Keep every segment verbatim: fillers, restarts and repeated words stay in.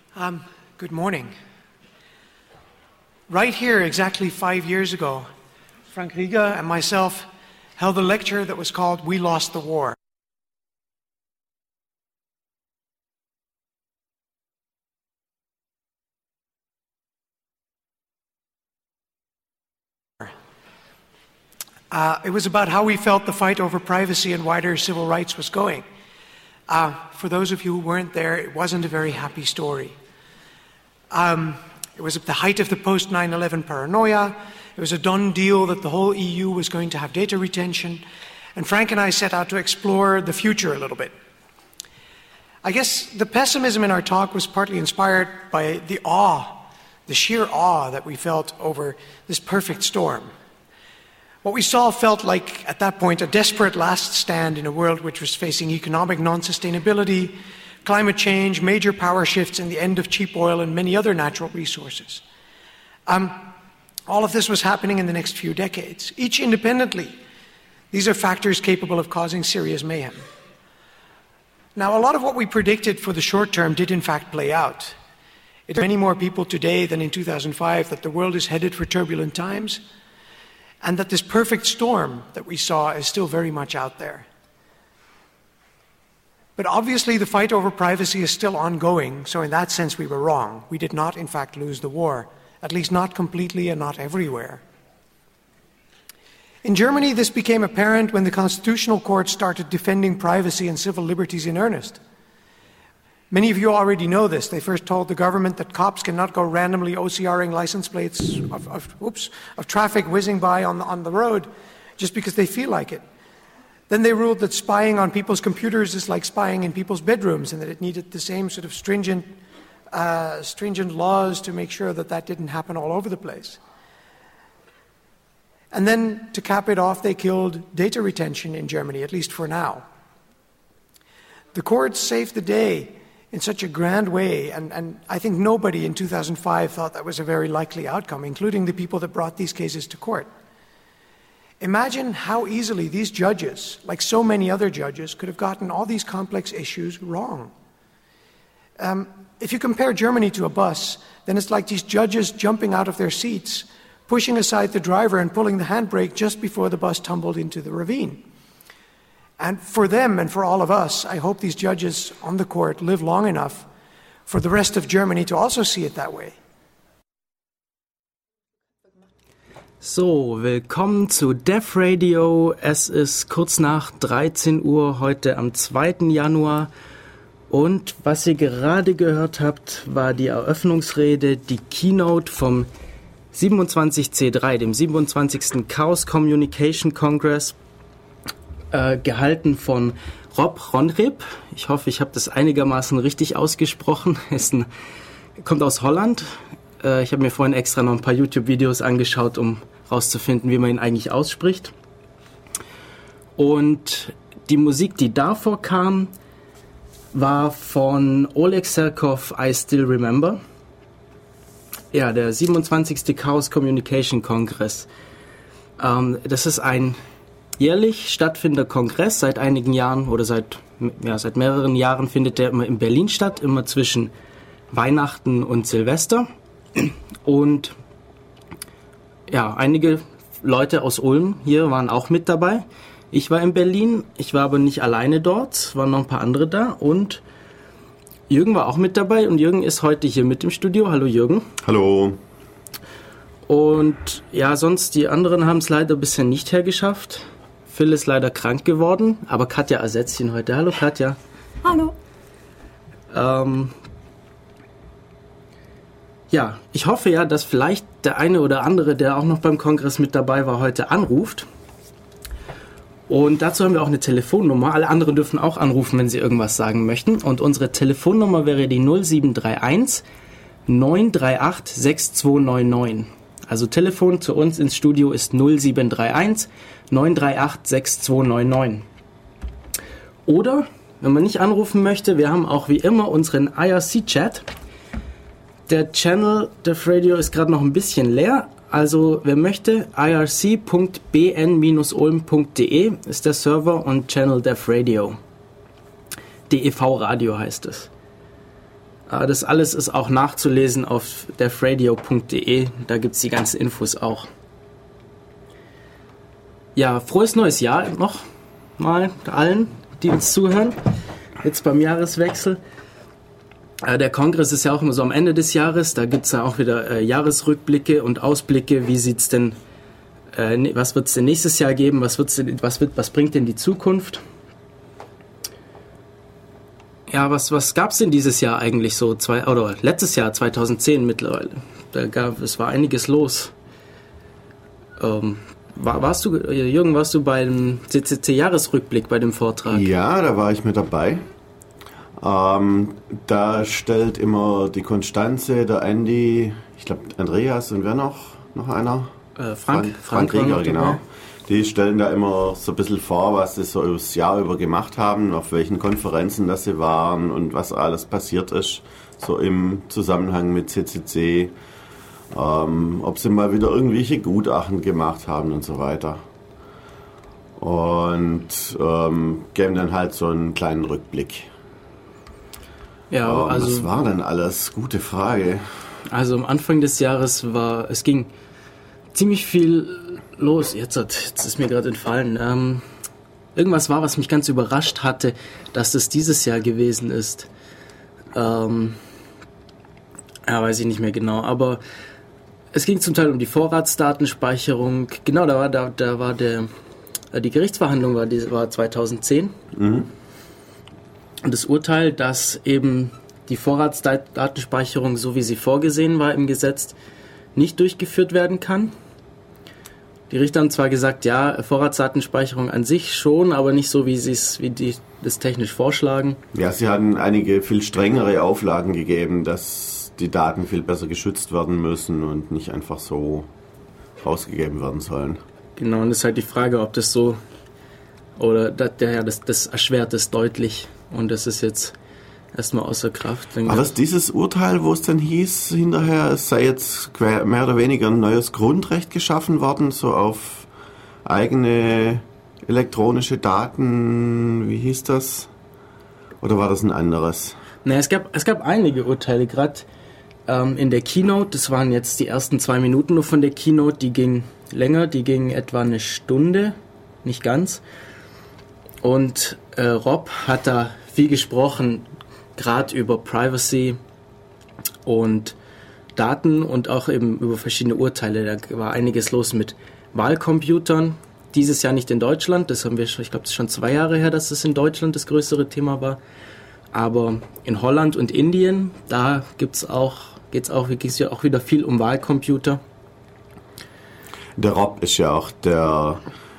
Um, good morning. Right here, exactly five years ago, Frank Rieger and myself held a lecture that was called We Lost the War. Uh, it was about how we felt the fight over privacy and wider civil rights was going. Uh, for those of you who weren't there, it wasn't a very happy story. Um, it was at the height of the post nine eleven paranoia. It was a done deal that the whole E U was going to have data retention. And Frank and I set out to explore the future a little bit. I guess the pessimism in our talk was partly inspired by the awe, the sheer awe that we felt over this perfect storm. What we saw felt like, at that point, a desperate last stand in a world which was facing economic non-sustainability, climate change, major power shifts, and the end of cheap oil and many other natural resources. Um, all of this was happening in the next few decades. Each independently, these are factors capable of causing serious mayhem. Now, a lot of what we predicted for the short term did in fact play out. It are many more people today than in two thousand five that the world is headed for turbulent times, and that this perfect storm that we saw is still very much out there. But obviously the fight over privacy is still ongoing, so in that sense we were wrong. We did not in fact lose the war, at least not completely and not everywhere. In Germany, this became apparent when the Constitutional Court started defending privacy and civil liberties in earnest. Many of you already know this. They first told the government that cops cannot go randomly OCRing license plates of, of, oops, of traffic whizzing by on the, on the road just because they feel like it. Then they ruled that spying on people's computers is like spying in people's bedrooms, and that it needed the same sort of stringent, uh, stringent laws to make sure that that didn't happen all over the place. And then, to cap it off, they killed data retention in Germany, at least for now. The courts saved the day in such a grand way, and, and I think nobody in two thousand five thought that was a very likely outcome, including the people that brought these cases to court. Imagine how easily these judges, like so many other judges, could have gotten all these complex issues wrong. Um, if you compare Germany to a bus, then it's like these judges jumping out of their seats, pushing aside the driver and pulling the handbrake just before the bus tumbled into the ravine. And for them and for all of us, I hope these judges on the court live long enough for the rest of Germany to also see it that way. So, willkommen zu Def Radio. Es ist kurz nach dreizehn Uhr heute am zweiten Januar. Und was ihr gerade gehört habt, war die Eröffnungsrede, die Keynote vom siebenundzwanzig C drei, dem siebenundzwanzigsten Chaos Communication Congress, äh, gehalten von Rob Ronrib. Ich hoffe, ich habe das einigermaßen richtig ausgesprochen. Ist ein, kommt aus Holland. Äh, ich habe mir vorhin extra noch ein paar YouTube-Videos angeschaut, um rauszufinden, wie man ihn eigentlich ausspricht. Und die Musik, die davor kam, war von Oleg Serkov, I Still Remember. Ja, der siebenundzwanzigste Chaos Communication Congress. Ähm, das ist ein jährlich stattfindender Kongress. Seit einigen Jahren oder seit, ja, seit mehreren Jahren findet der immer in Berlin statt, immer zwischen Weihnachten und Silvester. Und ja, einige Leute aus Ulm hier waren auch mit dabei. Ich war in Berlin, ich war aber nicht alleine dort, es waren noch ein paar andere da und Jürgen war auch mit dabei und Jürgen ist heute hier mit im Studio. Hallo Jürgen. Hallo. Und ja, sonst die anderen haben es leider bisher nicht hergeschafft. Phil ist leider krank geworden, aber Katja ersetzt ihn heute. Hallo Katja. Hallo. Ähm, ja, ich hoffe ja, dass vielleicht der eine oder andere, der auch noch beim Kongress mit dabei war, heute anruft. Und dazu haben wir auch eine Telefonnummer. Alle anderen dürfen auch anrufen, wenn sie irgendwas sagen möchten. Und unsere Telefonnummer wäre die null sieben drei eins neun drei acht sechs zwei neun neun. Also Telefon zu uns ins Studio ist null sieben drei eins neun drei acht sechs zwei neun neun. Oder, wenn man nicht anrufen möchte, wir haben auch wie immer unseren I R C-Chat. Der Channel Def Radio ist gerade noch ein bisschen leer. Also wer möchte, I R C Punkt B N Ulm Punkt D E ist der Server und Channel Def Radio. D E V Radio heißt es. Äh, das alles ist auch nachzulesen auf defradio punkt de, da gibt es die ganzen Infos auch. Ja, frohes neues Jahr noch mal allen, die uns zuhören, jetzt beim Jahreswechsel. Äh, der Kongress ist ja auch immer so am Ende des Jahres, da gibt es ja auch wieder äh, Jahresrückblicke und Ausblicke, wie sieht's denn, äh, was wird es denn nächstes Jahr geben, was, wird's denn, was, wird, was bringt denn die Zukunft? Ja, was, was gab es denn dieses Jahr eigentlich so, zwei, oder letztes Jahr, zweitausendzehn mittlerweile? Da gab, es war einiges los. Ähm, war, warst du, Jürgen, warst du beim C C C-Jahresrückblick, bei dem Vortrag? Ja, da war ich mit dabei. Ähm, da stellt immer die Konstanze, der Andy, ich glaube Andreas und wer noch? Noch einer? Äh, Frank, Frank, Frank, Frank Rieger, Frank genau. Die stellen da immer so ein bisschen vor, was sie so das Jahr über gemacht haben, auf welchen Konferenzen das sie waren und was alles passiert ist, so im Zusammenhang mit C C C, ähm, ob sie mal wieder irgendwelche Gutachten gemacht haben und so weiter. Und ähm, geben dann halt so einen kleinen Rückblick. Ja, ähm, also, was war denn alles? Gute Frage. Also am Anfang des Jahres war, es ging ziemlich viel los. Jetzt, hat, jetzt ist mir gerade entfallen. Ähm, irgendwas war, was mich ganz überrascht hatte, dass das dieses Jahr gewesen ist. Ähm, ja, weiß ich nicht mehr genau. Aber es ging zum Teil um die Vorratsdatenspeicherung. Genau, da war, da, da war der, die Gerichtsverhandlung war, die, war zweitausendzehn. Mhm. Und das Urteil, dass eben die Vorratsdatenspeicherung, so wie sie vorgesehen war im Gesetz, nicht durchgeführt werden kann. Die Richter haben zwar gesagt, ja, Vorratsdatenspeicherung an sich schon, aber nicht so, wie sie es, wie die das technisch vorschlagen. Ja, sie hatten einige viel strengere Auflagen gegeben, dass die Daten viel besser geschützt werden müssen und nicht einfach so rausgegeben werden sollen. Genau, und es ist halt die Frage, ob das so, oder das, ja, das, das erschwert es deutlich. Und das ist jetzt erstmal außer Kraft. War das dieses Urteil, wo es dann hieß, hinterher, es sei jetzt mehr oder weniger ein neues Grundrecht geschaffen worden, so auf eigene elektronische Daten, wie hieß das? Oder war das ein anderes? Naja, es gab, es gab einige Urteile, gerade ähm, in der Keynote, das waren jetzt die ersten zwei Minuten nur von der Keynote, die ging länger, die ging etwa eine Stunde, nicht ganz. Und äh, Rob hat da viel gesprochen, gerade über Privacy und Daten und auch eben über verschiedene Urteile. Da war einiges los mit Wahlcomputern. Dieses Jahr nicht in Deutschland, das haben wir schon, ich glaube, das ist schon zwei Jahre her, dass es in Deutschland das größere Thema war. Aber in Holland und Indien, da gibt's auch, geht's auch, geht's ja auch wieder viel um Wahlcomputer. Der Rob ist ja auch der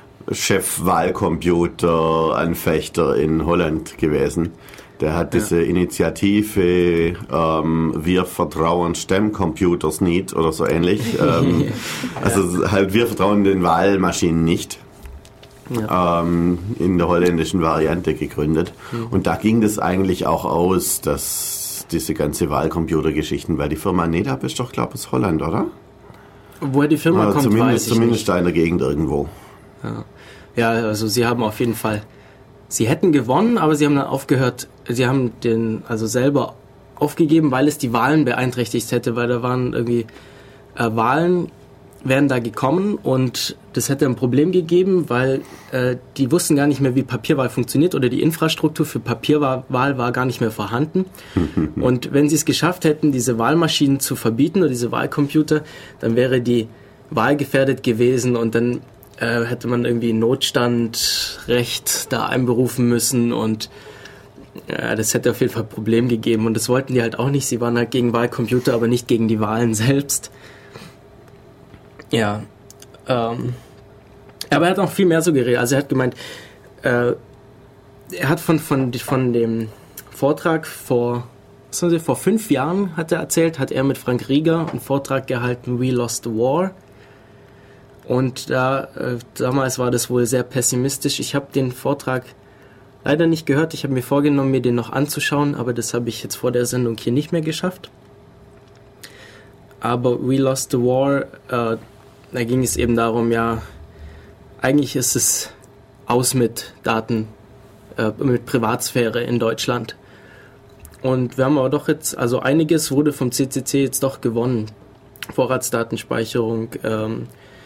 Chef-Wahlcomputer-Anfechter in Holland gewesen. Der hat diese ja. Initiative ähm, Wir vertrauen Stammcomputers nicht oder so ähnlich. ähm, also halt wir vertrauen den Wahlmaschinen nicht. Ja. Ähm, in der holländischen Variante gegründet. Mhm. Und da ging das eigentlich auch aus, dass diese ganze Wahlcomputer-Geschichten, weil die Firma NetApp ist doch, glaube ich, aus Holland, oder? Woher die Firma oder kommt, zumindest, weiß ich Zumindest nicht. da in der Gegend irgendwo. Ja. ja, also sie haben auf jeden Fall, sie hätten gewonnen, aber sie haben dann aufgehört, sie haben den also selber aufgegeben, weil es die Wahlen beeinträchtigt hätte, weil da waren irgendwie äh, Wahlen wären da gekommen und das hätte ein Problem gegeben, weil äh, die wussten gar nicht mehr, wie Papierwahl funktioniert oder die Infrastruktur für Papierwahl war gar nicht mehr vorhanden. Und wenn sie es geschafft hätten, diese Wahlmaschinen zu verbieten oder diese Wahlcomputer, dann wäre die Wahl gefährdet gewesen und dann äh, hätte man irgendwie Notstandrecht da einberufen müssen und ja, das hätte auf jeden Fall ein Problem gegeben und das wollten die halt auch nicht. Sie waren halt gegen Wahlcomputer, aber nicht gegen die Wahlen selbst. Ja, ähm, aber er hat noch viel mehr so geredet. Also er hat gemeint, äh, er hat von, von, von dem Vortrag vor, was sagen Sie, vor fünf Jahren hat er erzählt, hat er mit Frank Rieger einen Vortrag gehalten, We Lost the War. Und da, äh, damals war das wohl sehr pessimistisch. Ich habe den Vortrag leider nicht gehört. Ich habe mir vorgenommen, mir den noch anzuschauen, aber das habe ich jetzt vor der Sendung hier nicht mehr geschafft. Aber We Lost the War, äh, da ging es eben darum, ja, eigentlich ist es aus mit Daten, äh, mit Privatsphäre in Deutschland. Und wir haben aber doch jetzt, also einiges wurde vom C C C jetzt doch gewonnen. Vorratsdatenspeicherung, ähm,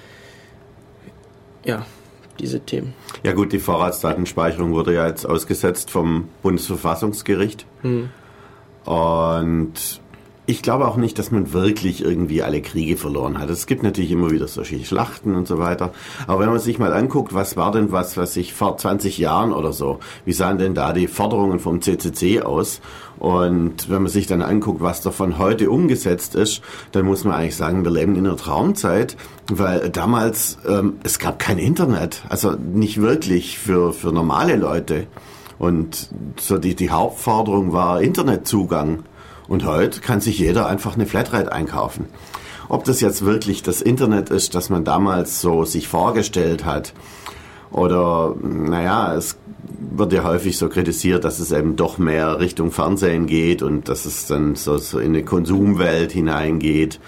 ja, diese Themen. Ja gut, die Vorratsdatenspeicherung wurde ja jetzt ausgesetzt vom Bundesverfassungsgericht. Hm. Und ich glaube auch nicht, dass man wirklich irgendwie alle Kriege verloren hat. Es gibt natürlich immer wieder solche Schlachten und so weiter. Aber wenn man sich mal anguckt, was war denn was, was ich vor zwanzig Jahren oder so, wie sahen denn da die Forderungen vom C C C aus? Und wenn man sich dann anguckt, was davon heute umgesetzt ist, dann muss man eigentlich sagen, wir leben in einer Traumzeit, weil damals, ähm, es gab kein Internet, also nicht wirklich für, für normale Leute. Und so die, die Hauptforderung war Internetzugang. Und heute kann sich jeder einfach eine Flatrate einkaufen. Ob das jetzt wirklich das Internet ist, das man damals so sich vorgestellt hat, oder, naja, es wird ja häufig so kritisiert, dass es eben doch mehr Richtung Fernsehen geht und dass es dann so, so in eine Konsumwelt hineingeht.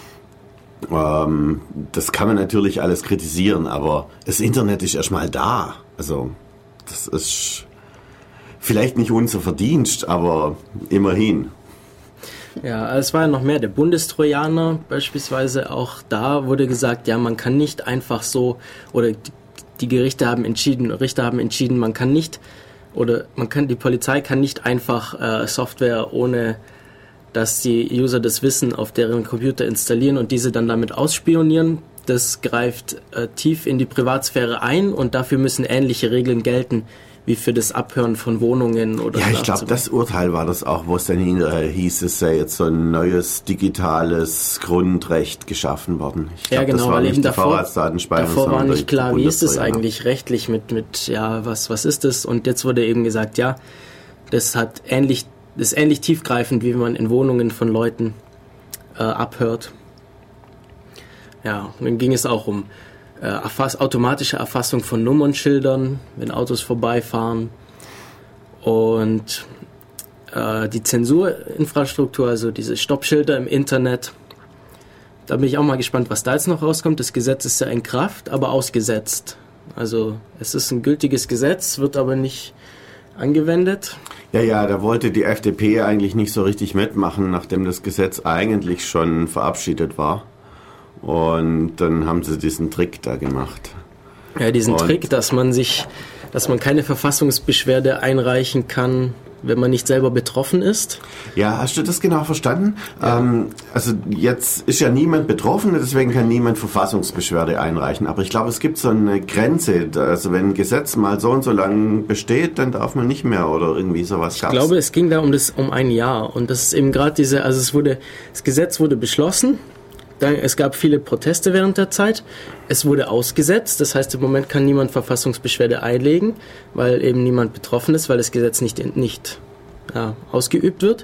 Ähm, das kann man natürlich alles kritisieren, aber das Internet ist erstmal da. Also, das ist vielleicht nicht unser Verdienst, aber immerhin. Ja, es war ja noch mehr. Der Bundestrojaner beispielsweise, auch da wurde gesagt, ja, man kann nicht einfach so, oder die Gerichte haben entschieden, Richter haben entschieden, man kann nicht, oder man kann, die Polizei kann nicht einfach äh, Software, ohne dass die User das Wissen, auf deren Computer installieren und diese dann damit ausspionieren. Das greift äh, tief in die Privatsphäre ein und dafür müssen ähnliche Regeln gelten wie für das Abhören von Wohnungen oder ja, ich glaube, das Urteil war das auch, wo es dann hinterher hieß, es sei jetzt so ein neues digitales Grundrecht geschaffen worden. Ich glaub, ja, genau, das war weil nicht eben die davor, davor war nicht klar, wie ist es eigentlich rechtlich mit, mit, ja, was, was ist das? Und jetzt wurde eben gesagt, ja, das hat ähnlich, das ist ähnlich tiefgreifend, wie man in Wohnungen von Leuten äh, abhört. Ja, und dann ging es auch um Erfass, automatische Erfassung von Nummernschildern, wenn Autos vorbeifahren, und äh, die Zensurinfrastruktur, also diese Stoppschilder im Internet. Da bin ich auch mal gespannt, was da jetzt noch rauskommt. Das Gesetz ist ja in Kraft, aber ausgesetzt. Also es ist ein gültiges Gesetz, wird aber nicht angewendet. Ja, ja, da wollte die F D P eigentlich nicht so richtig mitmachen, nachdem das Gesetz eigentlich schon verabschiedet war. Und dann haben sie diesen Trick da gemacht. Ja, diesen und Trick, dass man sich, dass man keine Verfassungsbeschwerde einreichen kann, wenn man nicht selber betroffen ist. Ja, hast du das genau verstanden? Ja. Ähm, also jetzt ist ja niemand betroffen, deswegen kann niemand Verfassungsbeschwerde einreichen. Aber ich glaube, es gibt so eine Grenze. Also wenn ein Gesetz mal so und so lang besteht, dann darf man nicht mehr oder irgendwie sowas. Ich glaube, es ging da um das um ein Jahr. Und das ist eben gerade diese, also es wurde, das Gesetz wurde beschlossen. Es gab viele Proteste während der Zeit. Es wurde ausgesetzt. Das heißt, im Moment kann niemand Verfassungsbeschwerde einlegen, weil eben niemand betroffen ist, weil das Gesetz nicht, nicht ja, ausgeübt wird.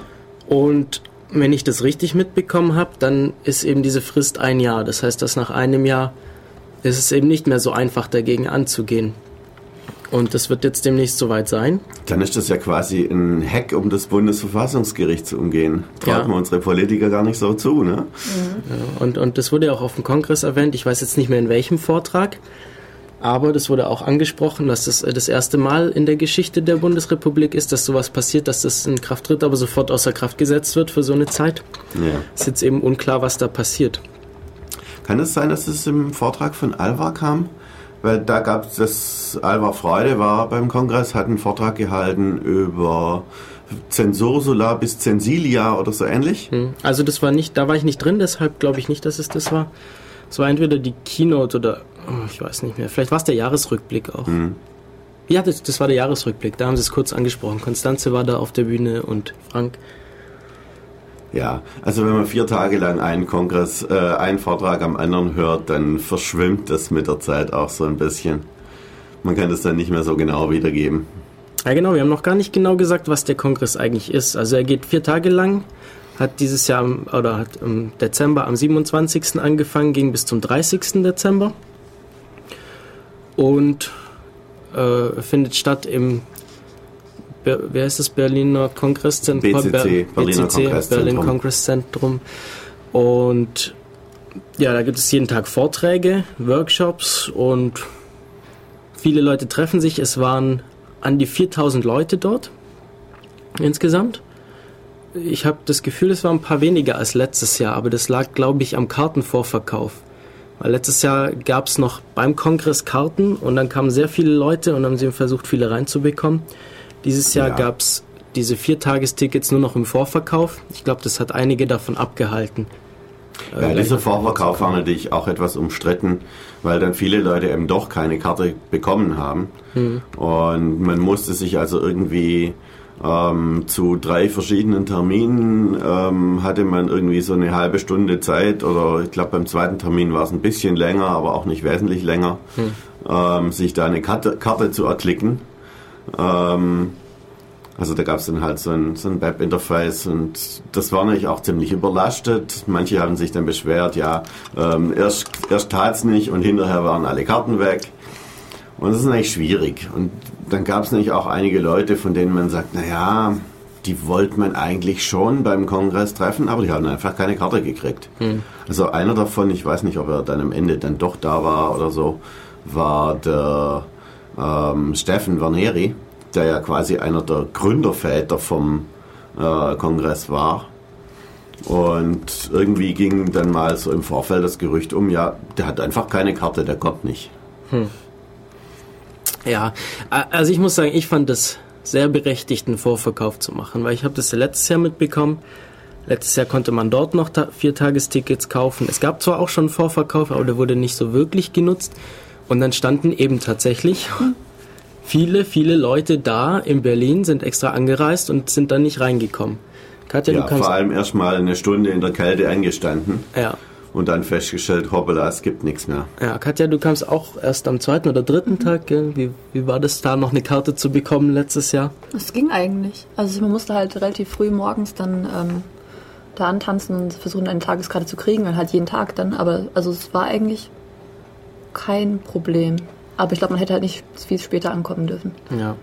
Und wenn ich das richtig mitbekommen habe, dann ist eben diese Frist ein Jahr. Das heißt, dass nach einem Jahr ist es eben nicht mehr so einfach, dagegen anzugehen. Und das wird jetzt demnächst soweit sein. Dann ist das ja quasi ein Hack, um das Bundesverfassungsgericht zu umgehen. Traut ja. man unsere Politiker gar nicht so zu, ne? Mhm. Ja, und, und das wurde ja auch auf dem Kongress erwähnt. Ich weiß jetzt nicht mehr in welchem Vortrag, aber das wurde auch angesprochen, dass das das erste Mal in der Geschichte der Bundesrepublik ist, dass sowas passiert, dass das in Kraft tritt, aber sofort außer Kraft gesetzt wird für so eine Zeit. Ja. Ist jetzt eben unklar, was da passiert. Kann es sein, dass es im Vortrag von Alvar kam? Weil da gab es das, Alvar Freude war beim Kongress, hat einen Vortrag gehalten über Zensursula bis Zensilia oder so ähnlich. Also das war nicht, da war ich nicht drin, deshalb glaube ich nicht, dass es das war. Es war entweder die Keynote oder, oh, ich weiß nicht mehr, vielleicht war es der Jahresrückblick auch. Mhm. Ja, das, das war der Jahresrückblick, da haben sie es kurz angesprochen. Konstanze war da auf der Bühne und Frank. Ja, also wenn man vier Tage lang einen Kongress, äh, einen Vortrag am anderen hört, dann verschwimmt das mit der Zeit auch so ein bisschen. Man kann das dann nicht mehr so genau wiedergeben. Ja genau, wir haben noch gar nicht genau gesagt, was der Kongress eigentlich ist. Also er geht vier Tage lang, hat dieses Jahr, oder hat im Dezember am siebenundzwanzigsten angefangen, ging bis zum dreißigsten Dezember und äh, findet statt im Wer ist das? Berliner Kongresszentrum? B C C, Ber- Berliner B C C, Kongresszentrum. Berlin Kongresszentrum. Und ja, da gibt es jeden Tag Vorträge, Workshops und viele Leute treffen sich. Es waren an die viertausend Leute dort insgesamt. ich habe das Gefühl, es waren ein paar weniger als letztes Jahr, aber das lag, glaube ich, am Kartenvorverkauf. Weil letztes Jahr gab es noch beim Kongress Karten und dann kamen sehr viele Leute und haben sie versucht, viele reinzubekommen. Dieses Jahr ja. gab es diese Viertagestickets nur noch im Vorverkauf. Ich glaube, das hat einige davon abgehalten. Ja, äh, dieser Vorverkauf war natürlich auch etwas umstritten, weil dann viele Leute eben doch keine Karte bekommen haben. Mhm. Und man musste sich also irgendwie ähm, zu drei verschiedenen Terminen ähm, hatte man irgendwie so eine halbe Stunde Zeit, oder ich glaube beim zweiten Termin war es ein bisschen länger, aber auch nicht wesentlich länger, mhm. ähm, sich da eine Karte, Karte zu erklicken. Ähm, Also da gab es dann halt so ein, so ein Webinterface und das war natürlich auch ziemlich überlastet. Manche haben sich dann beschwert, ja, ähm, erst, erst tat's nicht und hinterher waren alle Karten weg. Und das ist natürlich schwierig. Und dann gab es nämlich auch einige Leute, von denen man sagt, naja, die wollte man eigentlich schon beim Kongress treffen, aber die haben einfach keine Karte gekriegt. Hm. Also einer davon, ich weiß nicht, ob er dann am Ende dann doch da war oder so, war der ähm, Steffen Verneri, der ja quasi einer der Gründerväter vom äh, Kongress war. Und irgendwie ging dann mal so im Vorfeld das Gerücht um, ja, der hat einfach keine Karte, der kommt nicht. Hm. Ja, also ich muss sagen, ich fand das sehr berechtigt, einen Vorverkauf zu machen, weil ich habe das ja letztes Jahr mitbekommen. Letztes Jahr konnte man dort noch ta- Viertagestickets kaufen. Es gab zwar auch schon einen Vorverkauf, aber der wurde nicht so wirklich genutzt. Und dann standen eben tatsächlich viele, viele Leute da in Berlin, sind extra angereist und sind dann nicht reingekommen. Katja, ja, du kannst vor allem erst mal eine Stunde in der Kälte angestanden. Ja. Und dann festgestellt, hoppala, es gibt nichts mehr. Ja, Katja, du kamst auch erst am zweiten oder dritten mhm. Tag. Gell? Wie, wie war das da, noch eine Karte zu bekommen letztes Jahr? Es ging eigentlich. Also man musste halt relativ früh morgens dann ähm, da antanzen und versuchen, eine Tageskarte zu kriegen, weil halt jeden Tag dann. Aber also es war eigentlich kein Problem. Aber ich glaube, man hätte halt nicht viel später ankommen dürfen. Ja.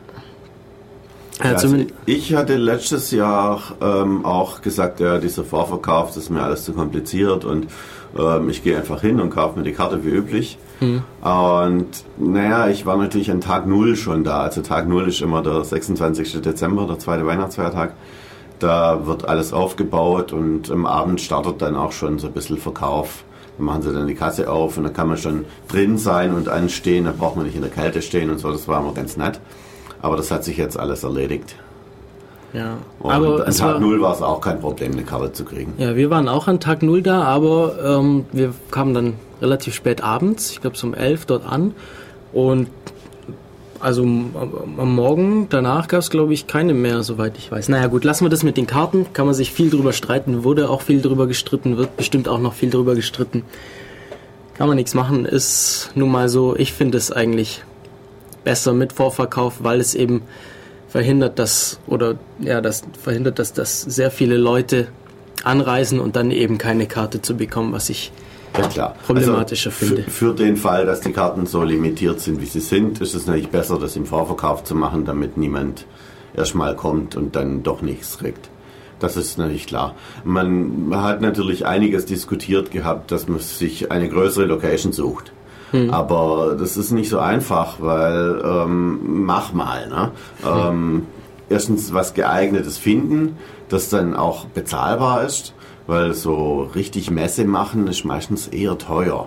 Ja, also ich hatte letztes Jahr ähm, auch gesagt, ja, dieser Vorverkauf, das ist mir alles zu kompliziert und ähm, ich gehe einfach hin und kaufe mir die Karte wie üblich. Mhm. Und naja, ich war natürlich an Tag Null schon da. Also Tag Null ist immer der sechsundzwanzigsten Dezember, der zweite Weihnachtsfeiertag. Da wird alles aufgebaut und am Abend startet dann auch schon so ein bisschen Verkauf. Da machen sie dann die Kasse auf und da kann man schon drin sein und anstehen. Da braucht man nicht in der Kälte stehen und so. Das war immer ganz nett. Aber das hat sich jetzt alles erledigt. Ja, und aber an Tag Null war es auch kein Problem, eine Karte zu kriegen. Ja, wir waren auch an Tag Null da, aber ähm, wir kamen dann relativ spät abends, ich glaube so um elf dort an. Und also am Morgen danach gab es, glaube ich, keine mehr, soweit ich weiß. Naja gut, lassen wir das mit den Karten, kann man sich viel drüber streiten, wurde auch viel drüber gestritten, wird bestimmt auch noch viel drüber gestritten. Kann man nichts machen, ist nun mal so, ich finde es eigentlich besser mit Vorverkauf, weil es eben verhindert, dass oder ja, das verhindert, dass, dass sehr viele Leute anreisen und dann eben keine Karte zu bekommen, was ich ja, klar. problematischer also finde. Für, für den Fall, dass die Karten so limitiert sind, wie sie sind, ist es natürlich besser, das im Vorverkauf zu machen, damit niemand erstmal kommt und dann doch nichts kriegt. Das ist natürlich klar. Man, man hat natürlich einiges diskutiert gehabt, dass man sich eine größere Location sucht. Hm. Aber das ist nicht so einfach, weil ähm, mach mal. Ne? Hm. Ähm, erstens was Geeignetes finden, das dann auch bezahlbar ist, weil so richtig Messe machen ist meistens eher teuer.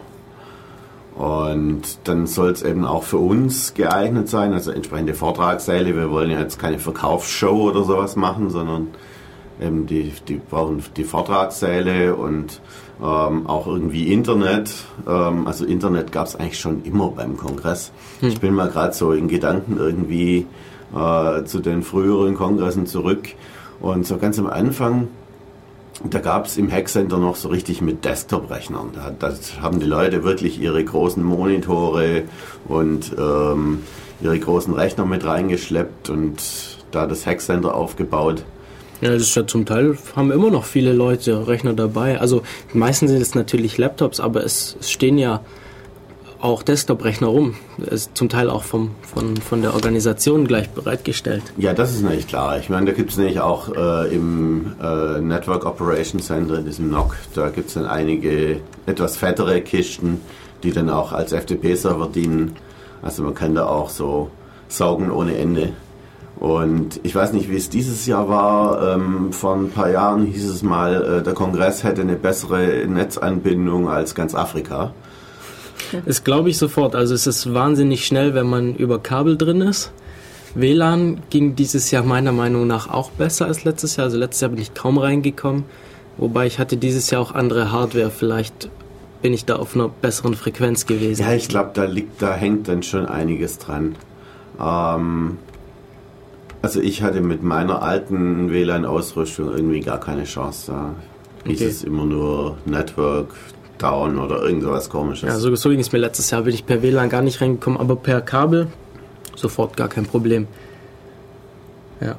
Und dann soll es eben auch für uns geeignet sein, also entsprechende Vortragssäle. Wir wollen ja jetzt keine Verkaufsshow oder sowas machen, sondern eben die, die brauchen die Vortragssäle und Ähm, auch irgendwie Internet. Ähm, also Internet gab es eigentlich schon immer beim Kongress. Hm. Ich bin mal gerade so in Gedanken irgendwie äh, zu den früheren Kongressen zurück. Und so ganz am Anfang, da gab es im Hackcenter noch so richtig mit Desktop-Rechnern. Da, da haben die Leute wirklich ihre großen Monitore und ähm, ihre großen Rechner mit reingeschleppt und da das Hackcenter aufgebaut. Ja, das ist ja zum Teil, haben immer noch viele Leute Rechner dabei. Also meistens sind es natürlich Laptops, aber es, es stehen ja auch Desktop-Rechner rum. Das ist zum Teil auch vom, von, von der Organisation gleich bereitgestellt. Ja, das ist natürlich klar. Ich meine, da gibt es nämlich auch äh, im äh, Network Operations Center, in diesem N O C, da gibt es dann einige etwas fettere Kisten, die dann auch als F T P-Server dienen. Also man kann da auch so saugen ohne Ende. Und ich weiß nicht, wie es dieses Jahr war. Ähm, vor ein paar Jahren hieß es mal, äh, der Kongress hätte eine bessere Netzanbindung als ganz Afrika. Das glaube ich sofort. Also es ist wahnsinnig schnell, wenn man über Kabel drin ist. W L A N ging dieses Jahr meiner Meinung nach auch besser als letztes Jahr. Also letztes Jahr bin ich kaum reingekommen. Wobei ich hatte dieses Jahr auch andere Hardware. Vielleicht bin ich da auf einer besseren Frequenz gewesen. Ja, ich glaube, da liegt, da hängt dann schon einiges dran. Ähm, also ich hatte mit meiner alten W L A N-Ausrüstung irgendwie gar keine Chance. Da hieß Okay. es immer nur Network down oder irgend sowas Komisches. Ja, so, so ging es mir letztes Jahr. Bin ich per W L A N gar nicht reingekommen, aber per Kabel sofort gar kein Problem. Ja.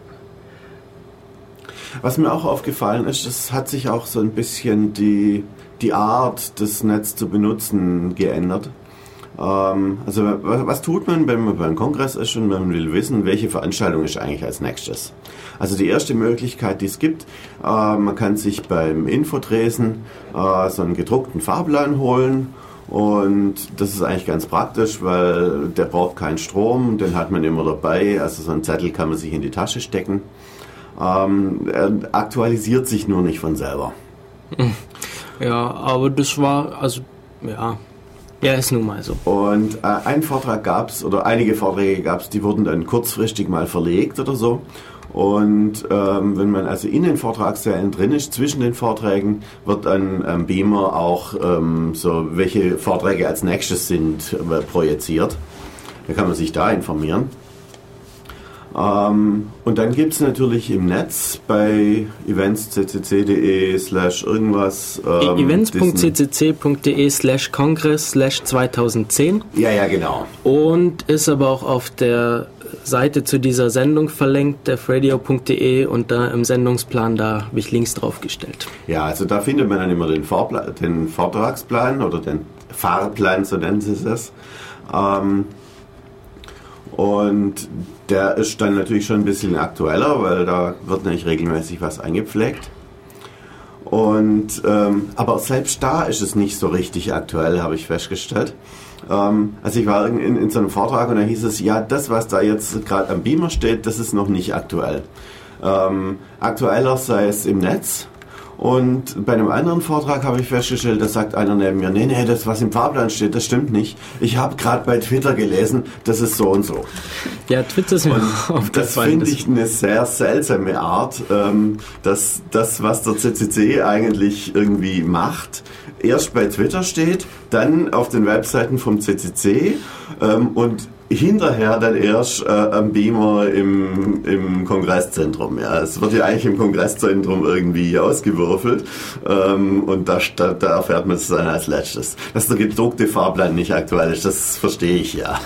Was mir auch aufgefallen ist, es hat sich auch so ein bisschen die, die Art, das Netz zu benutzen, geändert. Ähm, also was, was tut man, wenn man beim Kongress ist und man will wissen, welche Veranstaltung ist eigentlich als nächstes? Also die erste Möglichkeit, die es gibt, äh, man kann sich beim Infotresen äh, so einen gedruckten Fahrplan holen. Und das ist eigentlich ganz praktisch, weil der braucht keinen Strom, den hat man immer dabei. Also so einen Zettel kann man sich in die Tasche stecken. Ähm, er aktualisiert sich nur nicht von selber. Ja, aber das war, also, ja, ja, ist nun mal so. Und äh, einen Vortrag gab es, oder einige Vorträge gab es, die wurden dann kurzfristig mal verlegt oder so. Und ähm, wenn man also in den Vortragssälen drin ist, zwischen den Vorträgen, wird dann am Beamer auch ähm, so, welche Vorträge als nächstes sind, äh, projiziert. Da kann man sich da informieren. Ähm, und dann gibt es natürlich im Netz bei eventsccc.de slash irgendwas. Ähm, events.ccc.de slash kongress slash zweitausendzehn. Ja, ja, genau. Und ist aber auch auf der Seite zu dieser Sendung verlinkt, defradio punkt de, und da im Sendungsplan, da habe ich Links draufgestellt. Ja, also da findet man dann immer den, Vorpla- den Vortragsplan oder den Fahrplan, so nennen sie es. Ähm, und der ist dann natürlich schon ein bisschen aktueller, weil da wird nämlich regelmäßig was eingepflegt. Und, ähm, aber selbst da ist es nicht so richtig aktuell, habe ich festgestellt. Ähm, also ich war in, in, in so einem Vortrag und da hieß es, ja, das, was da jetzt gerade am Beamer steht, das ist noch nicht aktuell. Ähm, aktueller sei es im Netz. Und bei einem anderen Vortrag habe ich festgestellt, da sagt einer neben mir, nee, nee, das, was im Fahrplan steht, das stimmt nicht. Ich habe gerade bei Twitter gelesen, das ist so und so. Ja, Twitter ist mir Und das finde ich eine sehr seltsame Art, ähm, dass das, was der C C C eigentlich irgendwie macht, erst bei Twitter steht, dann auf den Webseiten vom C C C ähm, und hinterher dann erst äh, am Beamer im, im Kongresszentrum. Ja, es wird ja eigentlich im Kongresszentrum irgendwie ausgewürfelt ähm, und da, da, da erfährt man es dann als letztes. Dass der gedruckte Fahrplan nicht aktuell ist, das verstehe ich ja.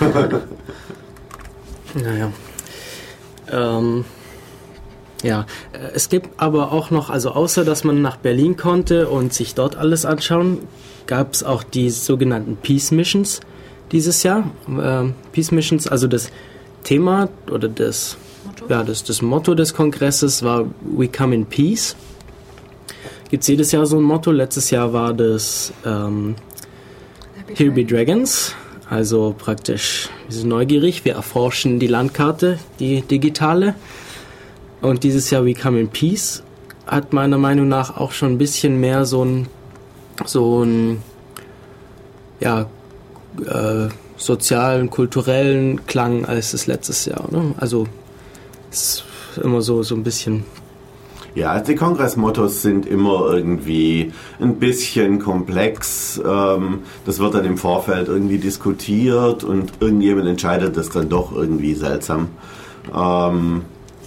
Naja. Ähm, ja, es gibt aber auch noch, also außer dass man nach Berlin konnte und sich dort alles anschauen, gab es auch die sogenannten Peace Missions dieses Jahr. Ähm, Peace Missions, also das Thema oder das Motto, ja, das, das Motto des Kongresses war We Come in Peace. Gibt es jedes Jahr so ein Motto. Letztes Jahr war das ähm, Here be Dragons. Also praktisch, wir sind neugierig, wir erforschen die Landkarte, die digitale. Und dieses Jahr We Come in Peace hat meiner Meinung nach auch schon ein bisschen mehr so ein, so ein, ja, äh, sozialen, kulturellen Klang als das letztes Jahr. Ne? Also es ist immer so, so ein bisschen... Ja, die Kongressmottos sind immer irgendwie ein bisschen komplex. Ähm, das wird dann im Vorfeld irgendwie diskutiert und irgendjemand entscheidet das dann doch irgendwie seltsam. Ähm,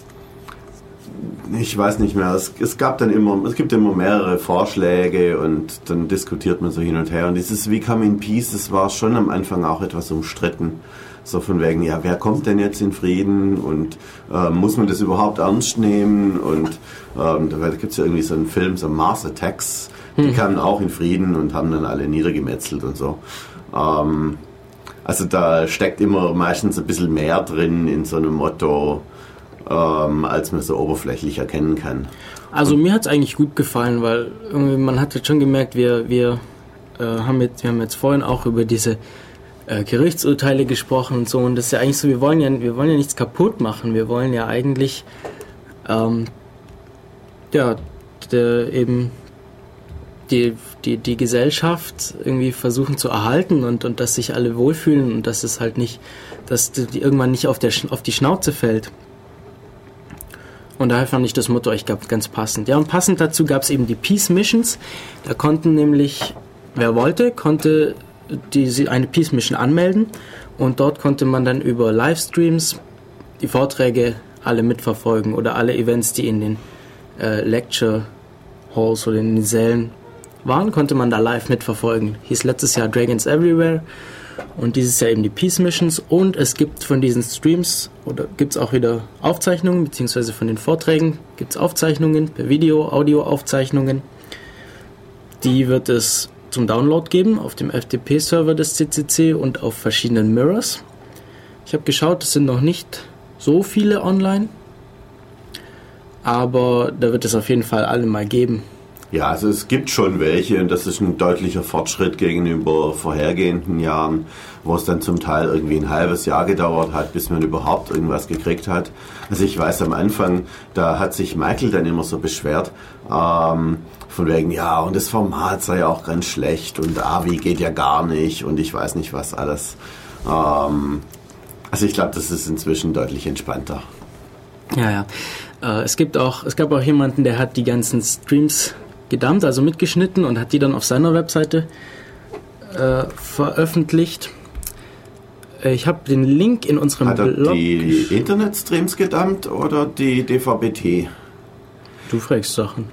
ich weiß nicht mehr, es, es gab dann immer, es gibt immer mehrere Vorschläge und dann diskutiert man so hin und her. Und dieses We Come in Peace, das war schon am Anfang auch etwas umstritten. So von wegen, ja, wer kommt denn jetzt in Frieden und äh, muss man das überhaupt ernst nehmen? Und ähm, da gibt es ja irgendwie so einen Film, so Mars Attacks, die hm. kamen auch in Frieden und haben dann alle niedergemetzelt und so. Ähm, also da steckt immer meistens ein bisschen mehr drin in so einem Motto, ähm, als man so oberflächlich erkennen kann. Also und mir hat es eigentlich gut gefallen, weil irgendwie man hat jetzt schon gemerkt, wir, wir, äh, haben jetzt, wir haben jetzt vorhin auch über diese äh, Gerichtsurteile gesprochen und so. Und das ist ja eigentlich so, wir wollen ja, wir wollen ja nichts kaputt machen. Wir wollen ja eigentlich ähm, ja, der, eben die, die, die Gesellschaft irgendwie versuchen zu erhalten und, und dass sich alle wohlfühlen und dass es halt nicht, dass die irgendwann nicht auf, der, auf die Schnauze fällt. Und daher fand ich das Motto eigentlich ganz passend. Ja, und passend dazu gab es eben die Peace Missions. Da konnten nämlich, wer wollte, konnte die, eine Peace Mission anmelden und dort konnte man dann über Livestreams die Vorträge alle mitverfolgen oder alle Events, die in den äh, Lecture Halls oder in den Sälen waren, konnte man da live mitverfolgen. Hieß letztes Jahr Dragons Everywhere und dieses Jahr eben die Peace Missions. Und es gibt von diesen Streams, oder gibt es auch wieder Aufzeichnungen, beziehungsweise von den Vorträgen gibt es Aufzeichnungen, per Video, Audio-Aufzeichnungen. Die wird es zum Download geben auf dem F T P-Server des C C C und auf verschiedenen Mirrors. Ich habe geschaut, es sind noch nicht so viele online, aber da wird es auf jeden Fall alle mal geben. Ja, also es gibt schon welche und das ist ein deutlicher Fortschritt gegenüber vorhergehenden Jahren, wo es dann zum Teil irgendwie ein halbes Jahr gedauert hat, bis man überhaupt irgendwas gekriegt hat. Also ich weiß am Anfang, da hat sich Michael dann immer so beschwert, ähm, von wegen, ja, und das Format sei auch ganz schlecht und A V I geht ja gar nicht und ich weiß nicht was alles. Ähm, also ich glaube, das ist inzwischen deutlich entspannter. Ja, ja. Äh, es gibt auch, es gab auch jemanden, der hat die ganzen Streams gedumpt, also mitgeschnitten und hat die dann auf seiner Webseite äh, veröffentlicht. Äh, ich habe den Link in unserem Hat er Blog. Die Internetstreams gedumpt oder die D V B T? Du fragst Sachen.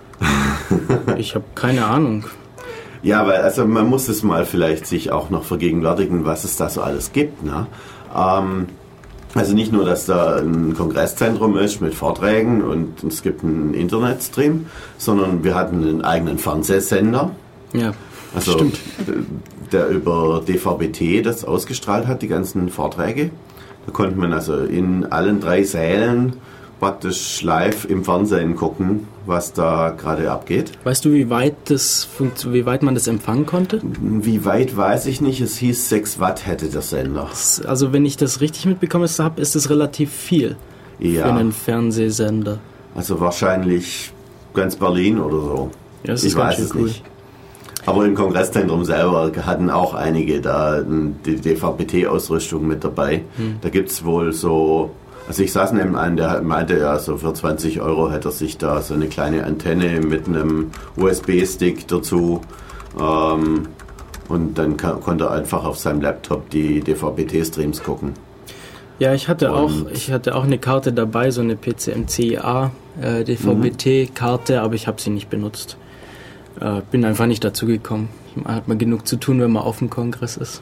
Ich habe keine Ahnung. Ja, weil also man muss es mal vielleicht sich auch noch vergegenwärtigen, was es da so alles gibt. Ne? Ähm, also nicht nur, dass da ein Kongresszentrum ist mit Vorträgen und es gibt einen Internetstream, sondern wir hatten einen eigenen Fernsehsender. Ja, also, stimmt. Der über D V B T das ausgestrahlt hat, die ganzen Vorträge. Da konnte man also in allen drei Sälen praktisch live im Fernsehen gucken, was da gerade abgeht. Weißt du, wie weit das, wie weit man das empfangen konnte? Wie weit weiß ich nicht. Es hieß sechs Watt hätte der Sender. Also wenn ich das richtig mitbekommen habe, ist das relativ viel ja. für einen Fernsehsender. Also wahrscheinlich ganz Berlin oder so. Ja, das ich ist ganz weiß es cool. nicht. Aber im Kongresszentrum selber hatten auch einige da die D V B T-Ausrüstung mit dabei. Hm. Da gibt es wohl so... Also ich saß neben einem, der meinte, ja, so für zwanzig Euro hätte er sich da so eine kleine Antenne mit einem U S B-Stick dazu ähm, und dann kann, konnte er einfach auf seinem Laptop die D V B T-Streams gucken. Ja, ich hatte und auch ich hatte auch eine Karte dabei, so eine P C M C I A äh, D V B T-Karte, aber ich habe sie nicht benutzt. Äh, bin einfach nicht dazu gekommen. Man hat mal genug zu tun, wenn man auf dem Kongress ist.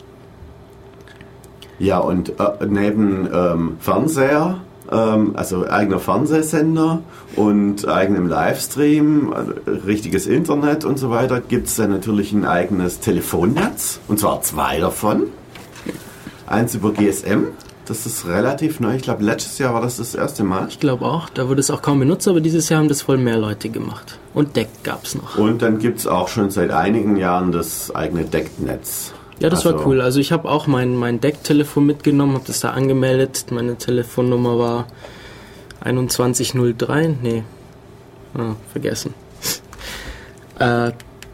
Ja, und äh, neben ähm, Fernseher, ähm, also eigener Fernsehsender und eigenem Livestream, äh, richtiges Internet und so weiter, gibt es dann natürlich ein eigenes Telefonnetz, und zwar zwei davon. Eins über G S M, das ist relativ neu, ich glaube letztes Jahr war das das erste Mal. Ich glaube auch, da wurde es auch kaum benutzt, aber dieses Jahr haben das voll mehr Leute gemacht. Und D E C gab es noch. Und dann gibt es auch schon seit einigen Jahren das eigene D E C-Netz. Ja, das also, war cool. Also ich habe auch mein, mein D E C-Telefon mitgenommen, habe das da angemeldet. Meine Telefonnummer war einundzwanzig null drei. Nee, ah, vergessen. äh,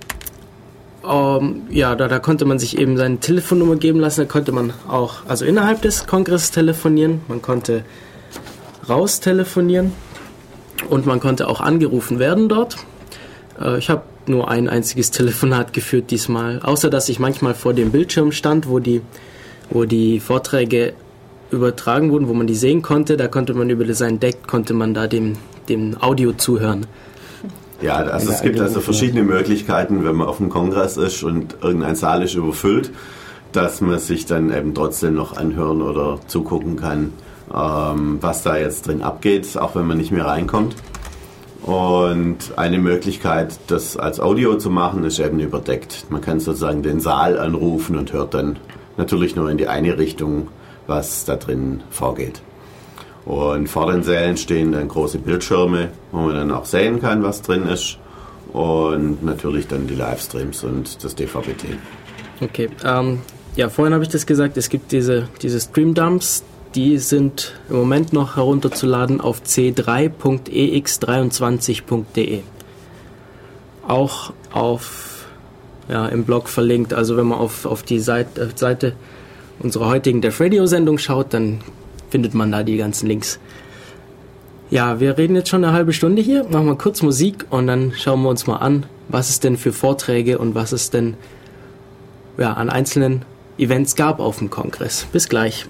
um, ja, da, da konnte man sich eben seine Telefonnummer geben lassen. Da konnte man auch, also innerhalb des Kongresses telefonieren. Man konnte raus telefonieren und man konnte auch angerufen werden dort. Äh, ich habe nur ein einziges Telefonat geführt diesmal, außer dass ich manchmal vor dem Bildschirm stand, wo die, wo die Vorträge übertragen wurden, wo man die sehen konnte. Da konnte man über sein D E C konnte man da dem, dem Audio zuhören. Ja, also es gibt also verschiedene Möglichkeiten, wenn man auf dem Kongress ist und irgendein Saal ist überfüllt, dass man sich dann eben trotzdem noch anhören oder zugucken kann, ähm, was da jetzt drin abgeht, auch wenn man nicht mehr reinkommt. Und eine Möglichkeit, das als Audio zu machen, ist eben überdeckt. Man kann sozusagen den Saal anrufen und hört dann natürlich nur in die eine Richtung, was da drin vorgeht. Und vor den Sälen stehen dann große Bildschirme, wo man dann auch sehen kann, was drin ist. Und natürlich dann die Livestreams und das D V B T. Okay, ähm, ja, vorhin habe ich das gesagt, es gibt diese, diese Stream-Dumps, die sind im Moment noch herunterzuladen auf c drei punkt e x dreiundzwanzig punkt de. Auch auf, ja, im Blog verlinkt, also wenn man auf, auf die Seite, Seite unserer heutigen Def Radio-Sendung schaut, dann findet man da die ganzen Links. Ja, wir reden jetzt schon eine halbe Stunde hier, machen wir kurz Musik und dann schauen wir uns mal an, was es denn für Vorträge und was es denn ja, an einzelnen Events gab auf dem Kongress. Bis gleich.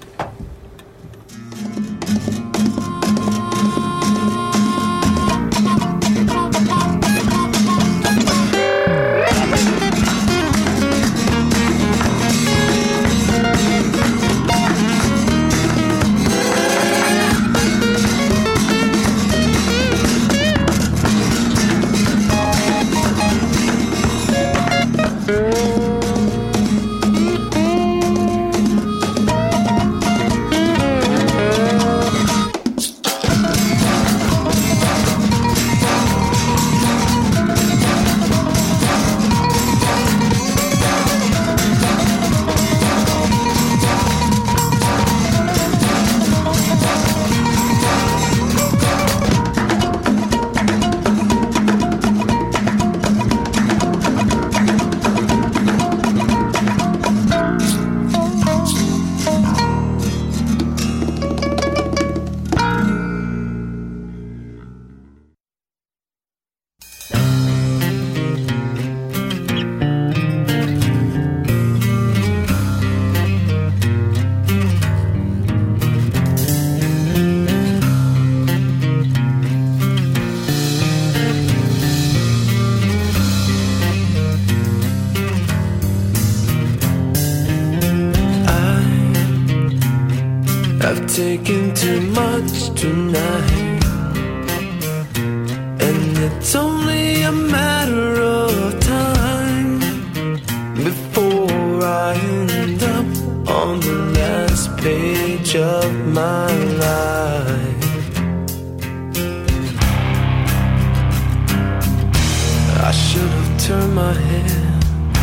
Taking too much tonight, and it's only a matter of time before I end up on the last page of my life. I should have turned my head,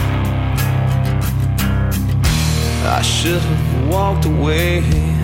I should have walked away.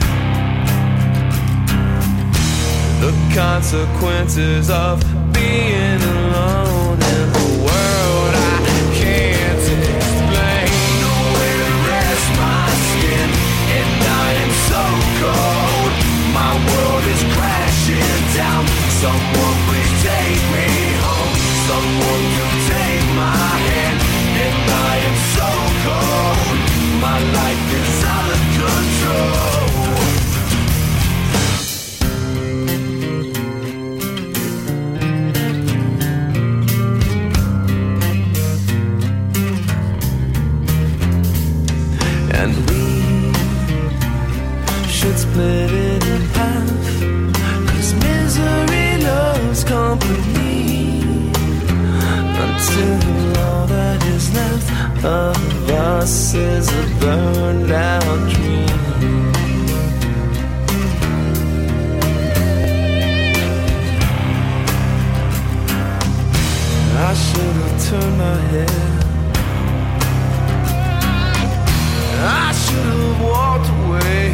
The consequences of being alone in the world I can't explain. Nowhere to rest my skin, and I am so cold. My world is crashing down. Someone please take me home. Someone to take my hand, and I am so cold. My life is out of control. And we should split it in half, 'cause misery loves company, until all that is left of us is a burned out dream. I should have turned my head, I should have walked away.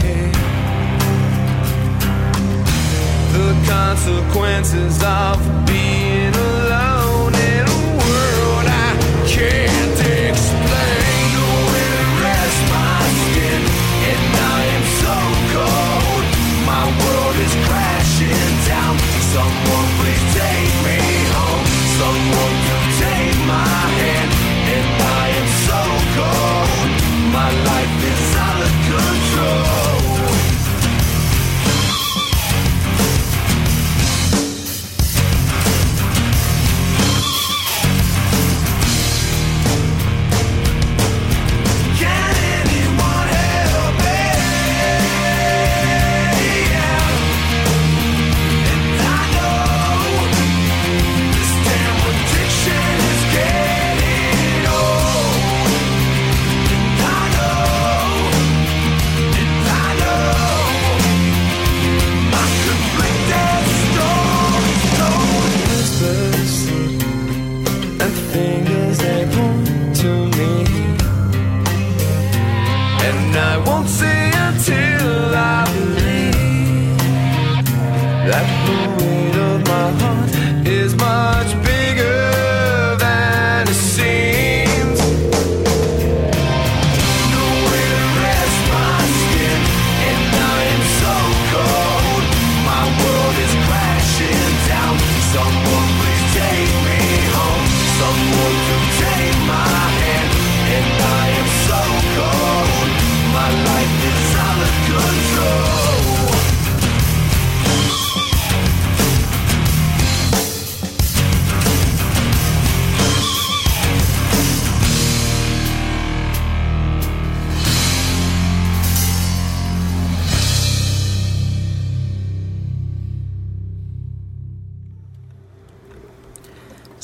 The consequences of being alone in a world I can't explain. Nowhere to rest my skin, and I am so cold. My world is crashing down. Someone please take me home. Someone to take my hand, and I am so cold. My life is out of control.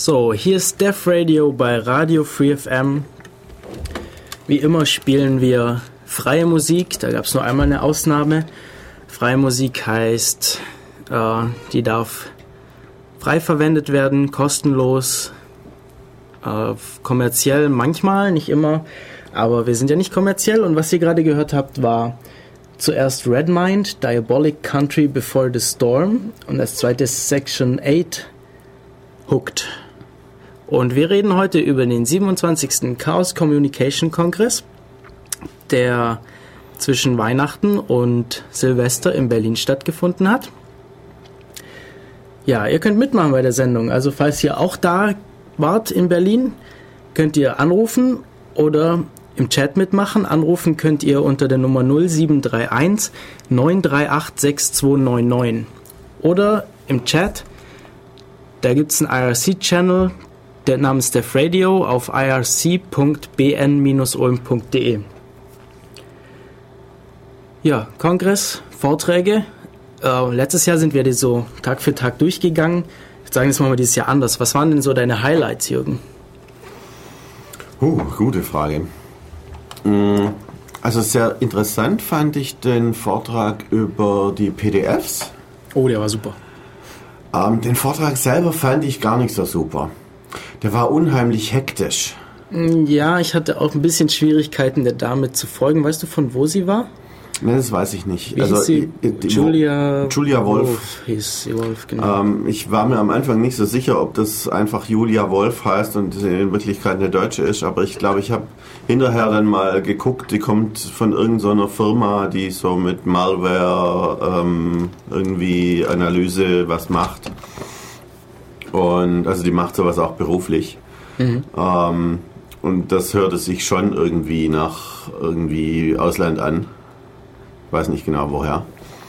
So, hier ist Def Radio bei Radio Free F M. Wie immer spielen wir freie Musik, da gab es nur einmal eine Ausnahme. Freie Musik heißt, äh, die darf frei verwendet werden, kostenlos, äh, kommerziell manchmal, nicht immer, aber wir sind ja nicht kommerziell. Und was ihr gerade gehört habt, war zuerst Redmind, Diabolic Country Before the Storm, und als zweites Section acht, Hooked. Und wir reden heute über den siebenundzwanzigsten Chaos Communication Kongress, der zwischen Weihnachten und Silvester in Berlin stattgefunden hat. Ja, ihr könnt mitmachen bei der Sendung. Also falls ihr auch da wart in Berlin, könnt ihr anrufen oder im Chat mitmachen. Anrufen könnt ihr unter der Nummer null sieben drei eins neun drei acht sechs zwei neun neun. Oder im Chat, da gibt es einen I R C-Channel, der namens Def Radio auf i r c punkt b n dash ulm punkt d e. Ja, Kongress, Vorträge. Äh, letztes Jahr sind wir die so Tag für Tag durchgegangen. Ich würde sagen, das machen wir dieses Jahr anders. Was waren denn so deine Highlights, Jürgen? Uh, gute Frage. Also sehr interessant fand ich den Vortrag über die P D Fs. Oh, der war super. Ähm, den Vortrag selber fand ich gar nicht so super. Der war unheimlich hektisch. Ja, ich hatte auch ein bisschen Schwierigkeiten, der Dame zu folgen. Weißt du, von wo sie war? Nein, das weiß ich nicht. Wie also, hieß sie? Die, die, Julia, Julia Wolf. Wolf hieß sie, Wolf, genau. Ähm, ich war mir am Anfang nicht so sicher, ob das einfach Julia Wolf heißt und in Wirklichkeit eine Deutsche ist, aber ich glaube, ich habe hinterher dann mal geguckt, die kommt von irgendeiner Firma, die so mit Malware ähm, irgendwie Analyse was macht. Und also die macht sowas auch beruflich. Mhm. Ähm, und das hörte sich schon irgendwie nach irgendwie Ausland an. Ich weiß nicht genau woher.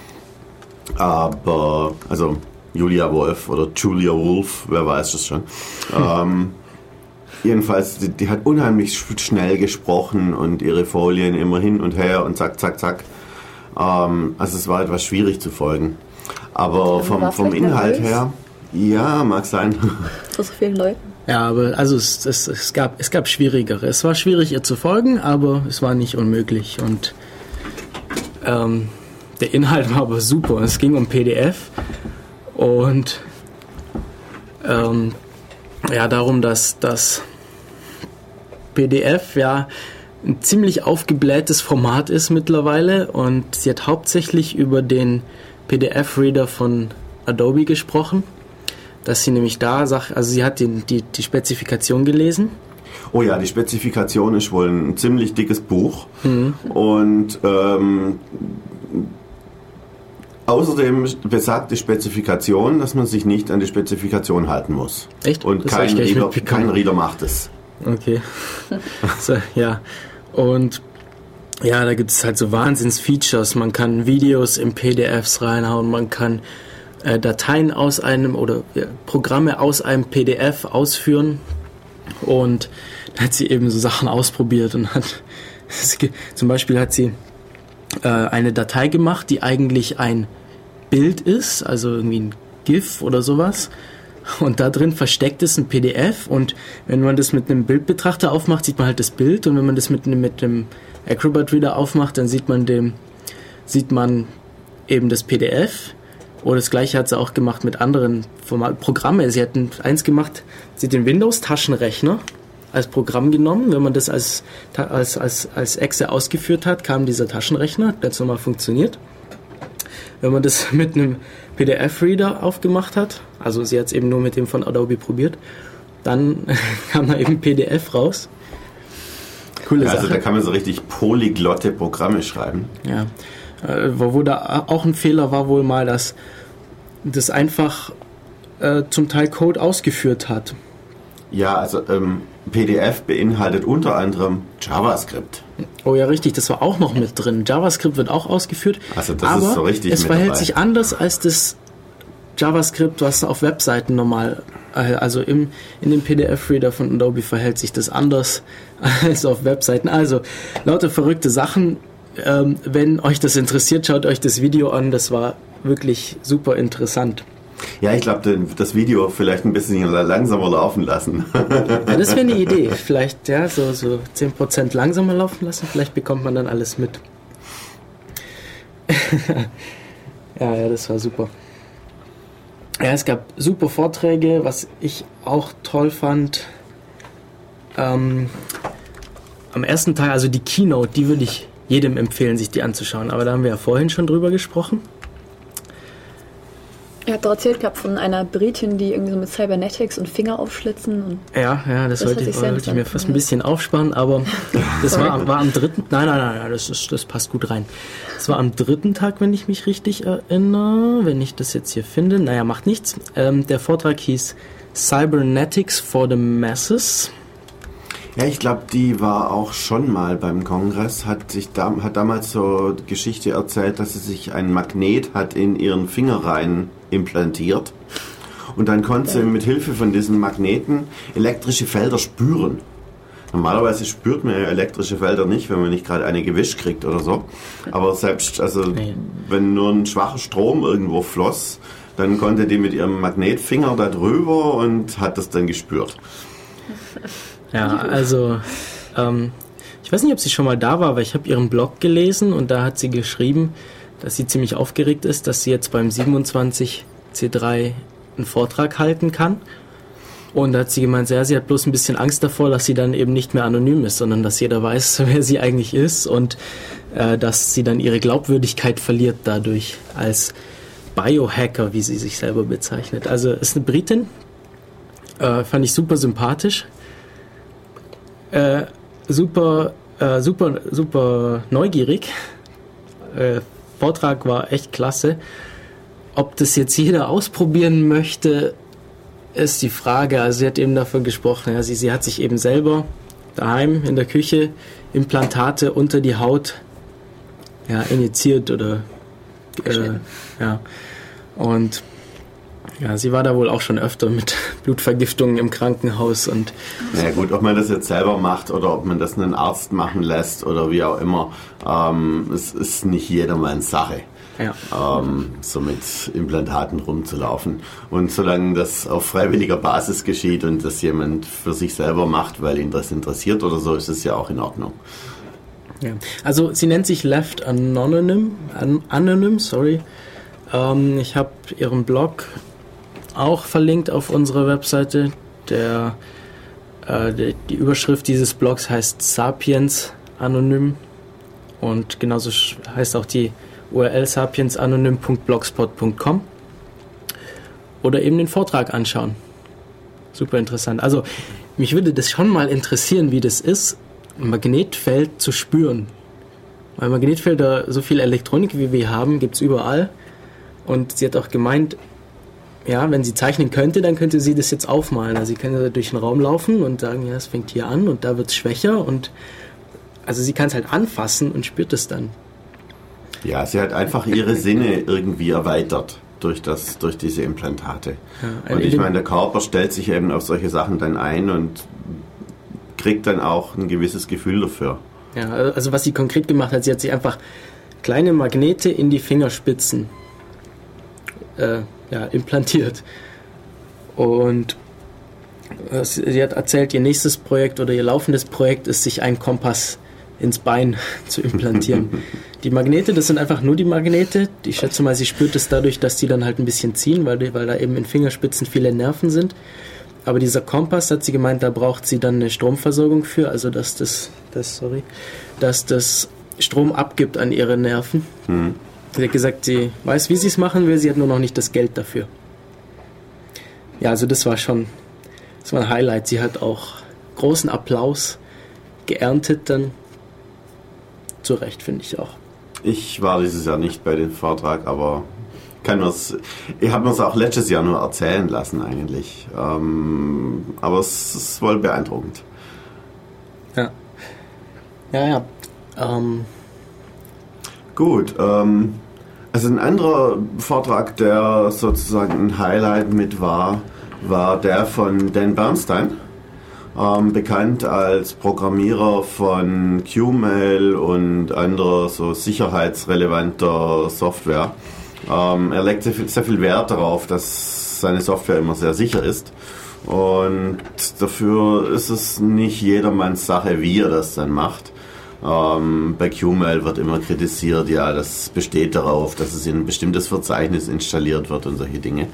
Aber, also Julia Wolf oder Julia Wolf, wer weiß das schon. ähm, jedenfalls, die, die hat unheimlich schnell gesprochen und ihre Folien immer hin und her und zack, zack, zack. Ähm, also es war etwas schwierig zu folgen. Aber vom, vom Inhalt her, ja, mag sein. Vor so vielen Leuten. Ja, aber also es, es, es, gab, es gab schwierigere. Es war schwierig, ihr zu folgen, aber es war nicht unmöglich. Und ähm, der Inhalt war aber super. Es ging um P D F und ähm, ja, darum, dass das P D F ja ein ziemlich aufgeblähtes Format ist mittlerweile, und sie hat hauptsächlich über den P D F-Reader von Adobe gesprochen, dass sie nämlich da sagt, also sie hat den, die, die Spezifikation gelesen. Oh ja, die Spezifikation ist wohl ein ziemlich dickes Buch. Mhm. Und ähm, außerdem besagt die Spezifikation, dass man sich nicht an die Spezifikation halten muss. Echt? Und Das kein Reader, kein Reader macht es. Okay. So, ja. Und ja, da gibt es halt so Wahnsinns-Features. Man kann Videos in P D Fs reinhauen, man kann äh, Dateien aus einem oder ja, Programme aus einem P D F ausführen. Und da hat sie eben so Sachen ausprobiert und hat zum Beispiel hat sie äh, eine Datei gemacht, die eigentlich ein Bild ist, also irgendwie ein GIF oder sowas. Und da drin versteckt ist ein P D F, und wenn man das mit einem Bildbetrachter aufmacht, sieht man halt das Bild, und wenn man das mit einem, mit dem Acrobat Reader aufmacht, dann sieht man dem, sieht man eben das P D F. Oder das gleiche hat sie auch gemacht mit anderen Format- Programme. Sie hat eins gemacht, sie hat den Windows-Taschenrechner als Programm genommen. Wenn man das als, als, als, als Exe ausgeführt hat, kam dieser Taschenrechner, hat ganz normal funktioniert. Wenn man das mit einem P D F-Reader aufgemacht hat, also sie hat es eben nur mit dem von Adobe probiert, dann kam da eben P D F raus. Coole Also Sache. da kann man so richtig polyglotte Programme schreiben. Ja, äh, wo, wo da auch ein Fehler war wohl mal, dass das einfach äh, zum Teil Code ausgeführt hat. Ja, also ähm, P D F beinhaltet unter anderem JavaScript. Oh ja, richtig, das war auch noch mit drin. JavaScript wird auch ausgeführt. Also das aber ist so richtig es mit verhält dabei. sich anders als das JavaScript, was auf Webseiten normal, also im, in dem P D F-Reader von Adobe verhält sich das anders als auf Webseiten. Also lauter verrückte Sachen. Ähm, wenn euch das interessiert, schaut euch das Video an. Das war wirklich super interessant. Ja, ich glaube, das Video vielleicht ein bisschen langsamer laufen lassen. Ja, das wäre eine Idee. Vielleicht ja, so, so zehn Prozent langsamer laufen lassen, vielleicht bekommt man dann alles mit. ja, ja, das war super. Ja, es gab super Vorträge, was ich auch toll fand. Ähm, am ersten Tag, also die Keynote, die würde ich jedem empfehlen, sich die anzuschauen. Aber da haben wir ja vorhin schon drüber gesprochen. Ihr habt doch erzählt gehabt von einer Britin, die irgendwie so mit Cybernetics und Finger aufschlitzen. Und ja, ja, das, das wollte, ich, wollte ich mir fast ein bisschen aufsparen, aber das war, war am dritten, nein, nein, nein, das, ist, das passt gut rein. Das war am dritten Tag, wenn ich mich richtig erinnere, wenn ich das jetzt hier finde, naja, macht nichts. Ähm, der Vortrag hieß Cybernetics for the Masses. Ja, ich glaube, die war auch schon mal beim Kongress, hat sich da, hat damals so die Geschichte erzählt, dass sie sich ein Magnet hat in ihren Finger rein implantiert und dann konnte sie mit Hilfe von diesen Magneten elektrische Felder spüren. Normalerweise spürt man ja elektrische Felder nicht, wenn man nicht gerade eine gewischt kriegt oder so. Aber selbst, also nee. wenn nur ein schwacher Strom irgendwo floss, dann konnte die mit ihrem Magnetfinger da drüber und hat das dann gespürt. Ja, also ähm, ich weiß nicht, ob sie schon mal da war, aber ich habe ihren Blog gelesen und da hat sie geschrieben, dass sie ziemlich aufgeregt ist, dass sie jetzt beim siebenundzwanzig C drei einen Vortrag halten kann. Und da hat sie gemeint, ja, sie hat bloß ein bisschen Angst davor, dass sie dann eben nicht mehr anonym ist, sondern dass jeder weiß, wer sie eigentlich ist und äh, dass sie dann ihre Glaubwürdigkeit verliert dadurch als Biohacker, wie sie sich selber bezeichnet. Also ist eine Britin, äh, fand ich super sympathisch. Äh, super, äh, super, super neugierig. Äh, Vortrag war echt klasse. Ob das jetzt jeder ausprobieren möchte, ist die Frage. Also sie hat eben davon gesprochen, ja, sie, sie hat sich eben selber daheim in der Küche Implantate unter die Haut ja, injiziert oder äh, ja. Und ja, sie war da wohl auch schon öfter mit Blutvergiftungen im Krankenhaus. Und na ja, gut, ob man das jetzt selber macht oder ob man das einen Arzt machen lässt oder wie auch immer, ähm, es ist nicht jedermanns Sache, ja. ähm, so mit Implantaten rumzulaufen. Und solange das auf freiwilliger Basis geschieht und das jemand für sich selber macht, weil ihn das interessiert oder so, ist es ja auch in Ordnung. Ja. Also sie nennt sich Left Anonym, An- Anonym, sorry. Ähm, ich habe ihren Blog auch verlinkt auf unserer Webseite. Der, äh, die, die Überschrift dieses Blogs heißt Sapiens Anonym und genauso heißt auch die U R L sapiensanonym punkt blogspot punkt com oder eben den Vortrag anschauen. Super interessant. Also mich würde das schon mal interessieren, wie das ist, ein Magnetfeld zu spüren. Weil Magnetfelder, so viel Elektronik wie wir haben, gibt es überall. Und sie hat auch gemeint, ja, wenn sie zeichnen könnte, dann könnte sie das jetzt aufmalen. Also sie könnte durch den Raum laufen und sagen, ja, es fängt hier an und da wird es schwächer. Und also sie kann es halt anfassen und spürt es dann. Ja, sie hat einfach ihre Sinne irgendwie erweitert durch, das, durch diese Implantate. Ja, und ich meine, der Körper stellt sich eben auf solche Sachen dann ein und kriegt dann auch ein gewisses Gefühl dafür. Ja, also was sie konkret gemacht hat, sie hat sich einfach kleine Magnete in die Fingerspitzen äh, ja, implantiert. Und äh, sie hat erzählt, ihr nächstes Projekt oder ihr laufendes Projekt ist, sich einen Kompass ins Bein zu implantieren. Die Magnete, das sind einfach nur die Magnete. Ich schätze mal, sie spürt es dadurch, dass die dann halt ein bisschen ziehen, weil, die, weil da eben in Fingerspitzen viele Nerven sind. Aber dieser Kompass, hat sie gemeint, da braucht sie dann eine Stromversorgung für, also dass das, das sorry, dass das Strom abgibt an ihre Nerven. Mhm. Sie hat gesagt, sie weiß, wie sie es machen will, sie hat nur noch nicht das Geld dafür. Ja, also das war schon, das war ein Highlight. Sie hat auch großen Applaus geerntet dann. Zu Recht, finde ich auch. Ich war dieses Jahr nicht bei dem Vortrag, aber kann mir's, ich habe mir es auch letztes Jahr nur erzählen lassen eigentlich. Ähm, aber es ist wohl beeindruckend. Ja. Ja, ja. Ähm. Gut. Ähm, also ein anderer Vortrag, der sozusagen ein Highlight mit war, war der von Dan Bernstein. Ähm, bekannt als Programmierer von Q M L und anderer so sicherheitsrelevanter Software. Ähm, er legt sehr viel, sehr viel Wert darauf, dass seine Software immer sehr sicher ist. Und dafür ist es nicht jedermanns Sache, wie er das dann macht. Ähm, bei Q M L wird immer kritisiert, ja, das besteht darauf, dass es in ein bestimmtes Verzeichnis installiert wird und solche Dinge.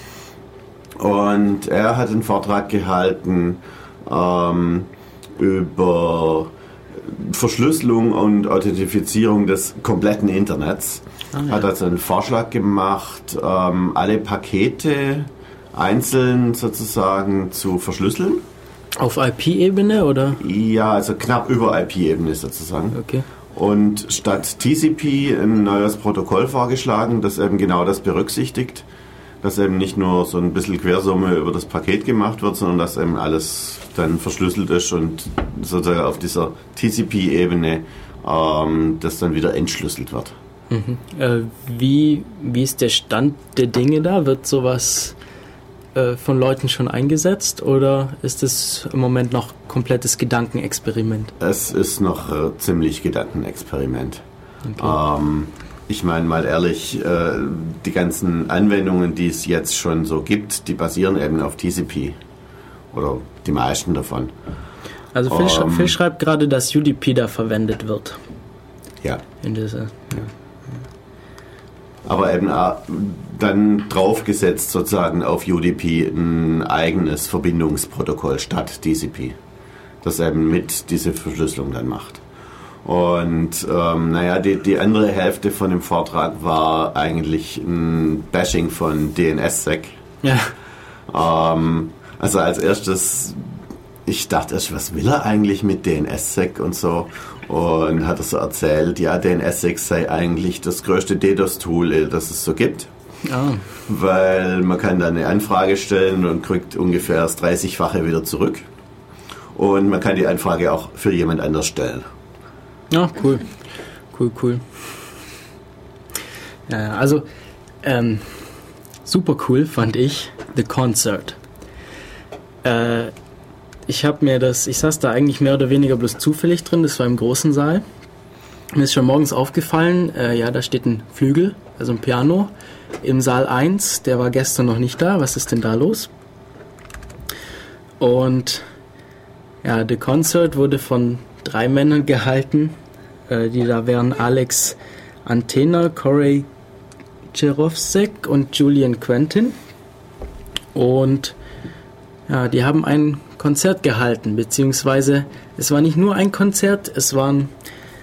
Und er hat einen Vortrag gehalten ähm, über Verschlüsselung und Authentifizierung des kompletten Internets. Ah, ja. Hat also einen Vorschlag gemacht, ähm, alle Pakete einzeln sozusagen zu verschlüsseln. Auf I P-Ebene oder? Ja, also knapp über I P-Ebene sozusagen. Okay. Und statt T C P ein neues Protokoll vorgeschlagen, das eben genau das berücksichtigt, dass eben nicht nur so ein bisschen Quersumme über das Paket gemacht wird, sondern dass eben alles dann verschlüsselt ist und sozusagen auf dieser T C P-Ebene ähm, das dann wieder entschlüsselt wird. Mhm. Äh, wie, wie ist der Stand der Dinge da? Wird sowas äh, von Leuten schon eingesetzt oder ist es im Moment noch komplettes Gedankenexperiment? Es ist noch äh, ziemlich Gedankenexperiment. Okay. Ähm, Ich meine mal ehrlich, äh, die ganzen Anwendungen, die es jetzt schon so gibt, die basieren eben auf T C P. Oder die meisten davon. Also Phil, sch Ähm, Phil schreibt gerade, dass U D P da verwendet wird. Ja. In dieser, ja. Aber eben äh, dann draufgesetzt sozusagen auf U D P ein eigenes Verbindungsprotokoll statt T C P. Das eben mit diese Verschlüsselung dann macht. Und ähm, naja, die, die andere Hälfte von dem Vortrag war eigentlich ein Bashing von D N S S E C. Ja. Ähm, also als erstes, ich dachte erst, was will er eigentlich mit D N S S E C und so. Und hat er so erzählt, ja, D N S S E C sei eigentlich das größte DDoS-Tool, das es so gibt. Ah. Weil man kann da eine Anfrage stellen und kriegt ungefähr das dreißigfache wieder zurück. Und man kann die Anfrage auch für jemand anders stellen. Ja, cool. Cool, cool. Ja, also, ähm, super cool fand ich The Concert. Äh, ich habe mir das, ich saß da eigentlich mehr oder weniger bloß zufällig drin, das war im großen Saal. Mir ist schon morgens aufgefallen, äh, ja, da steht ein Flügel, also ein Piano, im Saal eins, der war gestern noch nicht da, was ist denn da los? Und ja, The Concert wurde von drei Männern gehalten, äh, die da wären Alex Antena, Corey Cherovsek und Julian Quentin. Und ja, die haben ein Konzert gehalten, beziehungsweise es war nicht nur ein Konzert, es war ein,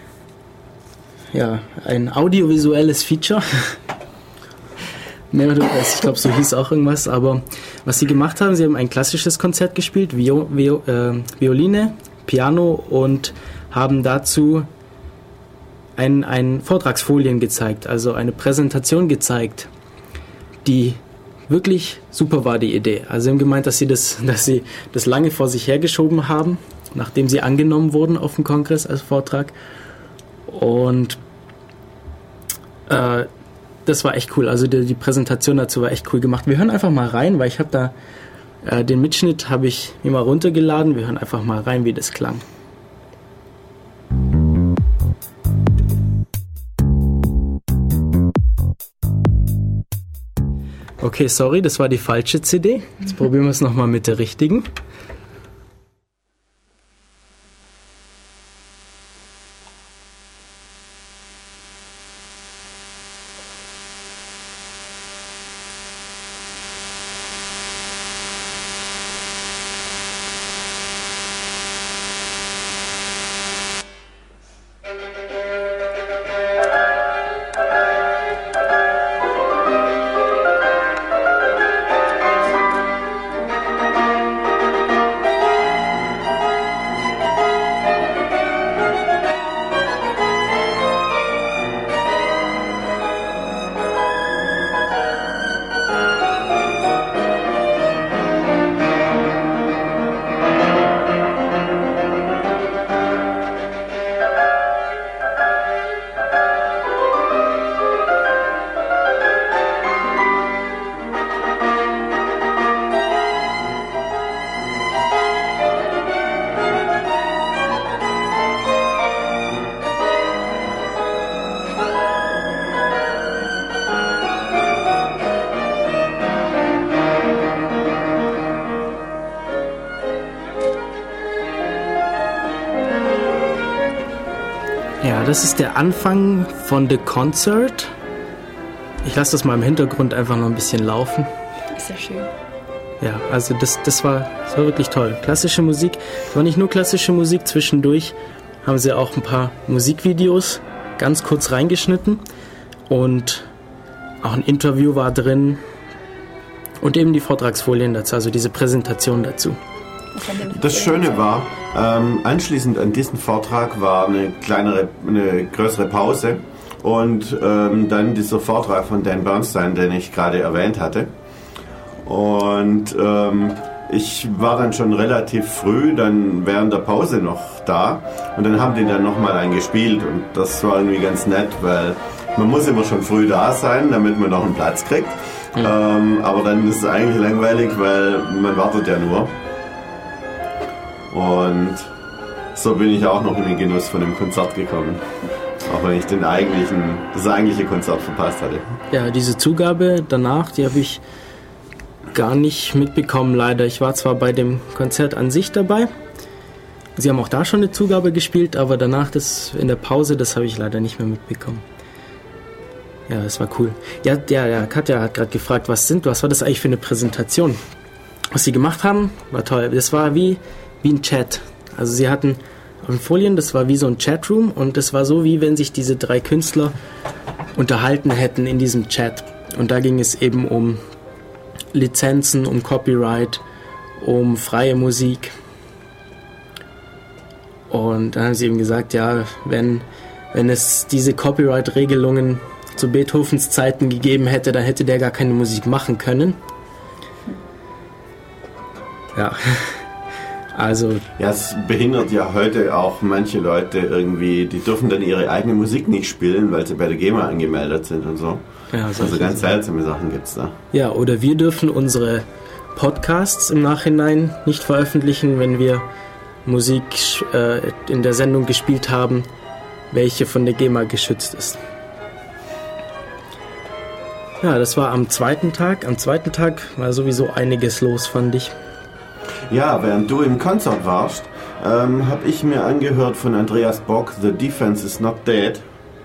ja, ein audiovisuelles Feature. Mehr oder weniger, ich glaube, so hieß auch irgendwas, aber was sie gemacht haben, sie haben ein klassisches Konzert gespielt, Vio, Vio, äh, Violine, Piano und haben dazu ein, ein Vortragsfolien gezeigt, also eine Präsentation gezeigt, die wirklich super war, die Idee. Also sie haben gemeint, dass sie das, dass sie das lange vor sich hergeschoben haben, nachdem sie angenommen wurden auf dem Kongress als Vortrag. Und äh, das war echt cool. Also die, die Präsentation dazu war echt cool gemacht. Wir hören einfach mal rein, weil ich habe da äh, den Mitschnitt habe ich mir mal runtergeladen. Wir hören einfach mal rein, wie das klang. Okay, sorry, das war die falsche C D. Jetzt probieren wir es nochmal mit der richtigen. Ja, das ist der Anfang von The Concert. Ich lasse das mal im Hintergrund einfach noch ein bisschen laufen. Ist ja schön. Ja, also das, das, war, das war wirklich toll. Klassische Musik. Es war nicht nur klassische Musik, zwischendurch haben sie auch ein paar Musikvideos ganz kurz reingeschnitten. Und auch ein Interview war drin. Und eben die Vortragsfolien dazu, also diese Präsentation dazu. Das Schöne war, ähm, anschließend an diesen Vortrag war eine kleinere, eine größere Pause und ähm, dann dieser Vortrag von Dan Bernstein, den ich gerade erwähnt hatte. Und ähm, ich war dann schon relativ früh dann während der Pause noch da und dann haben die dann nochmal eingespielt und das war irgendwie ganz nett, weil man muss immer schon früh da sein, damit man noch einen Platz kriegt. Mhm. Ähm, aber dann ist es eigentlich langweilig, weil man wartet ja nur. Und so bin ich auch noch in den Genuss von dem Konzert gekommen. Auch wenn ich den eigentlichen, das eigentliche Konzert verpasst hatte. Ja, diese Zugabe danach, die habe ich gar nicht mitbekommen, leider. Ich war zwar bei dem Konzert an sich dabei. Sie haben auch da schon eine Zugabe gespielt, aber danach das in der Pause, das habe ich leider nicht mehr mitbekommen. Ja, das war cool. Ja, ja, ja Katja hat gerade gefragt, was sind, was war das eigentlich für eine Präsentation? Was sie gemacht haben, war toll. Das war wie wie ein Chat. Also sie hatten auf den Folien, das war wie so ein Chatroom und das war so, wie wenn sich diese drei Künstler unterhalten hätten in diesem Chat. Und da ging es eben um Lizenzen, um Copyright, um freie Musik. Und dann haben sie eben gesagt, ja, wenn, wenn es diese Copyright-Regelungen zu Beethovens Zeiten gegeben hätte, dann hätte der gar keine Musik machen können. Ja. Also ja, es behindert ja heute auch manche Leute irgendwie, die dürfen dann ihre eigene Musik nicht spielen, weil sie bei der GEMA angemeldet sind und so. Ja, also ganz seltsame Sachen gibt's da. Ja, oder wir dürfen unsere Podcasts im Nachhinein nicht veröffentlichen, wenn wir Musik äh, in der Sendung gespielt haben, welche von der GEMA geschützt ist. Ja, das war am zweiten Tag. Am zweiten Tag war sowieso einiges los, fand ich. Ja, während du im Konzert warst, ähm, habe ich mir angehört von Andreas Bock, The Defense is Not Dead.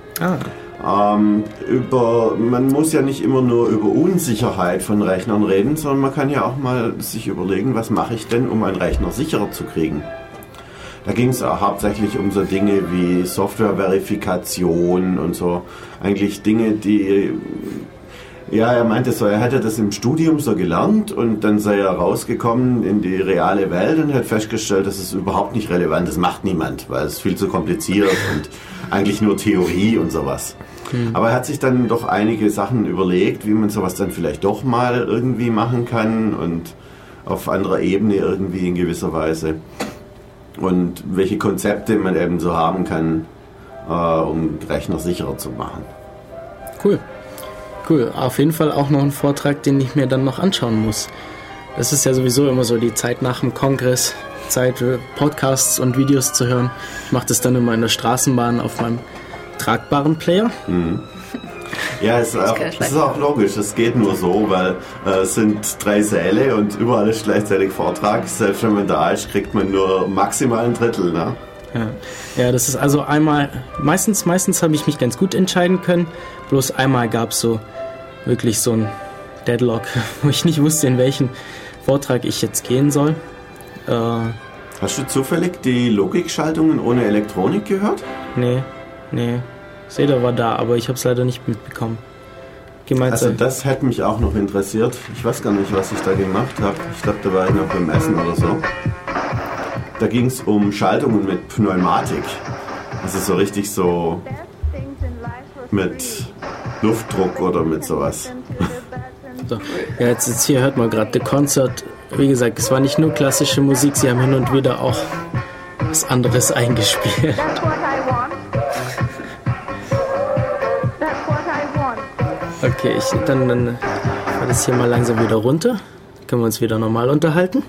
Ah. Ähm, über, man muss ja nicht immer nur über Unsicherheit von Rechnern reden, sondern man kann ja auch mal sich überlegen, was mache ich denn, um einen Rechner sicherer zu kriegen. Da ging es hauptsächlich um so Dinge wie Software-Verifikation und so. Eigentlich Dinge, die... Ja, er meinte so, er hätte das im Studium so gelernt und dann sei er rausgekommen in die reale Welt und hat festgestellt, das ist überhaupt nicht relevant, das macht niemand, weil es viel zu kompliziert und eigentlich nur Theorie und sowas. Mhm. Aber er hat sich dann doch einige Sachen überlegt, wie man sowas dann vielleicht doch mal irgendwie machen kann und auf anderer Ebene irgendwie in gewisser Weise. Und welche Konzepte man eben so haben kann, äh, um Rechner sicherer zu machen. Cool. Cool, auf jeden Fall auch noch ein Vortrag, den ich mir dann noch anschauen muss. Das ist ja sowieso immer so die Zeit nach dem Kongress, Zeit für Podcasts und Videos zu hören. Ich mache das dann immer in der Straßenbahn auf meinem tragbaren Player. Mhm. Ja, es ist, auch, es ist auch logisch, es geht nur so, weil äh, es sind drei Säle und überall ist gleichzeitig Vortrag. Selbst wenn man da ist, kriegt man nur maximal ein Drittel, ne? Ja. ja, das ist also einmal, meistens, meistens habe ich mich ganz gut entscheiden können, bloß einmal gab es so wirklich so ein Deadlock, wo ich nicht wusste, in welchen Vortrag ich jetzt gehen soll. Äh, Hast du zufällig die Logikschaltungen ohne Elektronik gehört? Nee, nee. Seda war da, aber ich habe es leider nicht mitbekommen. Gemeint also das hätte mich auch noch interessiert. Ich weiß gar nicht, was ich da gemacht habe. Ich glaube, da war ich noch beim Essen oder so. Da ging es um Schaltungen mit Pneumatik. Also so richtig so mit Luftdruck oder mit sowas. So. Ja, jetzt, jetzt hier hört man gerade The Concert. Wie gesagt, es war nicht nur klassische Musik, sie haben hin und wieder auch was anderes eingespielt. Okay, ich, dann, dann fahr das hier mal langsam wieder runter. Können wir uns wieder normal unterhalten.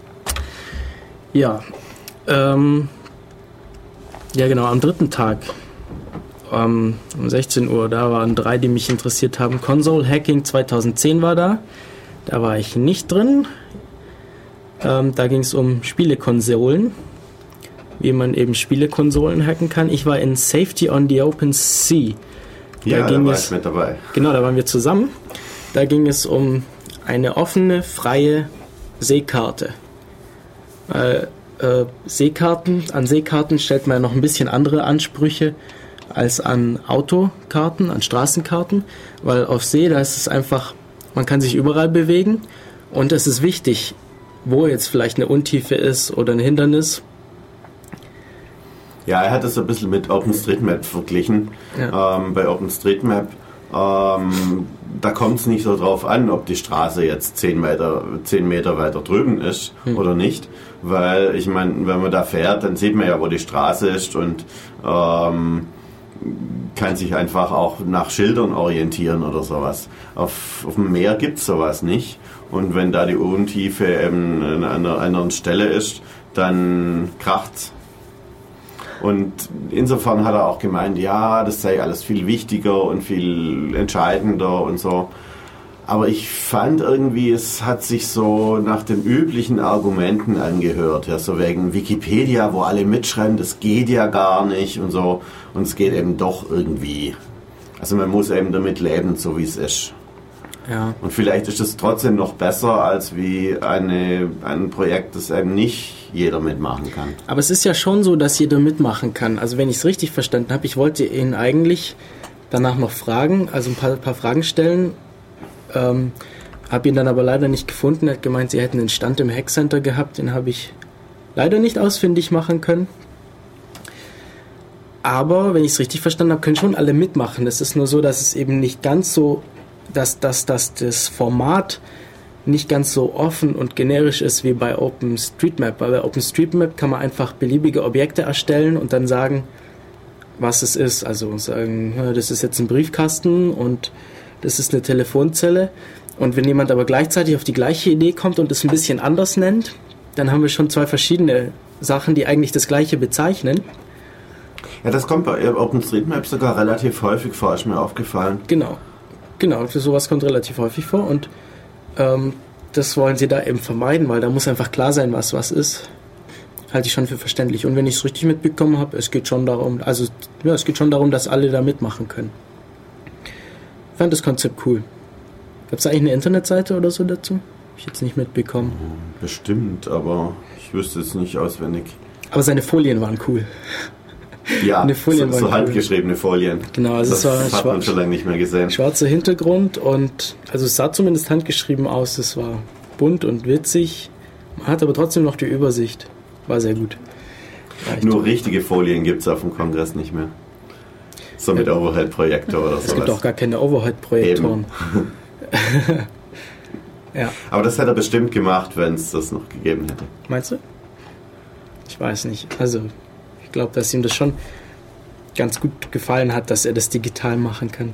Ja, ähm, ja genau, am dritten Tag, ähm, um sechzehn Uhr, da waren drei, die mich interessiert haben. Console Hacking zweitausendzehn war da, da war ich nicht drin. Ähm, da ging es um Spielekonsolen. wie man eben Spielekonsolen hacken kann. Ich war in Safety on the Open Sea. Da Ja, ging da war es, ich mit dabei. Genau, da waren wir zusammen. Da ging es um eine offene, freie Seekarte. Äh, äh, Seekarten, an Seekarten stellt man ja noch ein bisschen andere Ansprüche als an Autokarten, an Straßenkarten, weil auf See, da ist es einfach, man kann sich überall bewegen und es ist wichtig, wo jetzt vielleicht eine Untiefe ist oder ein Hindernis. Ja, er hat es ein bisschen mit OpenStreetMap verglichen. Ja. Ähm, bei OpenStreetMap, ähm, da kommt es nicht so drauf an, ob die Straße jetzt zehn Meter, zehn Meter weiter drüben ist hm. oder nicht. Weil, ich meine, wenn man da fährt, dann sieht man ja, wo die Straße ist und ähm, kann sich einfach auch nach Schildern orientieren oder sowas. Auf, auf dem Meer gibt es sowas nicht. Und wenn da die Untiefe eben an einer anderen Stelle ist, dann kracht's. Und insofern hat er auch gemeint, ja, das sei alles viel wichtiger und viel entscheidender und so. Aber ich fand irgendwie, es hat sich so nach den üblichen Argumenten angehört. Ja, so wegen Wikipedia, wo alle mitschreiben, das geht ja gar nicht und so. Und es geht eben doch irgendwie. Also man muss eben damit leben, so wie es ist. Ja. Und vielleicht ist es trotzdem noch besser als wie eine, ein Projekt, das eben nicht jeder mitmachen kann. Aber es ist ja schon so, dass jeder mitmachen kann. Also wenn ich es richtig verstanden habe, ich wollte ihn eigentlich danach noch fragen, also ein paar, paar Fragen stellen, ähm, habe ihn dann aber leider nicht gefunden. Er hat gemeint, sie hätten einen Stand im Hackcenter gehabt, den habe ich leider nicht ausfindig machen können. Aber wenn ich es richtig verstanden habe, können schon alle mitmachen. Es ist nur so, dass es eben nicht ganz so, dass, dass, dass das Format nicht ganz so offen und generisch ist wie bei OpenStreetMap. Weil bei OpenStreetMap kann man einfach beliebige Objekte erstellen und dann sagen, was es ist. Also sagen, das ist jetzt ein Briefkasten und das ist eine Telefonzelle. Und wenn jemand aber gleichzeitig auf die gleiche Idee kommt und es ein bisschen anders nennt, dann haben wir schon zwei verschiedene Sachen, die eigentlich das Gleiche bezeichnen. Ja, das kommt bei OpenStreetMap sogar relativ häufig vor, ist mir aufgefallen. Genau, genau, für sowas kommt relativ häufig vor und ähm, das wollen sie da eben vermeiden, weil da muss einfach klar sein, was was ist. Halte ich schon für verständlich. Und wenn ich es richtig mitbekommen habe, es geht schon darum, also ja, es geht schon darum, dass alle da mitmachen können. Ich fand das Konzept cool. Gab es eigentlich eine Internetseite oder so dazu? Habe ich jetzt nicht mitbekommen. Bestimmt, aber ich wüsste es nicht auswendig. Aber seine Folien waren cool. Ja, Eine Folien so, so waren handgeschriebene Folien. Genau, also das es war hat man schwarz, schon lange nicht mehr gesehen. schwarzer Hintergrund und also es sah zumindest handgeschrieben aus. Es war bunt und witzig. Man hat aber trotzdem noch die Übersicht. War sehr gut. Reicht Nur doch. richtige Folien gibt es auf dem Kongress nicht mehr. So mit Ja. Overhead-Projektor oder Es sowas. gibt auch gar keine Overhead-Projektoren. Ja, Aber das hätte er bestimmt gemacht, wenn es das noch gegeben hätte. meinst du? Ich weiß nicht. Also, ich glaube, dass ihm das schon ganz gut gefallen hat, dass er das digital machen kann.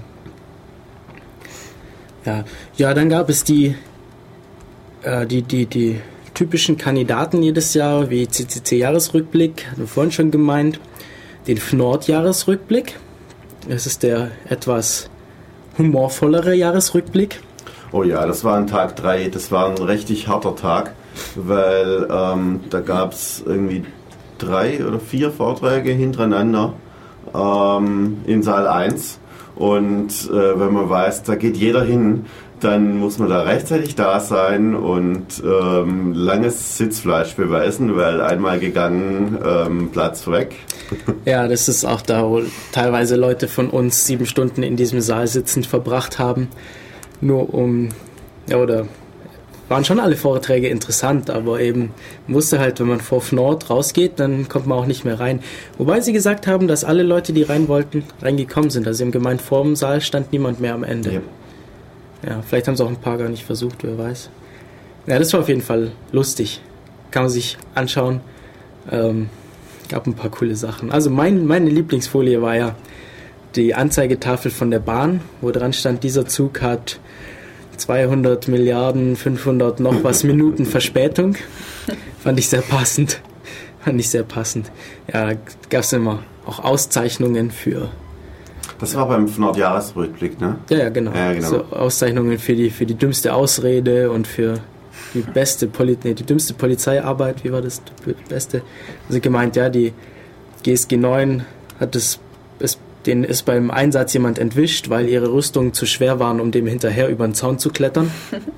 Ja, ja, dann gab es die, äh, die, die, die typischen Kandidaten jedes Jahr, wie C C C-Jahresrückblick, hatten wir vorhin schon gemeint, den F N O R D-Jahresrückblick. Das ist der etwas humorvollere Jahresrückblick. Oh ja, das war an Tag drei, das war ein richtig harter Tag, weil ähm, da gab es irgendwie drei oder vier Vorträge hintereinander ähm, in Saal eins und äh, wenn man weiß, da geht jeder hin, dann muss man da rechtzeitig da sein und ähm, langes Sitzfleisch beweisen, weil einmal gegangen, ähm, Platz weg. Ja, das ist auch da, wo teilweise Leute von uns sieben Stunden in diesem Saal sitzend verbracht haben, nur um, ja, oder waren schon alle Vorträge interessant, aber eben wusste halt, wenn man vor F N O R D rausgeht, dann kommt man auch nicht mehr rein. Wobei sie gesagt haben, dass alle Leute, die rein wollten, reingekommen sind. Also sie haben gemeint, vor dem Saal stand niemand mehr am Ende. Ja. Ja, vielleicht haben es auch ein paar gar nicht versucht, wer weiß. Ja, das war auf jeden Fall lustig. Kann man sich anschauen. Ähm, gab ein paar coole Sachen. Also mein, meine Lieblingsfolie war ja die Anzeigetafel von der Bahn, wo dran stand, dieser Zug hat zweihundert Milliarden, fünfhundert noch was Minuten Verspätung. Fand ich sehr passend. Fand ich sehr passend. Ja, da gab es immer auch Auszeichnungen für... Das war beim F N O R D-Jahresrückblick, ne? Ja, ja, genau. Ja, genau. So Auszeichnungen für die, für die dümmste Ausrede und für die beste Poli nee, die dümmste Polizeiarbeit, wie war das? Die beste? Also gemeint, ja, die G S G neun hat das, es, denen ist beim Einsatz jemand entwischt, weil ihre Rüstungen zu schwer waren, um dem hinterher über den Zaun zu klettern.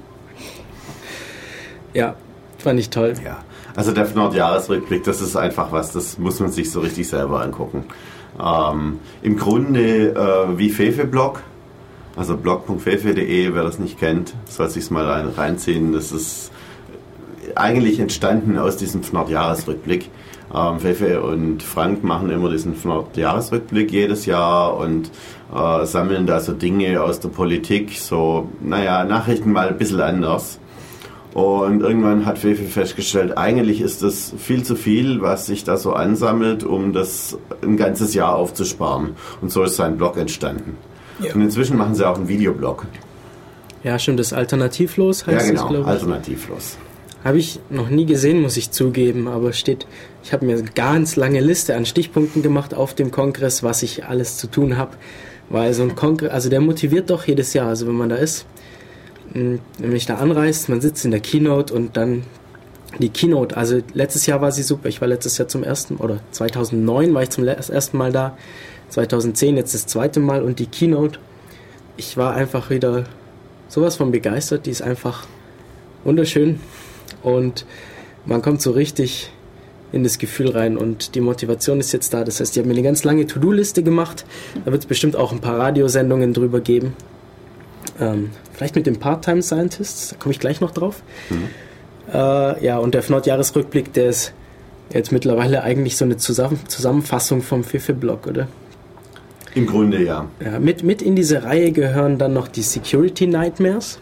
Ja, fand ich toll. Ja, also der Nordjahresrückblick, das ist einfach was, das muss man sich so richtig selber angucken. Ähm, Im Grunde äh, wie Fefe-Blog, also blog punkt fefe punkt de, wer das nicht kennt, soll sich's mal rein, reinziehen. Das ist eigentlich entstanden aus diesem Nordjahresrückblick. Ähm, Fefe und Frank machen immer diesen Nordjahresrückblick jedes Jahr und äh, sammeln da so Dinge aus der Politik, so, naja, Nachrichten mal ein bisschen anders. Und irgendwann hat Fefe festgestellt, eigentlich ist das viel zu viel, was sich da so ansammelt, um das ein ganzes Jahr aufzusparen. Und so ist sein Blog entstanden. Ja. Und inzwischen machen sie auch einen Videoblog. Ja, stimmt, das Alternativlos heißt ja, genau, es, glaube ich. Alternativlos. Habe ich noch nie gesehen, muss ich zugeben, aber steht, ich habe mir eine ganz lange Liste an Stichpunkten gemacht auf dem Kongress, was ich alles zu tun habe, weil so ein Kongress, also der motiviert doch jedes Jahr, also wenn man da ist, wenn ich da anreist, man sitzt in der Keynote und dann die Keynote, also letztes Jahr war sie super, ich war letztes Jahr zum ersten, oder zweitausendneun war ich zum ersten Mal da, zweitausendzehn jetzt das zweite Mal und die Keynote, ich war einfach wieder sowas von begeistert, die ist einfach wunderschön und man kommt so richtig in das Gefühl rein und die Motivation ist jetzt da, das heißt, ich habe mir eine ganz lange To-Do-Liste gemacht, da wird es bestimmt auch ein paar Radiosendungen drüber geben. Ähm, vielleicht mit dem Part-Time Scientists, da komme ich gleich noch drauf. Mhm. Äh, ja, und der Nordjahresrückblick, der ist jetzt mittlerweile eigentlich so eine Zusammen- Zusammenfassung vom Fefe-Blog, oder? Im Grunde ja. Ja, mit, mit in diese Reihe gehören dann noch die Security Nightmares.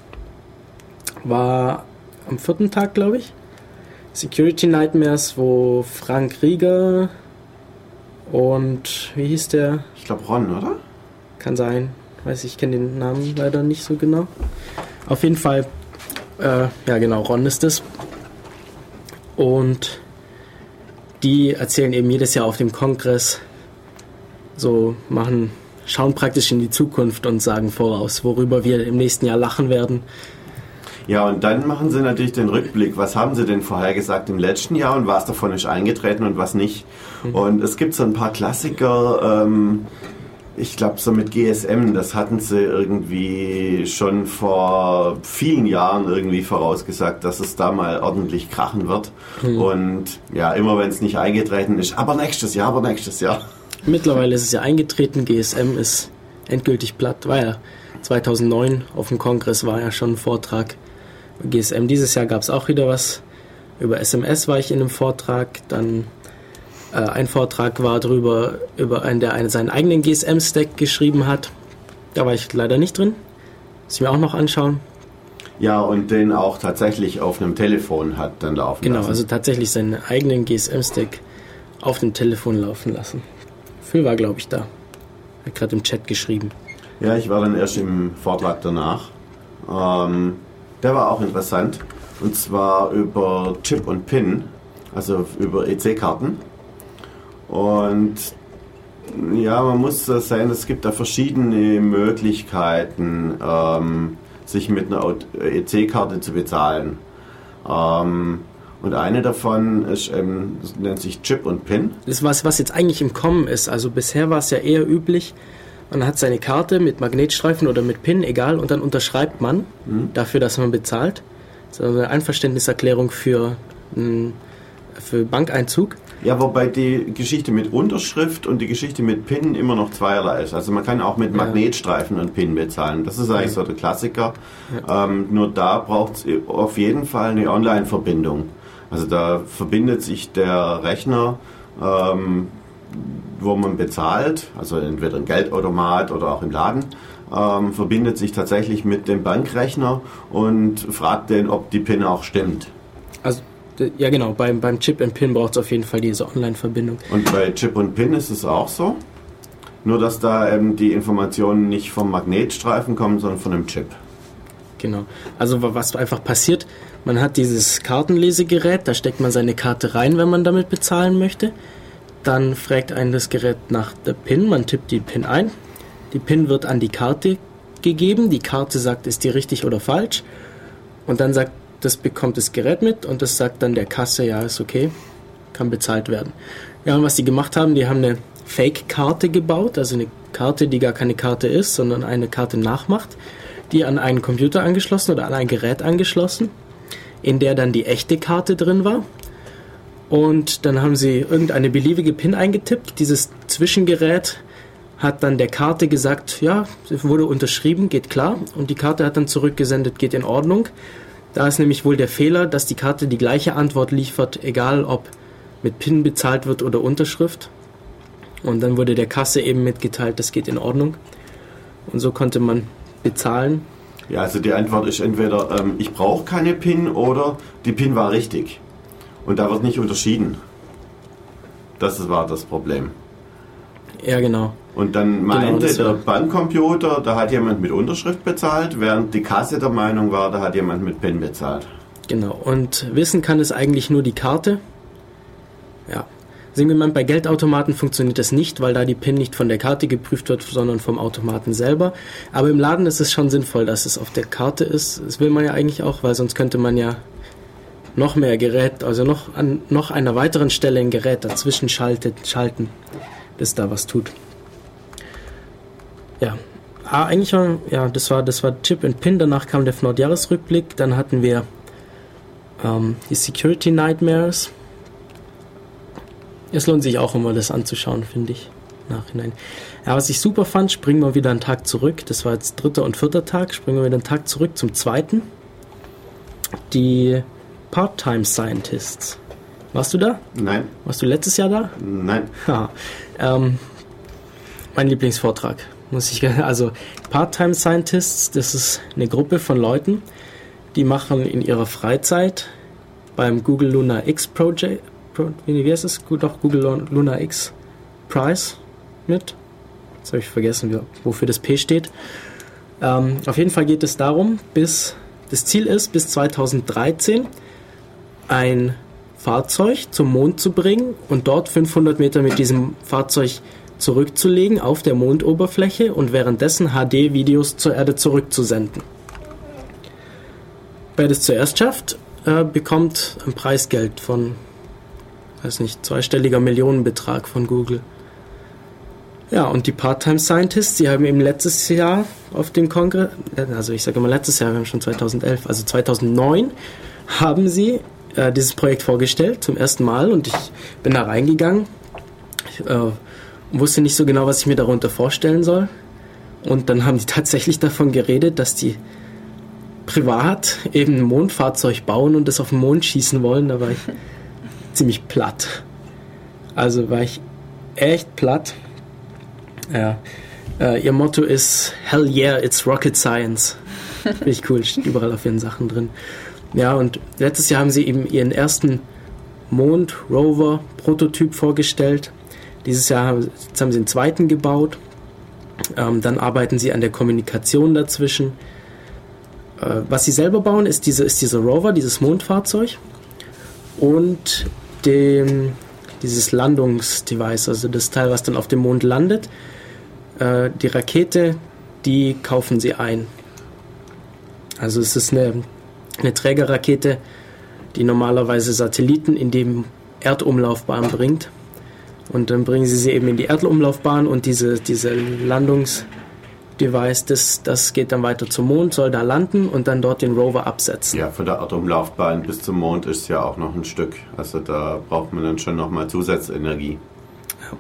War am vierten Tag, glaube ich. Security Nightmares, wo Frank Rieger und wie hieß der? Ich glaube Ron, oder? Kann sein. Weiß ich, kenne den Namen leider nicht so genau. Auf jeden Fall, äh, ja genau, Ron ist es. Und die erzählen eben jedes Jahr auf dem Kongress, so machen, schauen praktisch in die Zukunft und sagen voraus, worüber wir im nächsten Jahr lachen werden. Ja, und dann machen sie natürlich den Rückblick. Was haben sie denn vorhergesagt im letzten Jahr und was davon ist eingetreten und was nicht? Mhm. Und es gibt so ein paar Klassiker, ähm, ich glaube, so mit G S M, das hatten sie irgendwie schon vor vielen Jahren irgendwie vorausgesagt, dass es da mal ordentlich krachen wird. Mhm. Und ja, immer wenn es nicht eingetreten ist, aber nächstes Jahr, aber nächstes Jahr. Mittlerweile ist es ja eingetreten, G S M ist endgültig platt, war ja zweitausendneun auf dem Kongress, war ja schon ein Vortrag über G S M. Dieses Jahr gab es auch wieder was, über S M S war ich in einem Vortrag, dann ein Vortrag war darüber, über einen, der einen, seinen eigenen G S M-Stack geschrieben hat. Da war ich leider nicht drin. Muss ich mir auch noch anschauen. Ja, und den auch tatsächlich auf einem Telefon hat dann laufen genau, lassen. Genau, also tatsächlich seinen eigenen G S M-Stack auf dem Telefon laufen lassen. Phil war, glaube ich, da. Hat gerade im Chat geschrieben. Ja, ich war dann erst im Vortrag danach. Ähm, der war auch interessant. Und zwar über Chip und Pin, also über E C-Karten. Und ja, man muss sagen, es gibt da verschiedene Möglichkeiten, ähm, sich mit einer E C-Karte zu bezahlen. Ähm, und eine davon ist, ähm, das nennt sich Chip und Pin. Das ist was, was jetzt eigentlich im Kommen ist. Also bisher war es ja eher üblich, man hat seine Karte mit Magnetstreifen oder mit Pin, egal, und dann unterschreibt man mhm. dafür, dass man bezahlt. Das ist also eine Einverständniserklärung für, für Bankeinzug. Ja, wobei die Geschichte mit Unterschrift und die Geschichte mit PIN immer noch zweierlei ist. Also man kann auch mit Magnetstreifen und PIN bezahlen. Das ist eigentlich ja. so der Klassiker. Ja. Ähm, nur da braucht es auf jeden Fall eine Online-Verbindung. Also da verbindet sich der Rechner, ähm, wo man bezahlt, also entweder im Geldautomat oder auch im Laden, ähm, verbindet sich tatsächlich mit dem Bankrechner und fragt den, ob die PIN auch stimmt. Also ja genau, beim, beim Chip und Pin braucht es auf jeden Fall diese Online-Verbindung. Und bei Chip und Pin ist es auch so, nur dass da eben die Informationen nicht vom Magnetstreifen kommen, sondern von dem Chip. Genau, also was einfach passiert, man hat dieses Kartenlesegerät, da steckt man seine Karte rein, wenn man damit bezahlen möchte. Dann fragt einen das Gerät nach der PIN, man tippt die PIN ein, die PIN wird an die Karte gegeben, die Karte sagt, ist die richtig oder falsch und dann sagt das bekommt das Gerät mit und das sagt dann der Kasse, ja, ist okay, kann bezahlt werden. Ja, und was die gemacht haben, die haben eine Fake-Karte gebaut, also eine Karte, die gar keine Karte ist, sondern eine Karte nachmacht, die an einen Computer angeschlossen oder an ein Gerät angeschlossen, in der dann die echte Karte drin war. Und dann haben sie irgendeine beliebige PIN eingetippt. Dieses Zwischengerät hat dann der Karte gesagt, ja, wurde unterschrieben, geht klar. Und die Karte hat dann zurückgesendet, geht in Ordnung. Da ist nämlich wohl der Fehler, dass die Karte die gleiche Antwort liefert, egal ob mit PIN bezahlt wird oder Unterschrift. Und dann wurde der Kasse eben mitgeteilt, das geht in Ordnung. Und so konnte man bezahlen. Ja, also die Antwort ist entweder, ähm, ich brauche keine PIN oder die PIN war richtig. Und da wird nicht unterschieden. Das war das Problem. Ja, genau. Und dann meinte genau, der Bankcomputer, da hat jemand mit Unterschrift bezahlt, während die Kasse der Meinung war, da hat jemand mit PIN bezahlt. Genau. Und wissen kann es eigentlich nur die Karte. Ja. Sind gemeint, bei Geldautomaten funktioniert das nicht, weil da die PIN nicht von der Karte geprüft wird, sondern vom Automaten selber. Aber im Laden ist es schon sinnvoll, dass es auf der Karte ist. Das will man ja eigentlich auch, weil sonst könnte man ja noch mehr Gerät, also noch an noch einer weiteren Stelle ein Gerät dazwischen schaltet, schalten, das da was tut. Ja, ah, eigentlich war, ja, das war, das war Chip and Pin, danach kam der F N O D-Jahresrückblick, dann hatten wir ähm, die Security Nightmares. Es lohnt sich auch immer, das anzuschauen, finde ich, nachhinein. Ja, was ich super fand, springen wir wieder einen Tag zurück, das war jetzt dritter und vierter Tag, springen wir wieder einen Tag zurück zum zweiten. Die Part-Time Scientists. Warst du da? Nein. Warst du letztes Jahr da? Nein. Ja, ähm, mein Lieblingsvortrag. Muss ich, also Part-Time Scientists, das ist eine Gruppe von Leuten, die machen in ihrer Freizeit beim Google Lunar X Project, Pro, wie heißt es? Doch, Google Lunar X Prize mit. Jetzt habe ich vergessen, wofür das P steht. Ähm, auf jeden Fall geht es darum, bis das Ziel ist, bis zweitausenddreizehn ein Fahrzeug zum Mond zu bringen und dort fünfhundert Meter mit diesem Fahrzeug zurückzulegen auf der Mondoberfläche und währenddessen H D-Videos zur Erde zurückzusenden. Wer das zuerst schafft, äh, bekommt ein Preisgeld von, weiß nicht, zweistelliger Millionenbetrag von Google. Ja, und die Part-Time Scientists, die haben eben letztes Jahr auf dem Kongress, also ich sage immer letztes Jahr, wir haben schon zweitausendelf, also zweitausendneun, haben sie äh, dieses Projekt vorgestellt zum ersten Mal und ich bin da reingegangen. Ich äh, wusste nicht so genau, was ich mir darunter vorstellen soll. Und dann haben die tatsächlich davon geredet, dass die privat eben ein Mondfahrzeug bauen und das auf den Mond schießen wollen. Da war ich ziemlich platt. Also war ich echt platt. Ja. Äh, ihr Motto ist Hell yeah, it's rocket science. Finde ich cool, steht überall auf ihren Sachen drin. Ja, und letztes Jahr haben sie eben ihren ersten Mond-Rover-Prototyp vorgestellt. Dieses Jahr haben, jetzt haben sie den zweiten gebaut. Ähm, dann arbeiten sie an der Kommunikation dazwischen. Äh, was sie selber bauen, ist, diese, ist dieser Rover, dieses Mondfahrzeug. Und dem, dieses Landungsdevice, also das Teil, was dann auf dem Mond landet. Äh, die Rakete, die kaufen sie ein. Also es ist eine, eine Trägerrakete, die normalerweise Satelliten in die Erdumlaufbahn bringt. Und dann bringen sie sie eben in die Erdumlaufbahn und diese, diese Landungsdevice, das, das geht dann weiter zum Mond, soll da landen und dann dort den Rover absetzen. Ja, von der Erdumlaufbahn bis zum Mond ist ja auch noch ein Stück. Also da braucht man dann schon nochmal Zusatzenergie. Ja.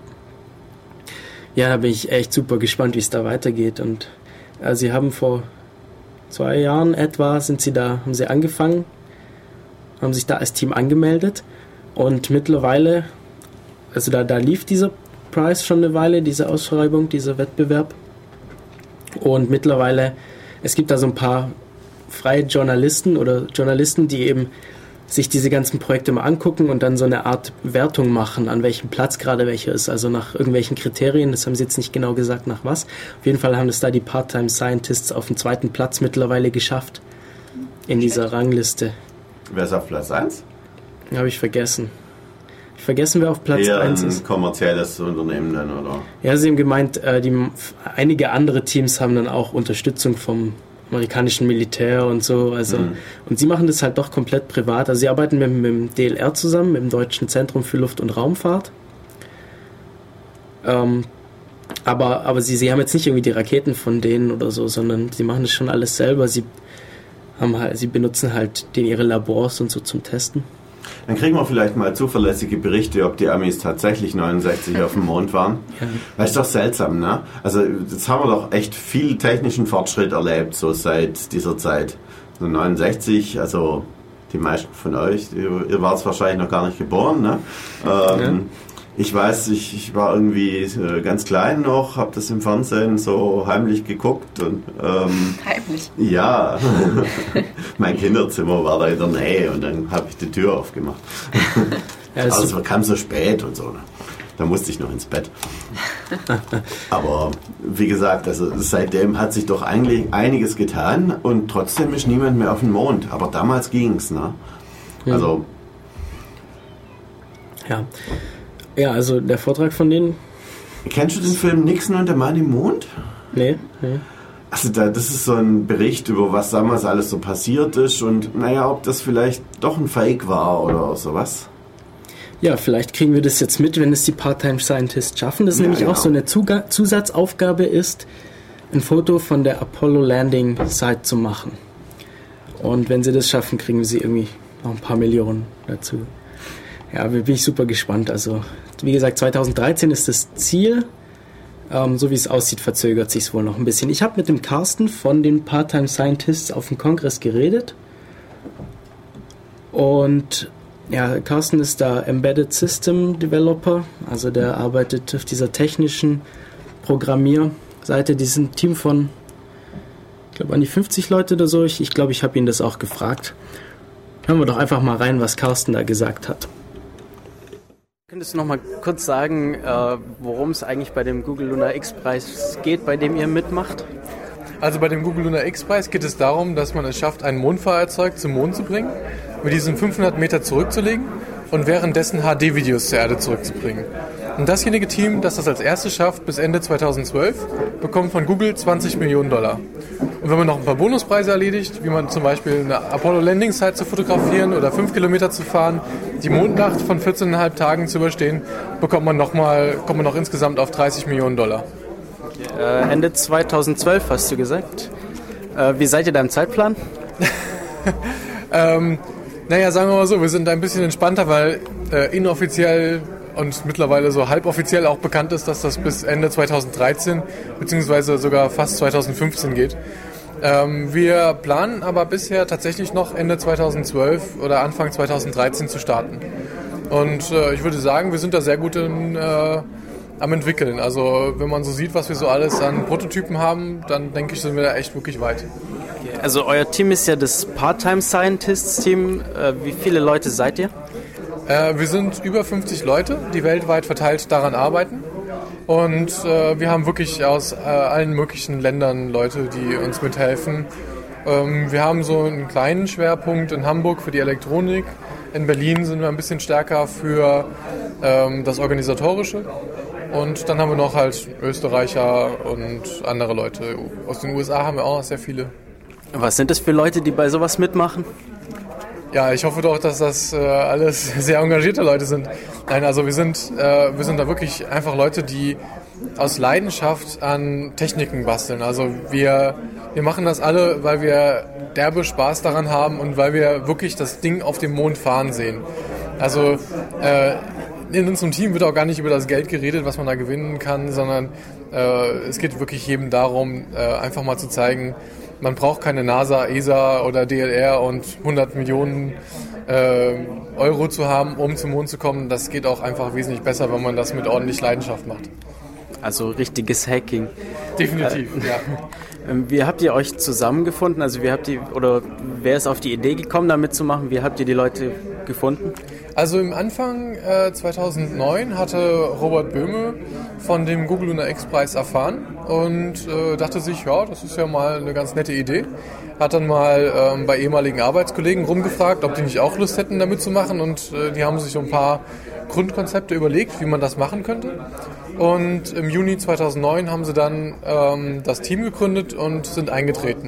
ja, da bin ich echt super gespannt, wie es da weitergeht. Und äh, sie haben vor zwei Jahren etwa, sind sie da, haben sie angefangen, haben sich da als Team angemeldet und mittlerweile, also da, da lief dieser Preis schon eine Weile, diese Ausschreibung, dieser Wettbewerb. Und mittlerweile, es gibt da so ein paar freie Journalisten oder Journalisten, die eben sich diese ganzen Projekte mal angucken und dann so eine Art Wertung machen, an welchem Platz gerade welcher ist, also nach irgendwelchen Kriterien, das haben sie jetzt nicht genau gesagt, nach was. Auf jeden Fall haben es da die Part-Time Scientists auf den zweiten Platz mittlerweile geschafft in dieser Rangliste. Wer ist auf Platz eins? Habe ich vergessen. Ich vergessen, wer auf Platz eins ist. Ein kommerzielles Unternehmen dann, oder? Ja, sie haben gemeint, äh, die, einige andere Teams haben dann auch Unterstützung vom amerikanischen Militär und so. Also, mhm. Und sie machen das halt doch komplett privat. Also sie arbeiten mit, mit dem D L R zusammen, mit dem Deutschen Zentrum für Luft- und Raumfahrt. Ähm, aber aber sie, sie haben jetzt nicht irgendwie die Raketen von denen oder so, sondern sie machen das schon alles selber. Sie, haben halt, sie benutzen halt den, ihre Labors und so zum Testen. Dann kriegen wir vielleicht mal zuverlässige Berichte, ob die Amis tatsächlich neunundsechzig auf dem Mond waren. Ja. Das ist doch seltsam, ne? Also jetzt haben wir doch echt viel technischen Fortschritt erlebt, so seit dieser Zeit. So neunundsechzig, also die meisten von euch, ihr, ihr wart wahrscheinlich noch gar nicht geboren, ne? Ähm, ja. Ich weiß, ich, ich war irgendwie äh, ganz klein noch, habe das im Fernsehen so heimlich geguckt. Und, ähm, heimlich? Ja, mein Kinderzimmer war da in der Nähe und dann habe ich die Tür aufgemacht. Ja, also es kam so spät und so. Ne? Da musste ich noch ins Bett. Aber wie gesagt, also seitdem hat sich doch eigentlich einiges getan und trotzdem ist niemand mehr auf dem Mond. Aber damals ging's, ne? Also... Ja. Ja, also der Vortrag von denen... Kennst du den Film Nixon und der Mann im Mond? Nee, nee. Also da, das ist so ein Bericht über was damals alles so passiert ist und naja, ob das vielleicht doch ein Fake war oder sowas. Ja, vielleicht kriegen wir das jetzt mit, wenn es die Part-Time Scientists schaffen. Das ja, nämlich genau. auch so eine Zuga- Zusatzaufgabe ist, ein Foto von der Apollo Landing Site zu machen. Und wenn sie das schaffen, kriegen sie irgendwie noch ein paar Millionen dazu. Ja, bin ich super gespannt. Also, wie gesagt, zweitausenddreizehn ist das Ziel. Ähm, so wie es aussieht, verzögert sich es wohl noch ein bisschen. Ich habe mit dem Carsten von den Part-Time Scientists auf dem Kongress geredet. Und ja, Carsten ist da Embedded System Developer. Also der arbeitet auf dieser technischen Programmierseite. Die sind ein Team von, ich glaube, an die fünfzig Leute oder so. Ich, ich glaube, ich habe ihn das auch gefragt. Hören wir doch einfach mal rein, was Carsten da gesagt hat. Könntest du noch mal kurz sagen, äh, worum es eigentlich bei dem Google Lunar X-Preis geht, bei dem ihr mitmacht? Also bei dem Google Lunar X-Preis geht es darum, dass man es schafft, ein Mondfahrerzeug zum Mond zu bringen, mit diesen fünfhundert Meter zurückzulegen und währenddessen H D-Videos zur Erde zurückzubringen. Und dasjenige Team, das das als erstes schafft, bis Ende zweitausendzwölf, bekommt von Google zwanzig Millionen Dollar. Und wenn man noch ein paar Bonuspreise erledigt, wie man zum Beispiel eine Apollo Landing Site zu fotografieren oder fünf Kilometer zu fahren, die Mondnacht von vierzehn Komma fünf Tagen zu überstehen, bekommt man noch mal, kommt man noch insgesamt auf dreißig Millionen Dollar. Äh, Ende zweitausendzwölf hast du gesagt. Äh, wie seid ihr da im Zeitplan? ähm, naja, sagen wir mal so, wir sind ein bisschen entspannter, weil äh, inoffiziell und mittlerweile so halboffiziell auch bekannt ist, dass das bis Ende zweitausenddreizehn beziehungsweise sogar fast zweitausendfünfzehn geht. Ähm, wir planen aber bisher tatsächlich noch Ende zweitausendzwölf oder Anfang zweitausenddreizehn zu starten. Und äh, ich würde sagen, wir sind da sehr gut in, äh, am entwickeln. Also wenn man so sieht, was wir so alles an Prototypen haben, dann denke ich, sind wir da echt wirklich weit. Okay, also euer Team ist ja das Part-Time Scientists Team. Äh, wie viele Leute seid ihr? Äh, wir sind über fünfzig Leute, die weltweit verteilt daran arbeiten. Und äh, wir haben wirklich aus äh, allen möglichen Ländern Leute, die uns mithelfen. Ähm, wir haben so einen kleinen Schwerpunkt in Hamburg für die Elektronik. In Berlin sind wir ein bisschen stärker für ähm, das Organisatorische. Und dann haben wir noch halt Österreicher und andere Leute. Aus den U S A haben wir auch noch sehr viele. Was sind das für Leute, die bei sowas mitmachen? Ja, ich hoffe doch, dass das äh, alles sehr engagierte Leute sind. Nein, also wir sind, äh, wir sind da wirklich einfach Leute, die aus Leidenschaft an Techniken basteln. Also wir, wir machen das alle, weil wir derbe Spaß daran haben und weil wir wirklich das Ding auf dem Mond fahren sehen. Also äh, in unserem Team wird auch gar nicht über das Geld geredet, was man da gewinnen kann, sondern äh, es geht wirklich jedem darum, äh, einfach mal zu zeigen, man braucht keine NASA, E S A oder D L R und hundert Millionen äh, Euro zu haben, um zum Mond zu kommen. Das geht auch einfach wesentlich besser, wenn man das mit ordentlich Leidenschaft macht. Also richtiges Hacking. Definitiv, äh, ja. Wie habt ihr euch zusammengefunden? Also wie habt ihr, oder wer ist auf die Idee gekommen, da mitzumachen? Wie habt ihr die Leute gefunden? Also im Anfang äh, zweitausendneun hatte Robert Böhme von dem Google Lunar X-Preis erfahren und äh, dachte sich, ja, das ist ja mal eine ganz nette Idee. Hat dann mal ähm, bei ehemaligen Arbeitskollegen rumgefragt, ob die nicht auch Lust hätten, da mitzumachen, und äh, die haben sich so ein paar Grundkonzepte überlegt, wie man das machen könnte. Und im Juni zweitausendneun haben sie dann ähm, das Team gegründet und sind eingetreten.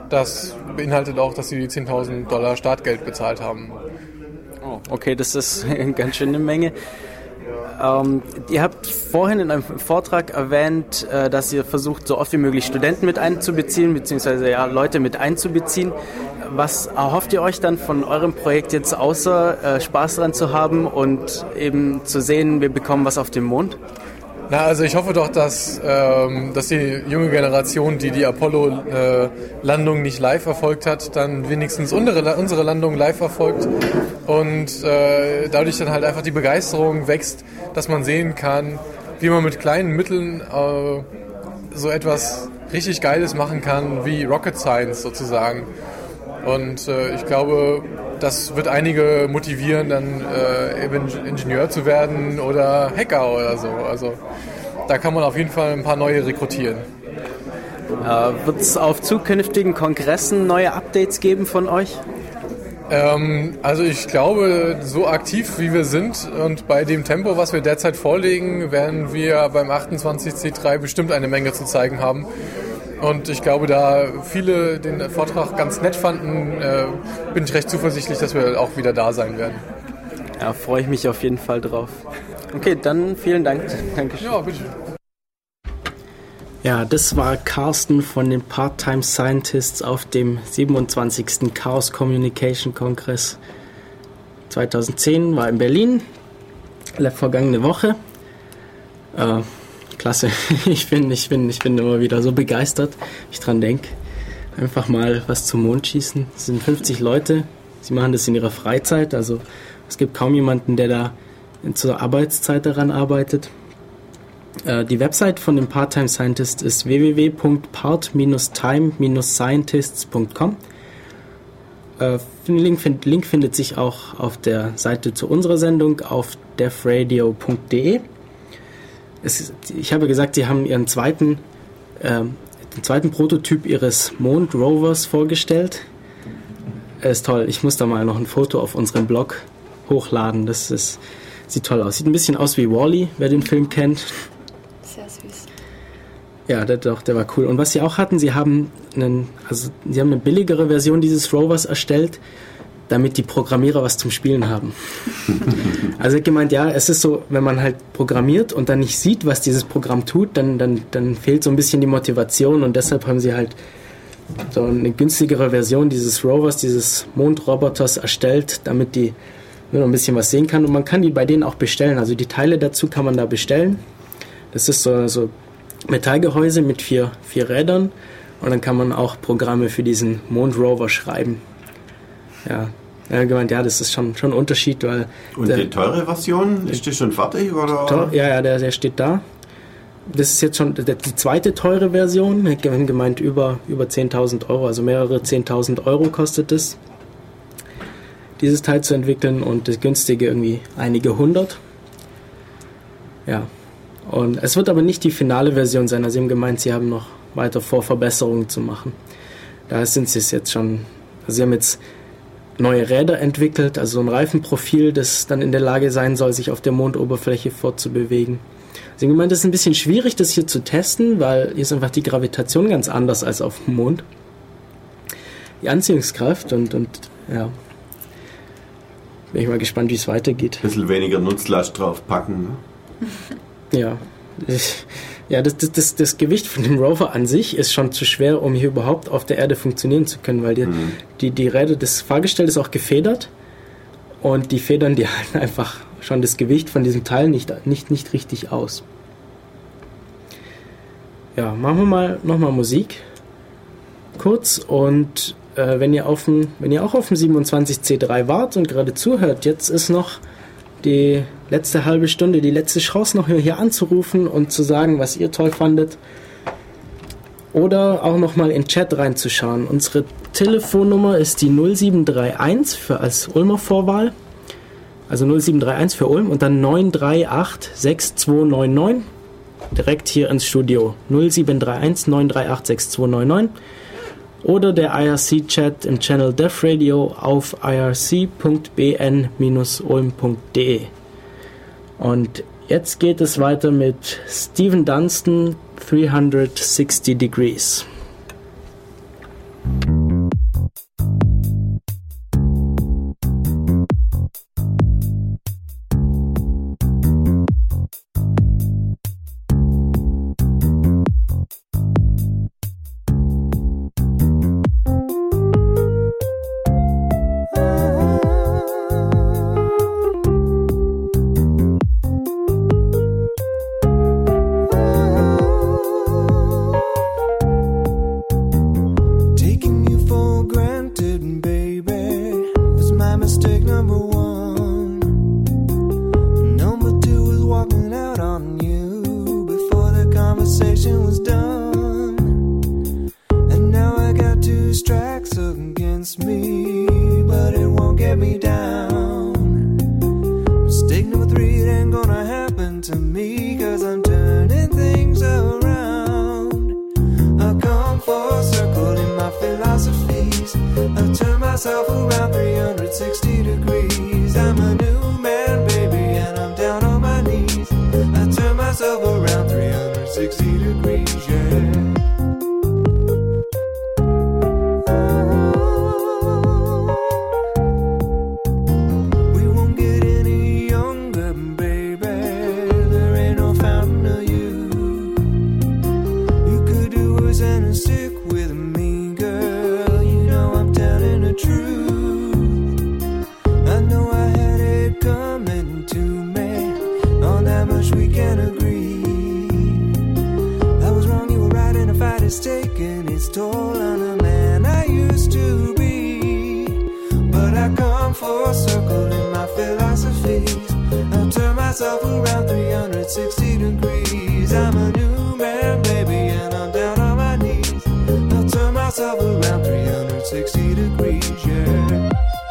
das beinhaltet auch, dass sie die zehntausend Dollar Startgeld bezahlt haben. Oh, okay, das ist eine ganz schöne Menge. Ähm, ihr habt vorhin in einem Vortrag erwähnt, äh, dass ihr versucht, so oft wie möglich Studenten mit einzubeziehen, beziehungsweise ja, Leute mit einzubeziehen. Was erhofft ihr euch dann von eurem Projekt jetzt, außer äh, Spaß daran zu haben und eben zu sehen, wir bekommen was auf dem Mond? Na, also ich hoffe doch, dass, ähm, dass die junge Generation, die die Apollo-Landung äh, nicht live verfolgt hat, dann wenigstens unsere, unsere Landung live verfolgt und äh, dadurch dann halt einfach die Begeisterung wächst, dass man sehen kann, wie man mit kleinen Mitteln äh, so etwas richtig Geiles machen kann, wie Rocket Science sozusagen. Und äh, ich glaube, das wird einige motivieren, dann äh, eben Ingenieur zu werden oder Hacker oder so. Also da kann man auf jeden Fall ein paar neue rekrutieren. Äh, wird es auf zukünftigen Kongressen neue Updates geben von euch? Ähm, also ich glaube, so aktiv wie wir sind und bei dem Tempo, was wir derzeit vorlegen, werden wir beim achtundzwanzig C drei bestimmt eine Menge zu zeigen haben. Und ich glaube, da viele den Vortrag ganz nett fanden, äh, bin ich recht zuversichtlich, dass wir auch wieder da sein werden. Ja, freue ich mich auf jeden Fall drauf. Okay, dann vielen Dank. Dankeschön. Ja, bitte. Ja, das war Carsten von den Part-Time Scientists auf dem siebenundzwanzigsten Chaos Communication Kongress zweitausendzehn, war in Berlin, vergangene Woche. Äh, klasse, ich bin, ich, bin, ich bin immer wieder so begeistert, wenn ich dran denke. Einfach mal was zum Mond schießen. Es sind fünfzig Leute, sie machen das in ihrer Freizeit, also es gibt kaum jemanden, der da zur Arbeitszeit daran arbeitet. Die Website von dem Part-Time Scientist ist w w w punkt part time scientists punkt com. Der Link, Link findet sich auch auf der Seite zu unserer Sendung auf defradio punkt de. Es, ich habe gesagt, sie haben ihren zweiten, äh, den zweiten Prototyp ihres Mond-Rovers vorgestellt. Er ist toll. Ich muss da mal noch ein Foto auf unserem Blog hochladen. Das ist, sieht toll aus. Sieht ein bisschen aus wie Wall-E, wer den Film kennt. Sehr süß. Ja, der, doch, der war cool. Und was sie auch hatten, sie haben, einen, also, sie haben eine billigere Version dieses Rovers erstellt, damit die Programmierer was zum Spielen haben. Also er hat gemeint, ja, es ist so, wenn man halt programmiert und dann nicht sieht, was dieses Programm tut, dann, dann, dann fehlt so ein bisschen die Motivation und deshalb haben sie halt so eine günstigere Version dieses Rovers, dieses Mondroboters erstellt, damit die nur noch ein bisschen was sehen kann und man kann die bei denen auch bestellen. Also die Teile dazu kann man da bestellen. Das ist so, so Metallgehäuse mit vier, vier Rädern und dann kann man auch Programme für diesen Mondrover schreiben. Ja, er hat gemeint, ja, das ist schon, schon ein Unterschied, weil... Und der, die teure Version, ist die schon fertig, oder? Teuer, ja, ja, der, der steht da. Das ist jetzt schon der, die zweite teure Version. Er hat gemeint, über, über zehntausend Euro, also mehrere zehntausend Euro kostet es, dieses Teil zu entwickeln und das günstige irgendwie einige hundert. Ja, und es wird aber nicht die finale Version sein. Also sie haben gemeint, sie haben noch weiter vor, Verbesserungen zu machen. Da sind sie es jetzt schon, also sie haben jetzt neue Räder entwickelt, also ein Reifenprofil, das dann in der Lage sein soll, sich auf der Mondoberfläche fortzubewegen. Sie haben gemeint, es ist ein bisschen schwierig, das hier zu testen, weil hier ist einfach die Gravitation ganz anders als auf dem Mond. Die Anziehungskraft und, und ja, bin ich mal gespannt, wie es weitergeht. Ein bisschen weniger Nutzlast draufpacken, ne? Ja, ich, ja das, das, das, das Gewicht von dem Rover an sich ist schon zu schwer, um hier überhaupt auf der Erde funktionieren zu können, weil die, mhm. die, die Räder, das Fahrgestell ist auch gefedert und die federn die halten einfach schon das Gewicht von diesem Teil nicht, nicht, nicht richtig aus. Ja, machen wir mal nochmal Musik kurz und äh, wenn ihr auf dem, wenn ihr auch auf dem siebenundzwanzig C drei wart und gerade zuhört, jetzt ist noch die letzte halbe Stunde, die letzte Chance noch hier anzurufen und zu sagen, was ihr toll fandet. Oder auch nochmal in den Chat reinzuschauen. Unsere Telefonnummer ist die null sieben drei eins für als Ulmer Vorwahl. Also null sieben drei eins für Ulm und dann neun drei acht sechs zwei neun neun. Direkt hier ins Studio. null sieben drei eins neun drei acht sechs zwei neun neun. Oder der I R C-Chat im Channel DefRadio auf i r c punkt b n ulm punkt d e. Und jetzt geht es weiter mit Stephen Dunstan, dreihundertsechzig Degrees. mission was done, and now I got two strikes against me, but it won't get me down. Mistake number three, it ain't gonna happen to me, cause I'm turning things around. I come full circle in my philosophies. I turn myself around three hundred sixty degrees. I'm a new man, baby, and I'm down on my knees. I turn myself around three hundred sixty degrees, yeah. Taking its toll on a man I used to be, but I come full circle in my philosophies. I'll turn myself around three hundred sixty degrees. I'm a new man, baby, and I'm down on my knees. I'll turn myself around three hundred sixty degrees, yeah.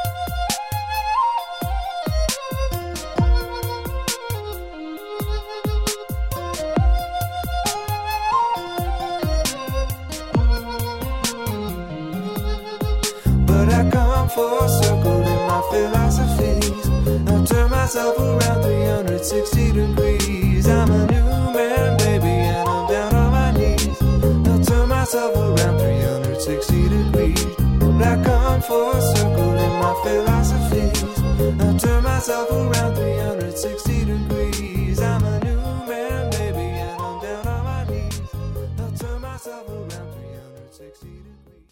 Full circle in my philosophies. I'll turn myself around three hundred sixty degrees. I'm a new man, baby, and I'm down on my knees. I'll turn myself around three hundred sixty degrees. But I come full circle in my philosophies. I'll turn myself around three hundred sixty degrees. I'm a new man, baby, and I'm down on my knees. I'll turn myself around three hundred sixty degrees.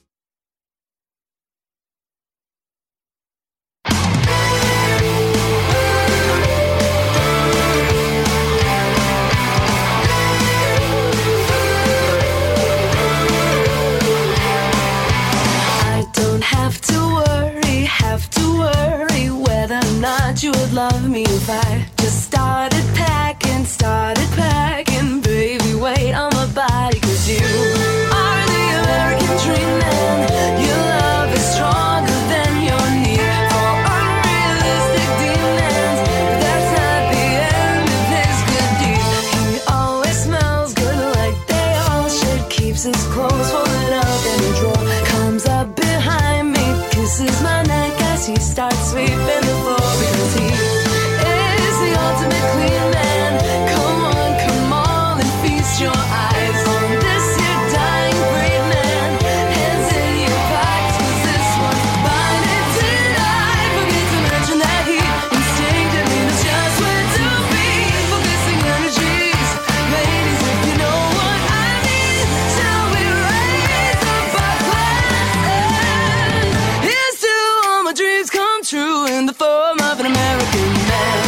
You would love me if I just started packing, started packing. Baby, wait on my body, cause you are the American dream, man. Your love is stronger than your need for unrealistic demands. But that's not the end of his good deeds. He always smells good like they all should. Keeps his clothes folded up in a drawer. Comes up behind me, kisses my neck as he starts sweeping the floor. Because he is the ultimate clean man. Come on, come on and feast your eyes on this here dying great man. Hands in your pockets, cause this one's mine. And did I forget to mention that he instinctively knows just where to be? Focusing energies, ladies, if you know what I mean. Shall we raise up our glasses? Here's to all my dreams come true in the form of an American man.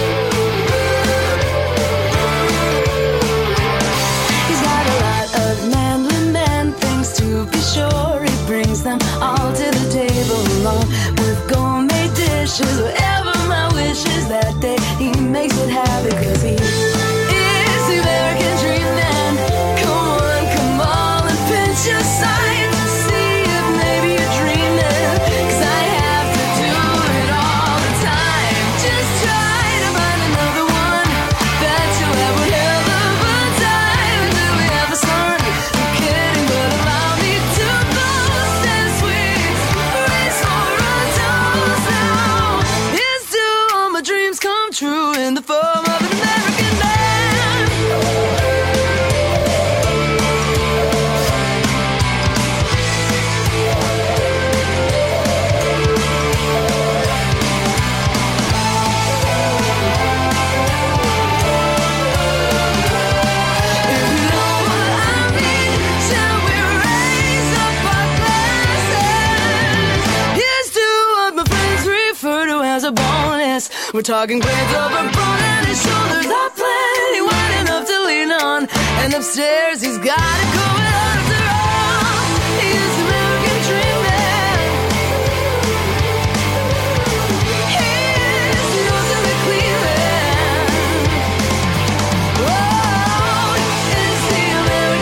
He's got a lot of manly man things to be sure. He brings them all to the table along with gourmet dishes. Whatever my wishes that day, he makes it happen cause he is the American dream man. Come on, come on and pinch your sight to see if maybe you're dreaming. Cause I have to do it all the time. Just try to find another one that you have whatever but time until we have a son. I'm kidding, but allow me to boast and sweet. Race for a toast now. Here's to all my dreams come true in the form of an American man. If you know what I mean, shall we raise up our glasses? Here's to what my friends refer to as a bonus. We're talking grades over bone and his shoulders are plenty wide enough to lean on. And upstairs he's got it going on after all. He's the American dream man. He's the ultimate clean man. Oh, is the American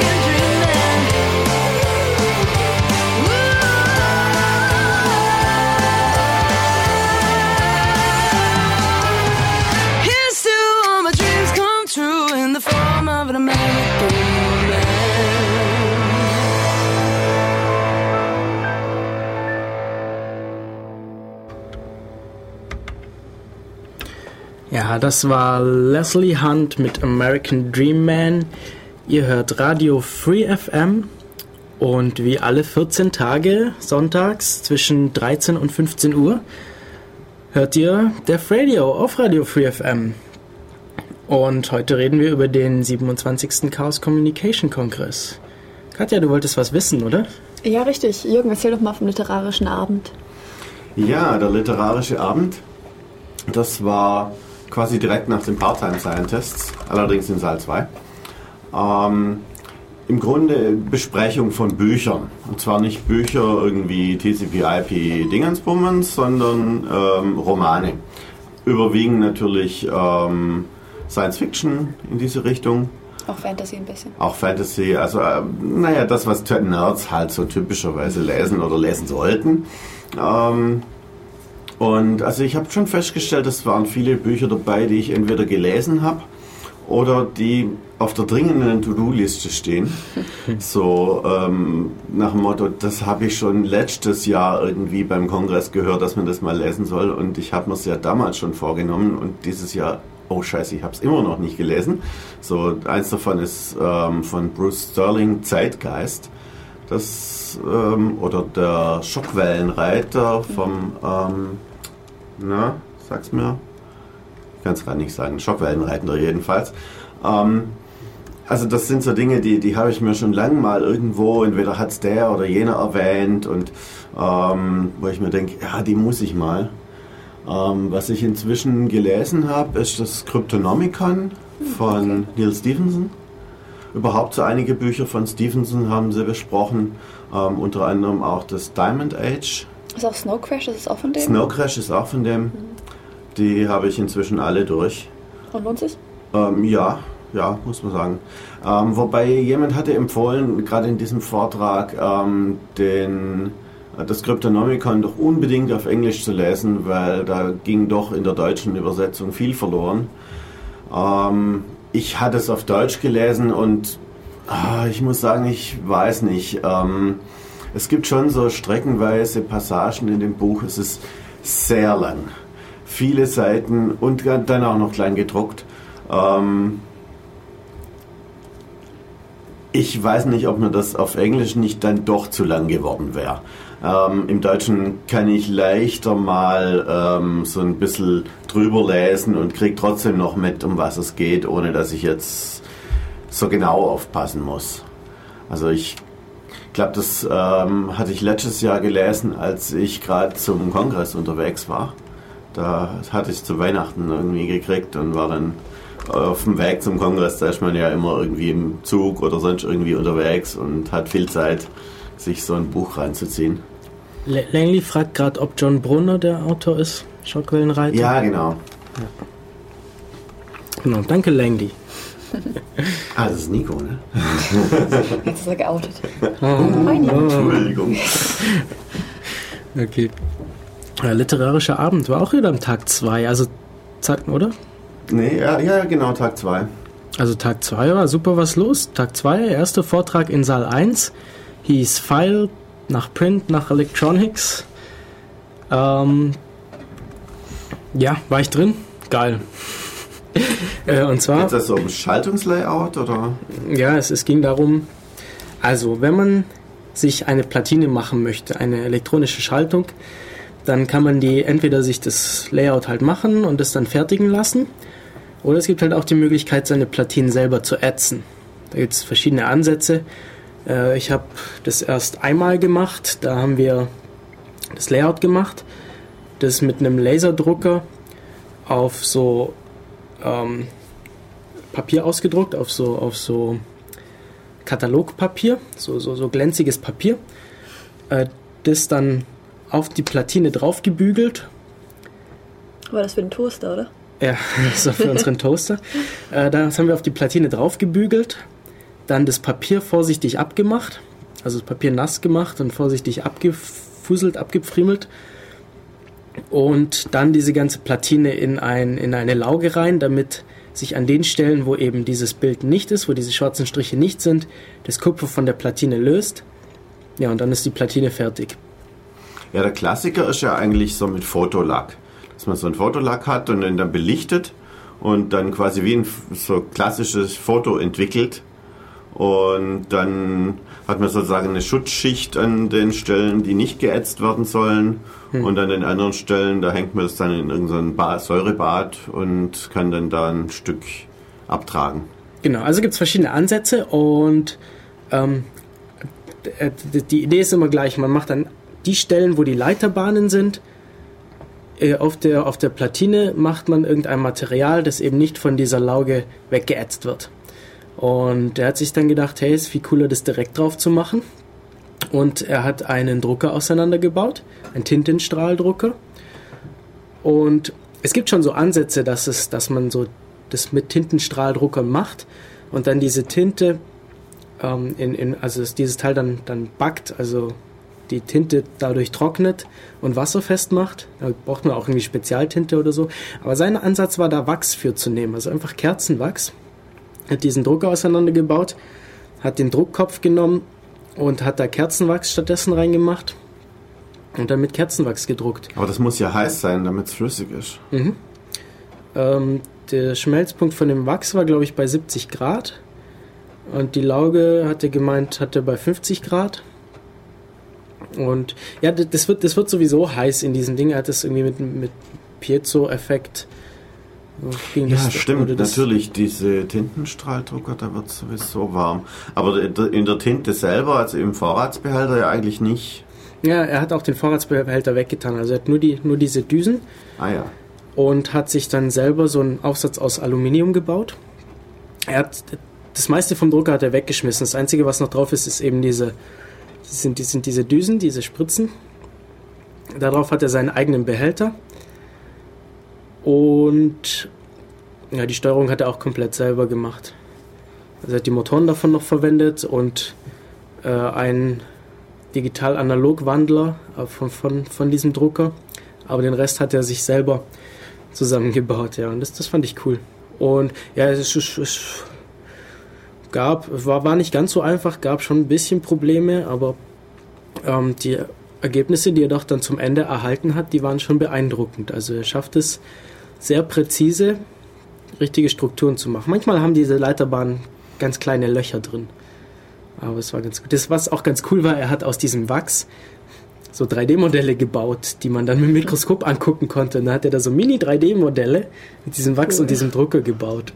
the form of an American man. Ja, das war Leslie Hunt mit American Dream Man. Ihr hört Radio Free F M und wie alle vierzehn Tage sonntags zwischen dreizehn und fünfzehn Uhr hört ihr Def Radio auf Radio Free F M. Und heute reden wir über den siebenundzwanzigsten Chaos Communication Kongress. Katja, du wolltest was wissen, oder? Ja, richtig. Jürgen, erzähl doch mal vom literarischen Abend. Ja, der literarische Abend, das war quasi direkt nach den Part-Time Scientists, allerdings in Saal zwei. Ähm, Im Grunde Besprechung von Büchern. Und zwar nicht Bücher irgendwie T C P I P Dingensbummens, sondern ähm, Romane. Überwiegend natürlich ähm, Science Fiction in diese Richtung. Auch Fantasy ein bisschen. Auch Fantasy, also äh, naja, das, was Nerds halt so typischerweise lesen oder lesen sollten. Ähm, und also ich habe schon festgestellt, es waren viele Bücher dabei, die ich entweder gelesen habe oder die auf der dringenden To-Do-Liste stehen. So ähm, nach dem Motto, das habe ich schon letztes Jahr irgendwie beim Kongress gehört, dass man das mal lesen soll. Und ich habe mir es ja damals schon vorgenommen und dieses Jahr, oh scheiße, ich habe es immer noch nicht gelesen. So eins davon ist ähm, von Bruce Sterling, Zeitgeist. Das, ähm, oder der Schockwellenreiter vom, ähm, na, sag's mir. Ich kann es gerade nicht sagen, Schockwellenreiter jedenfalls. Ähm, also das sind so Dinge, die, die habe ich mir schon lange mal irgendwo, entweder hat es der oder jener erwähnt und ähm, wo ich mir denke, ja, die muss ich mal. Ähm, was ich inzwischen gelesen habe, ist das Cryptonomicon von Neil Stephenson. Überhaupt so einige Bücher von Stephenson haben sie besprochen, ähm, unter anderem auch das Diamond Age. Ist auch Snow Crash, ist es auch von dem? Snow Crash ist auch von dem. Mhm. Die habe ich inzwischen alle durch. Und lohnt sich? Ähm, ja, ja, muss man sagen. Ähm, wobei jemand hatte empfohlen, gerade in diesem Vortrag, ähm, den, das Cryptonomicon doch unbedingt auf Englisch zu lesen, weil da ging doch in der deutschen Übersetzung viel verloren. Ähm, ich hatte es auf Deutsch gelesen und ah, ich muss sagen, ich weiß nicht. Ähm, es gibt schon so streckenweise Passagen in dem Buch, es ist sehr lang. Viele Seiten und dann auch noch klein gedruckt. Ähm, ich weiß nicht, ob mir das auf Englisch nicht dann doch zu lang geworden wäre. Ähm, Im Deutschen kann ich leichter mal ähm, so ein bisschen drüber lesen und kriege trotzdem noch mit, um was es geht, ohne dass ich jetzt so genau aufpassen muss. Also ich glaube, das ähm, hatte ich letztes Jahr gelesen, als ich gerade zum Kongress unterwegs war. Da hatte ich es zu Weihnachten irgendwie gekriegt und war dann auf dem Weg zum Kongress. Da ist man ja immer irgendwie im Zug oder sonst irgendwie unterwegs und hat viel Zeit, sich so ein Buch reinzuziehen. Langley fragt gerade, ob John Brunner der Autor ist, Schockwellenreiter. Ja, genau. Ja. Genau, danke Langley. Ah, das ist Nico, ne? Jetzt ist er geoutet. Oh, Entschuldigung. Okay. Ja, literarischer Abend war auch wieder am Tag zwei, also Tag, oder? Nee, ja, ja, genau, Tag zwei. Also Tag zwei war super was los. Tag zwei, erster Vortrag in Saal eins, hieß File nach Print, nach Electronics. Ähm, ja, war ich drin? Geil. äh, und zwar... Geht das so um Schaltungslayout, oder? Ja, es, es ging darum, also wenn man sich eine Platine machen möchte, eine elektronische Schaltung, dann kann man die entweder sich das Layout halt machen und es dann fertigen lassen, oder es gibt halt auch die Möglichkeit, seine Platinen selber zu ätzen. Da gibt es verschiedene Ansätze. Äh, ich habe das erst einmal gemacht, da haben wir das Layout gemacht, das mit einem Laserdrucker auf so ähm, Papier ausgedruckt, auf so, auf so Katalogpapier, so, so, so glänziges Papier, äh, das dann auf die Platine drauf gebügelt. War das für den Toaster, oder? Ja, das war für unseren Toaster. Äh, das haben wir auf die Platine drauf gebügelt, dann das Papier vorsichtig abgemacht, also das Papier nass gemacht und vorsichtig abgefuselt, abgepfriemelt und dann diese ganze Platine in, ein, in eine Lauge rein, damit sich an den Stellen, wo eben dieses Bild nicht ist, wo diese schwarzen Striche nicht sind, das Kupfer von der Platine löst. Ja, und dann ist die Platine fertig. Ja, der Klassiker ist ja eigentlich so mit Fotolack. Dass man so einen Fotolack hat und den dann belichtet und dann quasi wie ein so klassisches Foto entwickelt. Und dann hat man sozusagen eine Schutzschicht an den Stellen, die nicht geätzt werden sollen. Hm. Und an den anderen Stellen, da hängt man es dann in irgendein ba- Säurebad und kann dann da ein Stück abtragen. Genau, also gibt es verschiedene Ansätze und ähm, die Idee ist immer gleich. Man macht dann die Stellen, wo die Leiterbahnen sind, äh, auf der, auf der Platine macht man irgendein Material, das eben nicht von dieser Lauge weggeätzt wird. Und er hat sich dann gedacht, hey, ist viel cooler, das direkt drauf zu machen. Und er hat einen Drucker auseinandergebaut, einen Tintenstrahldrucker. Und es gibt schon so Ansätze, dass, es, dass man so das mit Tintenstrahldruckern macht und dann diese Tinte, ähm, in, in, also dieses Teil dann, dann backt, also die Tinte dadurch trocknet und wasserfest macht. Da braucht man auch irgendwie Spezialtinte oder so. Aber sein Ansatz war da Wachs für zu nehmen, also einfach Kerzenwachs. Hat diesen Drucker auseinandergebaut, hat den Druckkopf genommen und hat da Kerzenwachs stattdessen reingemacht und dann mit Kerzenwachs gedruckt. Aber das muss ja heiß sein, damit es flüssig ist. Mhm. Ähm, der Schmelzpunkt von dem Wachs war, glaube ich, bei siebzig Grad und die Lauge, hat er gemeint, hatte bei fünfzig Grad. Und ja, das wird, das wird sowieso heiß in diesem Ding. Er hat das irgendwie mit, mit Piezo-Effekt. Ja, das, stimmt, das natürlich, diese Tintenstrahldrucker, da wird es sowieso warm. Aber in der Tinte selber, also im Vorratsbehälter ja eigentlich nicht. Ja, er hat auch den Vorratsbehälter weggetan, also er hat nur, die, nur diese Düsen. Ah ja. Und hat sich dann selber so einen Aufsatz aus Aluminium gebaut. Er hat, das meiste vom Drucker hat er weggeschmissen. Das Einzige, was noch drauf ist, ist eben diese, das sind, das sind diese Düsen, diese Spritzen. Darauf hat er seinen eigenen Behälter. Und ja, die Steuerung hat er auch komplett selber gemacht. Also er hat die Motoren davon noch verwendet und äh, einen Digital-Analog-Wandler von, von, von diesem Drucker. Aber den Rest hat er sich selber zusammengebaut. Ja, und das, das fand ich cool. Und ja, es, es, es gab, war, war nicht ganz so einfach, gab schon ein bisschen Probleme, aber ähm, die Ergebnisse, die er doch dann zum Ende erhalten hat, die waren schon beeindruckend. Also er schafft es, sehr präzise richtige Strukturen zu machen. Manchmal haben diese Leiterbahnen ganz kleine Löcher drin. Aber es war ganz gut. Das, was auch ganz cool war, er hat aus diesem Wachs so drei D Modelle gebaut, die man dann mit dem Mikroskop angucken konnte. Und dann hat er da so Mini drei D Modelle mit diesem Wachs und diesem Drucker gebaut.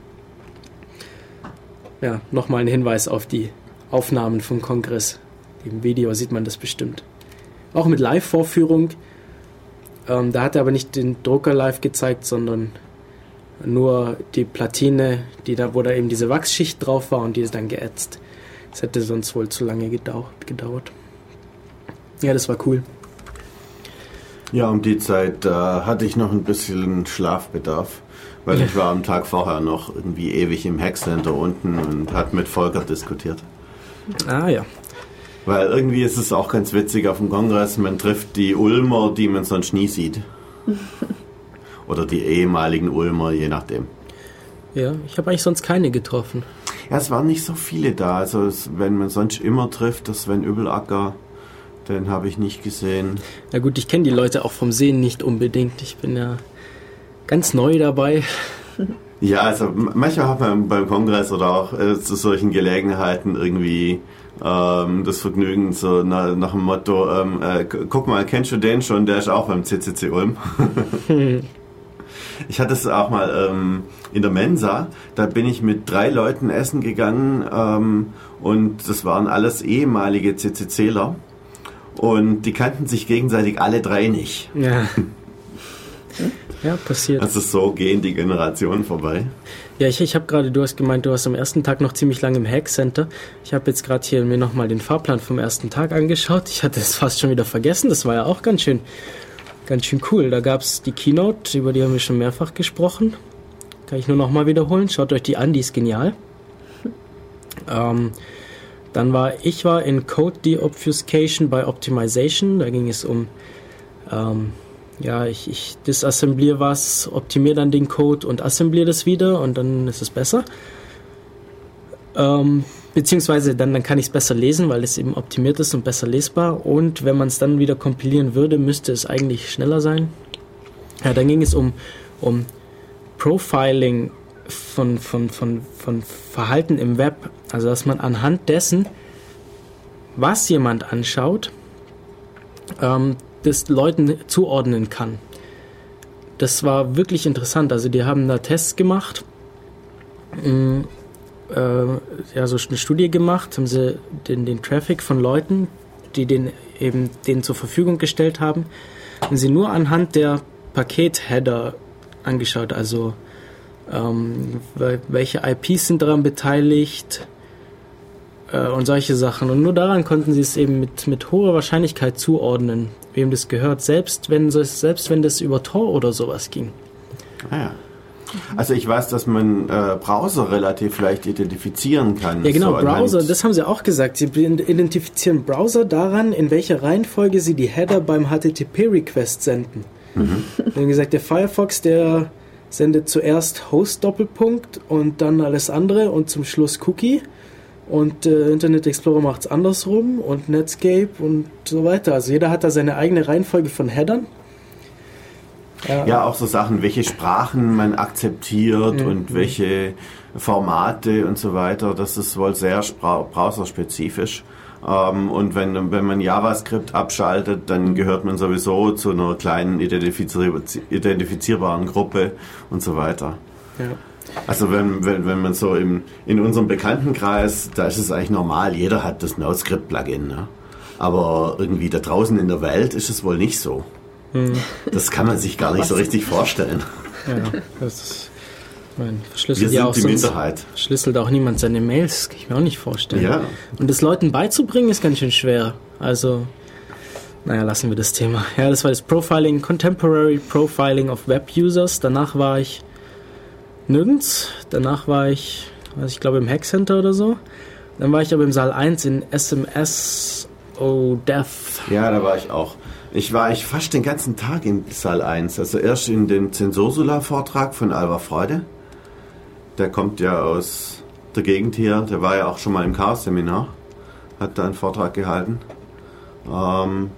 Ja, nochmal ein Hinweis auf die Aufnahmen vom Kongress. Im Video sieht man das bestimmt. Auch mit Live-Vorführung. Ähm, da hat er aber nicht den Drucker live gezeigt, sondern nur die Platine, die da, wo da eben diese Wachsschicht drauf war und die ist dann geätzt. Das hätte sonst wohl zu lange gedauert. gedauert. Ja, das war cool. Ja, um die Zeit äh, hatte ich noch ein bisschen Schlafbedarf, weil ich war am Tag vorher noch irgendwie ewig im Hackcenter unten und hat mit Volker diskutiert. Ah ja. Weil irgendwie ist es auch ganz witzig auf dem Kongress, man trifft die Ulmer, die man sonst nie sieht. Oder die ehemaligen Ulmer, je nachdem. Ja, ich habe eigentlich sonst keine getroffen. Ja, es waren nicht so viele da. Also es, wenn man sonst immer trifft, das Sven Übelacker, den habe ich nicht gesehen. Na gut, ich kenne die Leute auch vom Sehen nicht unbedingt. Ich bin ja ganz neu dabei. Ja, also manchmal hat man beim Kongress oder auch äh, zu solchen Gelegenheiten irgendwie ähm, das Vergnügen so na, nach dem Motto, ähm, äh, guck mal, kennst du den schon? Der ist auch beim C C C Ulm. Ich hatte es auch mal ähm, in der Mensa, da bin ich mit drei Leuten essen gegangen ähm, und das waren alles ehemalige CCCler und die kannten sich gegenseitig alle drei nicht. Ja. Ja, passiert. Also so gehen die Generationen vorbei. Ja, ich, ich habe gerade, du hast gemeint, du warst am ersten Tag noch ziemlich lange im Hackcenter. Ich habe jetzt gerade hier mir nochmal den Fahrplan vom ersten Tag angeschaut. Ich hatte es fast schon wieder vergessen. Das war ja auch ganz schön, ganz schön cool. Da gab es die Keynote, über die haben wir schon mehrfach gesprochen. Kann ich nur nochmal wiederholen. Schaut euch die an, die ist genial. Ähm, dann war, ich war in Code Deobfuscation by Optimization. Da ging es um ähm, ja, ich, ich disassembliere was, optimiere dann den Code und assembliere das wieder und dann ist es besser. Ähm, beziehungsweise dann, dann kann ich es besser lesen, weil es eben optimiert ist und besser lesbar. Und wenn man es dann wieder kompilieren würde, müsste es eigentlich schneller sein. Ja, dann ging es um, um Profiling von, von, von, von Verhalten im Web. Also dass man anhand dessen, was jemand anschaut, ähm, das Leuten zuordnen kann. Das war wirklich interessant. Also die haben da Tests gemacht, äh, ja, so eine Studie gemacht, haben sie den, den Traffic von Leuten, die den eben denen zur Verfügung gestellt haben, haben sie nur anhand der Paket-Header angeschaut. Also ähm, welche I Ps sind daran beteiligt, und solche Sachen. Und nur daran konnten sie es eben mit, mit hoher Wahrscheinlichkeit zuordnen, wem das gehört, selbst wenn, selbst wenn das über Tor oder sowas ging. Ah ja. Also ich weiß, dass man äh, Browser relativ leicht identifizieren kann. Ja genau, so Browser, das haben sie auch gesagt. Sie identifizieren Browser daran, in welcher Reihenfolge sie die Header beim H T T P-Request senden. Mhm. Sie haben gesagt, der Firefox, der sendet zuerst Host-Doppelpunkt und dann alles andere und zum Schluss Cookie. Und äh, Internet Explorer macht es andersrum und Netscape und so weiter. Also jeder hat da seine eigene Reihenfolge von Headern. Ja, ja auch so Sachen, welche Sprachen man akzeptiert mhm. und welche Formate und so weiter. Das ist wohl sehr browserspezifisch. Ähm, und wenn, wenn man JavaScript abschaltet, dann gehört man sowieso zu einer kleinen identifizier- identifizierbaren Gruppe und so weiter. Ja. Also wenn, wenn, wenn man so im, in unserem Bekanntenkreis, da ist es eigentlich normal, jeder hat das NoScript-Plugin. Ne? Aber irgendwie da draußen in der Welt ist es wohl nicht so. Hm. Das kann man sich gar nicht Was? so richtig vorstellen. Ja, das ist, mein, Wir sind ja auch die Minderheit. Schlüsselt auch niemand seine Mails, das kann ich mir auch nicht vorstellen. Ja. Und das Leuten beizubringen ist ganz schön schwer. Also, naja, lassen wir das Thema. Ja, das war das Profiling, Contemporary Profiling of Web Users. Danach war ich nirgends. Danach war ich, also ich glaube im Hackcenter oder so. Dann war ich aber im Saal eins in S M S O Death. Ja, da war ich auch. Ich war ich fast den ganzen Tag im Saal eins. Also erst in den Zensursula-Vortrag von Alvar Freude. Der kommt ja aus der Gegend hier. Der war ja auch schon mal im Chaos-Seminar. Hat da einen Vortrag gehalten. Ähm...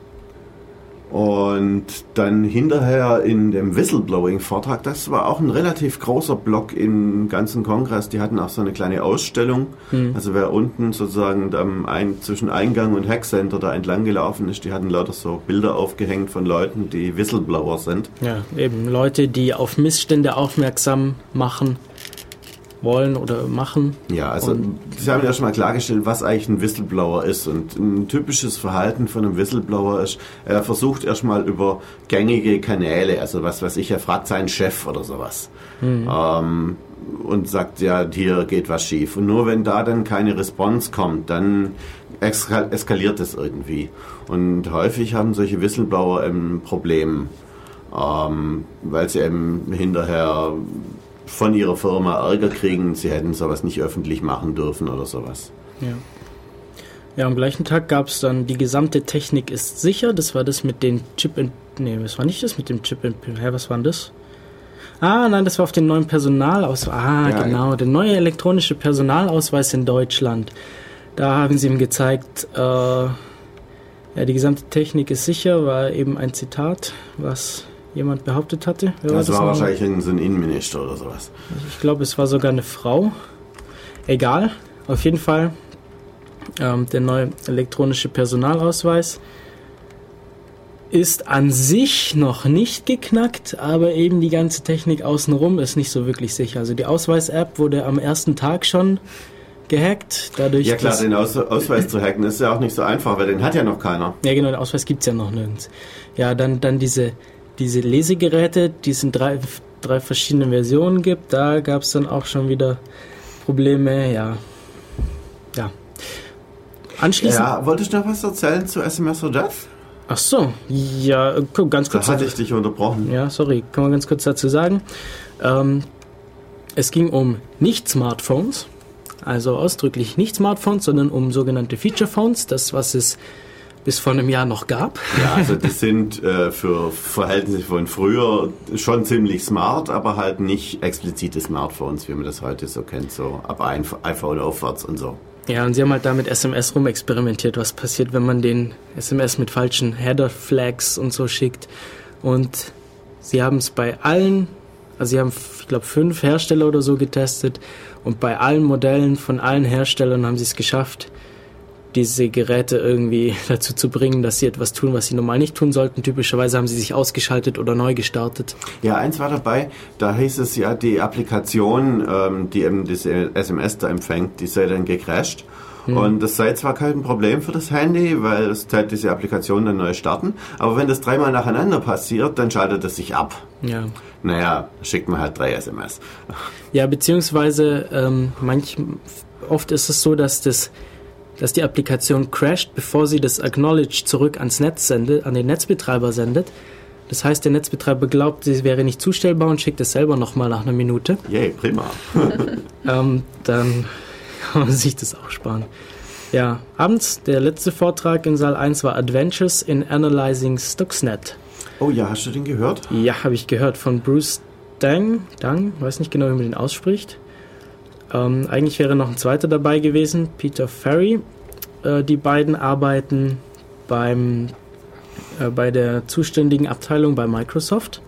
Und dann hinterher in dem Whistleblowing-Vortrag, das war auch ein relativ großer Block im ganzen Kongress. Die hatten auch so eine kleine Ausstellung. Mhm. Also wer unten sozusagen am Ein- zwischen Eingang und Hackcenter da entlang gelaufen ist, die hatten lauter so Bilder aufgehängt von Leuten, die Whistleblower sind. Ja, eben Leute, die auf Missstände aufmerksam machen wollen oder machen. Ja, also Sie haben ja schon mal klargestellt, was eigentlich ein Whistleblower ist. Und ein typisches Verhalten von einem Whistleblower ist, er versucht erstmal über gängige Kanäle, also was weiß ich, er fragt seinen Chef oder sowas. Mhm. Ähm, und sagt, ja, hier geht was schief. Und nur wenn da dann keine Response kommt, dann eskal- eskaliert es irgendwie. Und häufig haben solche Whistleblower ein Problem, ähm, weil sie eben hinterher von ihrer Firma Ärger kriegen, sie hätten sowas nicht öffentlich machen dürfen oder sowas. Ja, ja am gleichen Tag gab es dann die gesamte Technik ist sicher, das war das mit den Chip and, nee, das war nicht das mit dem Chip and, hä, was war denn das? Ah, nein, das war auf den neuen Personalausweis, ah, ja, genau, ja. Der neue elektronische Personalausweis in Deutschland. Da haben sie ihm gezeigt, äh, ja, die gesamte Technik ist sicher, war eben ein Zitat, was jemand behauptet hatte. Wer das war, das war wahrscheinlich ein, so ein Innenminister oder sowas. Ich glaube, es war sogar eine Frau. Egal, auf jeden Fall ähm, der neue elektronische Personalausweis ist an sich noch nicht geknackt, aber eben die ganze Technik außenrum ist nicht so wirklich sicher. Also die Ausweis-App wurde am ersten Tag schon gehackt. Dadurch, ja klar, den Aus- Ausweis zu hacken ist ja auch nicht so einfach, weil den hat ja noch keiner. Ja genau, den Ausweis gibt es ja noch nirgends. Ja, dann, dann diese Diese Lesegeräte, die es in drei, drei verschiedenen Versionen gibt, da gab es dann auch schon wieder Probleme, ja. Ja. Anschließend. Ja, wolltest du noch was erzählen zu S M S or Death? Ach so, ja, ganz kurz. Da hatte ich dich unterbrochen. Ja, sorry, kann man ganz kurz dazu sagen. Ähm, es ging um Nicht-Smartphones, also ausdrücklich nicht Smartphones, sondern um sogenannte Feature Phones, das, was es bis vor einem Jahr noch gab. Ja, also die sind äh, für Verhältnisse von früher schon ziemlich smart, aber halt nicht explizite Smartphones, wie man das heute so kennt, so ab ein iPhone aufwärts und so. Ja, und sie haben halt da mit S M S rumexperimentiert, was passiert, wenn man den S M S mit falschen Header-Flags und so schickt. Und sie haben es bei allen, also sie haben, ich glaube, fünf Hersteller oder so getestet und bei allen Modellen von allen Herstellern haben sie es geschafft, diese Geräte irgendwie dazu zu bringen, dass sie etwas tun, was sie normal nicht tun sollten. Typischerweise haben sie sich ausgeschaltet oder neu gestartet. Ja, eins war dabei, da hieß es ja, die Applikation, ähm, die eben das S M S da empfängt, die sei dann gecrashed. Hm. Und das sei zwar kein Problem für das Handy, weil es halt diese Applikation dann neu starten, aber wenn das dreimal nacheinander passiert, dann schaltet es sich ab. Ja. Naja, schickt man halt drei S M S. Ja, beziehungsweise ähm, manch, oft ist es so, dass das dass die Applikation crasht, bevor sie das Acknowledge zurück ans Netz sendet, an den Netzbetreiber sendet. Das heißt, der Netzbetreiber glaubt, sie wäre nicht zustellbar und schickt es selber nochmal nach einer Minute. Yay, prima. ähm, dann kann man sich das auch sparen. Ja, abends, der letzte Vortrag in Saal eins war Adventures in Analyzing Stuxnet. Oh ja, hast du den gehört? Ja, habe ich gehört von Bruce Dang, Dang, weiß nicht genau, wie man den ausspricht. Ähm, eigentlich wäre noch ein zweiter dabei gewesen, Peter Ferry. Äh, die beiden arbeiten beim, äh, bei der zuständigen Abteilung bei Microsoft.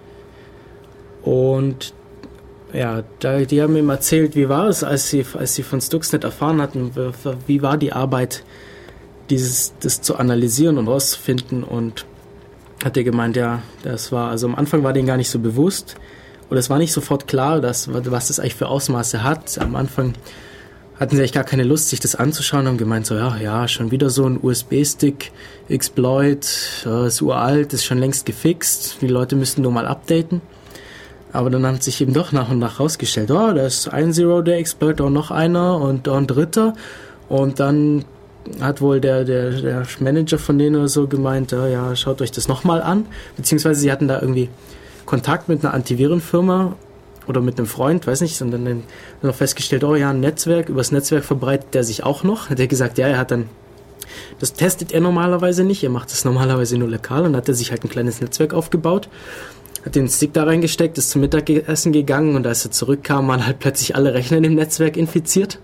Und ja, da, die haben ihm erzählt, wie war es, als sie, als sie von Stuxnet erfahren hatten, wie war die Arbeit, dieses, das zu analysieren und rauszufinden. Und hat er gemeint, ja, das war, also am Anfang war denen gar nicht so bewusst. Und es war nicht sofort klar, dass, was das eigentlich für Ausmaße hat. Am Anfang hatten sie eigentlich gar keine Lust, sich das anzuschauen, haben gemeint, so ja, ja, schon wieder so ein U S B-Stick-Exploit, ja, ist uralt, ist schon längst gefixt, die Leute müssten nur mal updaten. Aber dann hat sich eben doch nach und nach rausgestellt, oh, da ist ein Zero-Day-Exploit, auch noch einer und auch ein dritter. Und dann hat wohl der, der, der Manager von denen oder so gemeint, ja, ja, schaut euch das nochmal an. Beziehungsweise sie hatten da irgendwie Kontakt mit einer Antivirenfirma oder mit einem Freund, weiß nicht, und dann, dann noch festgestellt, oh ja, ein Netzwerk, übers Netzwerk verbreitet der sich auch noch. Hat er gesagt, ja, er hat dann, das testet er normalerweise nicht, er macht das normalerweise nur lokal, und hat er sich halt ein kleines Netzwerk aufgebaut, hat den Stick da reingesteckt, ist zum Mittagessen gegangen, und als er zurückkam, waren halt plötzlich alle Rechner in dem Netzwerk infiziert.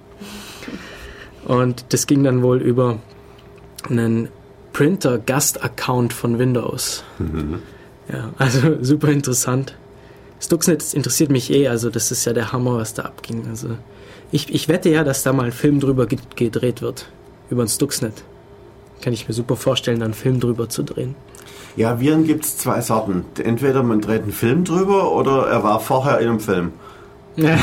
Und das ging dann wohl über einen Printer-Gast-Account von Windows. Mhm. Ja, also super interessant. Stuxnet interessiert mich eh, also das ist ja der Hammer, was da abging. Also ich, ich wette ja, dass da mal ein Film drüber ge- gedreht wird, über ein Stuxnet. Kann ich mir super vorstellen, da einen Film drüber zu drehen. Ja, Viren gibt es zwei Sorten. Entweder man dreht einen Film drüber oder er war vorher in einem Film. Ja,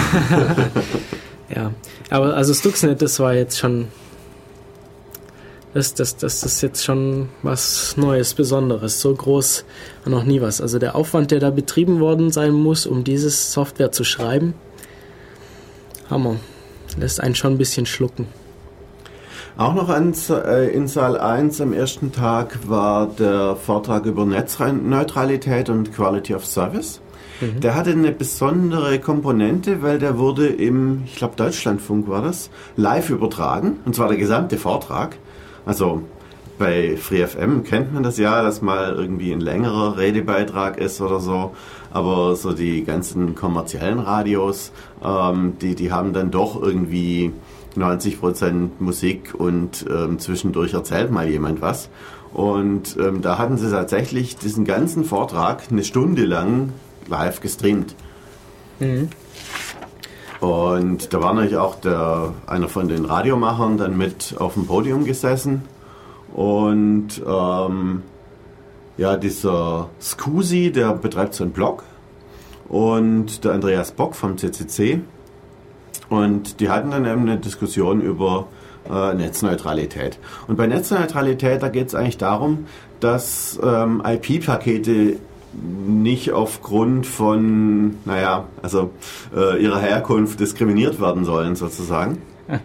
aber also Stuxnet, das war jetzt schon... Das, das, das ist jetzt schon was Neues, Besonderes. So groß war noch nie was. Also der Aufwand, der da betrieben worden sein muss, um dieses Software zu schreiben, Hammer. Lässt einen schon ein bisschen schlucken. Auch noch an, äh, in Saal eins am ersten Tag war der Vortrag über Netzneutralität und Quality of Service. Mhm. Der hatte eine besondere Komponente, weil der wurde im, ich glaube Deutschlandfunk war das, live übertragen. Und zwar der gesamte Vortrag. Also bei FreeFM kennt man das ja, dass mal irgendwie ein längerer Redebeitrag ist oder so. Aber so die ganzen kommerziellen Radios, ähm, die, die haben dann doch irgendwie neunzig Prozent Musik und ähm, zwischendurch erzählt mal jemand was. Und ähm, da hatten sie tatsächlich diesen ganzen Vortrag eine Stunde lang live gestreamt. Mhm. Und da war natürlich auch der, einer von den Radiomachern dann mit auf dem Podium gesessen. Und ähm, ja, dieser Scusi, der betreibt so einen Blog. Und der Andreas Bock vom C C C. Und die hatten dann eben eine Diskussion über äh, Netzneutralität. Und bei Netzneutralität, da geht es eigentlich darum, dass ähm, I P-Pakete nicht aufgrund von, naja, also äh, ihrer Herkunft diskriminiert werden sollen, sozusagen.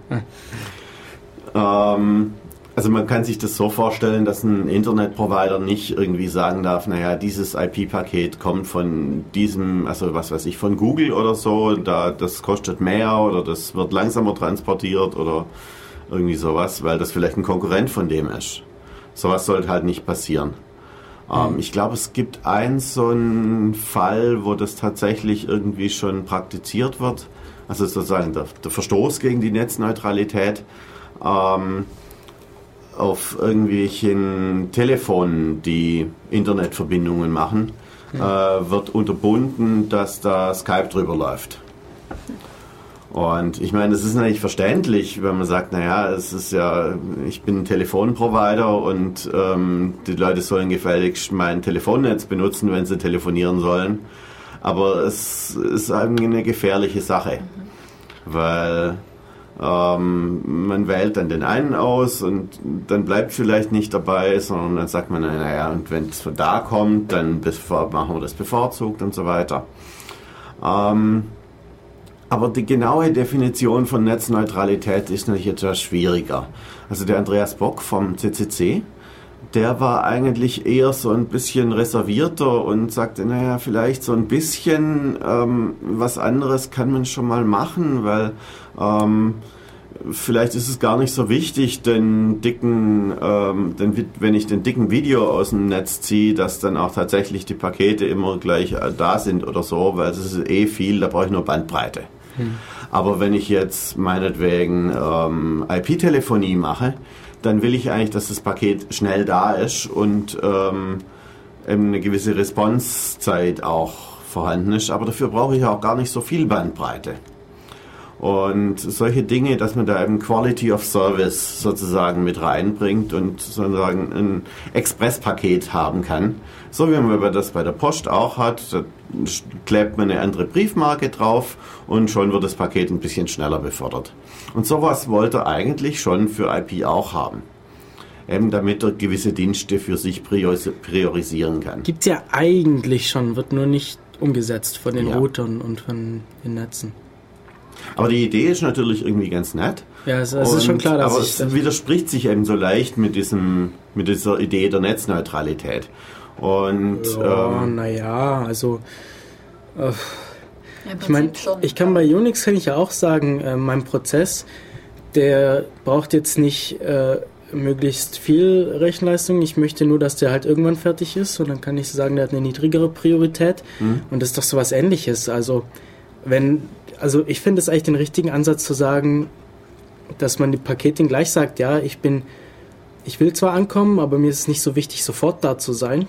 ähm, also man kann sich das so vorstellen, dass ein Internetprovider nicht irgendwie sagen darf, naja, dieses I P-Paket kommt von diesem, also was weiß ich, von Google oder so, da das kostet mehr oder das wird langsamer transportiert oder irgendwie sowas, weil das vielleicht ein Konkurrent von dem ist. sowas sollte halt nicht passieren. Ähm, ich glaube, es gibt einen so einen Fall, wo das tatsächlich irgendwie schon praktiziert wird. Also sozusagen der, der Verstoß gegen die Netzneutralität. Ähm, auf irgendwelchen Telefonen, die Internetverbindungen machen, äh, wird unterbunden, dass da Skype drüber läuft. Und ich meine, das ist natürlich verständlich, wenn man sagt, naja, es ist ja, ich bin ein Telefonprovider und ähm, die Leute sollen gefälligst mein Telefonnetz benutzen, wenn sie telefonieren sollen. Aber es ist irgendwie eine gefährliche Sache, weil ähm, man wählt dann den einen aus und dann bleibt vielleicht nicht dabei, sondern dann sagt man, naja, und wenn es von da kommt, dann machen wir das bevorzugt und so weiter. Ähm, Aber die genaue Definition von Netzneutralität ist natürlich etwas schwieriger. Also der Andreas Bock vom C C C, der war eigentlich eher so ein bisschen reservierter und sagte, naja, vielleicht so ein bisschen ähm, was anderes kann man schon mal machen, weil ähm, vielleicht ist es gar nicht so wichtig, den dicken, ähm, den, wenn ich den dicken Video aus dem Netz ziehe, dass dann auch tatsächlich die Pakete immer gleich äh, da sind oder so, weil es ist eh viel, da brauche ich nur Bandbreite. Hm. Aber wenn ich jetzt meinetwegen ähm, I P-Telefonie mache, dann will ich eigentlich, dass das Paket schnell da ist und ähm, eine gewisse Response-Zeit auch vorhanden ist. Aber dafür brauche ich auch gar nicht so viel Bandbreite. Und solche Dinge, dass man da eben Quality of Service sozusagen mit reinbringt und sozusagen ein Expresspaket haben kann. So wie man das bei der Post auch hat, da klebt man eine andere Briefmarke drauf und schon wird das Paket ein bisschen schneller befördert. Und sowas wollte er eigentlich schon für I P auch haben. Eben damit er gewisse Dienste für sich priorisieren kann. Gibt's ja eigentlich schon, wird nur nicht umgesetzt von den Ja. Routern und von den Netzen. Aber die Idee ist natürlich irgendwie ganz nett. Ja, es, es ist schon klar, dass aber ich es das widerspricht sich eben so leicht mit diesem, mit dieser Idee der Netzneutralität. Und Ja, ähm, naja, also äh, Ja, im ich meine, Prinzip schon. ich kann bei Unix kann ich ja auch sagen, äh, mein Prozess, der braucht jetzt nicht äh, möglichst viel Rechenleistung. Ich möchte nur, dass der halt irgendwann fertig ist und dann kann ich sagen, der hat eine niedrigere Priorität. Mhm. Und das ist doch sowas Ähnliches. Also wenn, also ich finde es eigentlich den richtigen Ansatz zu sagen, dass man dem Paketing gleich sagt, ja, ich bin, ich will zwar ankommen, aber mir ist es nicht so wichtig, sofort da zu sein.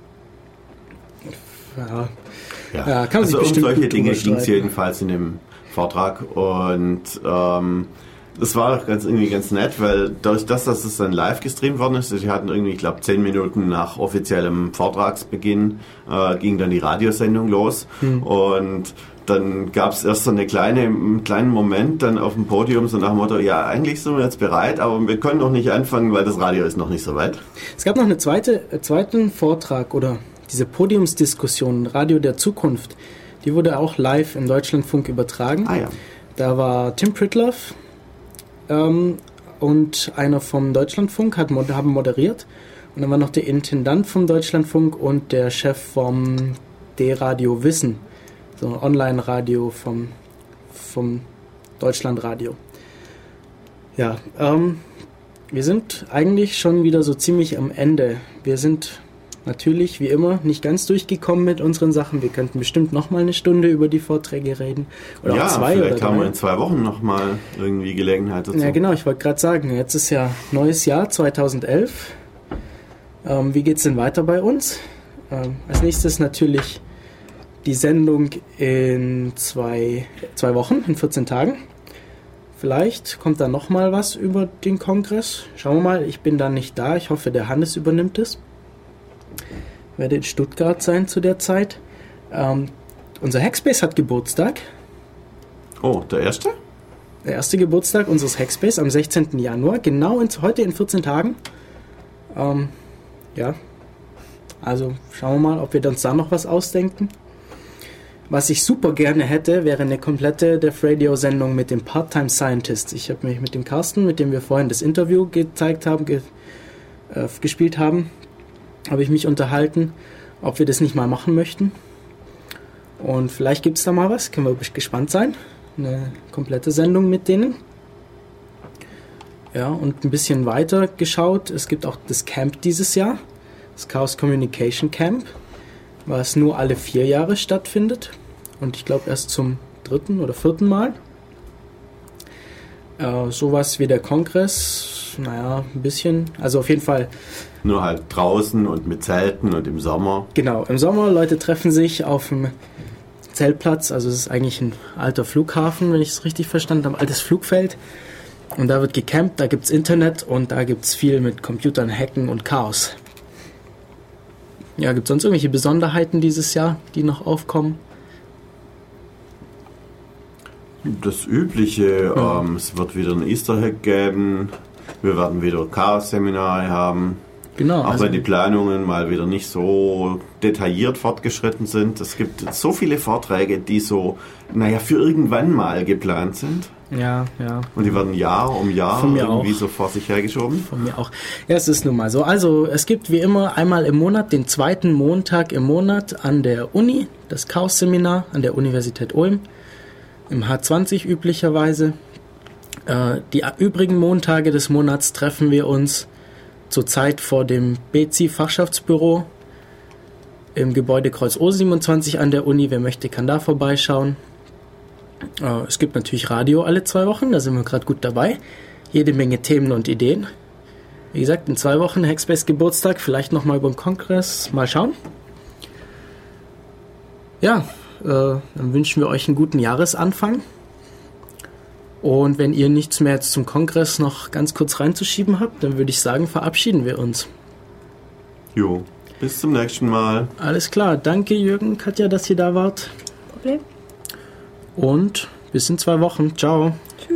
Ja, ja. Ja, kann man sich also um bestimmt solche gut Dinge drüber ging es streiten. jedenfalls in dem Vortrag. Und ähm, das war ganz, irgendwie ganz nett, weil durch das, dass es dann live gestreamt worden ist, sie hatten irgendwie, ich glaube, zehn Minuten nach offiziellem Vortragsbeginn, äh, ging dann die Radiosendung los. Hm. Und dann gab es erst so eine kleine, einen kleinen Moment dann auf dem Podium, so nach dem Motto, ja, eigentlich sind wir jetzt bereit, aber wir können noch nicht anfangen, weil das Radio ist noch nicht so weit. Es gab noch einen zweite, äh, zweiten Vortrag oder diese Podiumsdiskussion, Radio der Zukunft, die wurde auch live im Deutschlandfunk übertragen. Ah ja. Da war Tim Pritloff ähm, und einer vom Deutschlandfunk hat, mod- haben moderiert. Und dann war noch der Intendant vom Deutschlandfunk und der Chef vom D-Radio Wissen, so ein Online-Radio vom, vom Deutschlandradio. Ja, ähm, wir sind eigentlich schon wieder so ziemlich am Ende. Wir sind natürlich, wie immer, nicht ganz durchgekommen mit unseren Sachen. Wir könnten bestimmt noch mal eine Stunde über die Vorträge reden. Oder ja, auch zwei vielleicht oder haben drei. wir in zwei Wochen nochmal irgendwie Gelegenheit dazu. Ja, genau, ich wollte gerade sagen, jetzt ist ja neues Jahr zweitausendelf. Ähm, wie geht's denn weiter bei uns? Ähm, als nächstes natürlich die Sendung in zwei, zwei Wochen, in vierzehn Tagen. Vielleicht kommt da noch mal was über den Kongress. Schauen wir mal, ich bin da nicht da. Ich hoffe, der Hannes übernimmt es. Ich werde in Stuttgart sein zu der Zeit. Ähm, unser Hackspace hat Geburtstag. Oh, der erste? Der erste Geburtstag unseres Hackspace am sechzehnten Januar, genau in, heute in vierzehn Tagen. Ähm, ja, also schauen wir mal, ob wir uns da noch was ausdenken. Was ich super gerne hätte, wäre eine komplette Def Radio-Sendung mit dem Part-Time Scientist. Ich habe mich mit dem Carsten, mit dem wir vorhin das Interview gezeigt haben, ge, äh, gespielt haben, habe ich mich unterhalten, ob wir das nicht mal machen möchten. Und vielleicht gibt es da mal was, können wir gespannt sein. Eine komplette Sendung mit denen. Ja, und ein bisschen weiter geschaut, es gibt auch das Camp dieses Jahr, das Chaos Communication Camp, was nur alle vier Jahre stattfindet und ich glaube erst zum dritten oder vierten Mal. Äh, sowas wie der Kongress, naja, ein bisschen, also auf jeden Fall. Nur halt draußen und mit Zelten und im Sommer. Genau, im Sommer, Leute treffen sich auf dem Zeltplatz, also es ist eigentlich ein alter Flughafen, wenn ich es richtig verstanden habe, altes Flugfeld. Und da wird gecampt, da gibt es Internet und da gibt es viel mit Computern, Hacken und Chaos. Ja, gibt es sonst irgendwelche Besonderheiten dieses Jahr, die noch aufkommen? Das Übliche, Ja. ähm, es wird wieder ein Easter Egg geben, wir werden wieder Chaos-Seminare haben. Genau. Auch also, wenn die Planungen mal wieder nicht so detailliert fortgeschritten sind. Es gibt so viele Vorträge, die so, naja, für irgendwann mal geplant sind. ja, ja. Und die werden Jahr um Jahr Von mir irgendwie auch. so vor sich hergeschoben. Von mir auch. Ja, es ist nun mal so. Also es gibt wie immer einmal im Monat, den zweiten Montag im Monat an der Uni, das Chaos-Seminar an der Universität Ulm, im H zwanzig üblicherweise. Äh, die übrigen Montage des Monats treffen wir uns zurzeit vor dem B Z I-Fachschaftsbüro im Gebäude Kreuz O siebenundzwanzig an der Uni. Wer möchte, kann da vorbeischauen. Äh, es gibt natürlich Radio alle zwei Wochen, da sind wir gerade gut dabei. Jede Menge Themen und Ideen. Wie gesagt, in zwei Wochen Hackspace Geburtstag, vielleicht nochmal über den Kongress, mal schauen. Ja, äh, dann wünschen wir euch einen guten Jahresanfang. Und wenn ihr nichts mehr jetzt zum Kongress noch ganz kurz reinzuschieben habt, dann würde ich sagen, verabschieden wir uns. Jo, bis zum nächsten Mal. Alles klar, danke Jürgen, Katja, dass ihr da wart. Problem? Und bis in zwei Wochen. Ciao.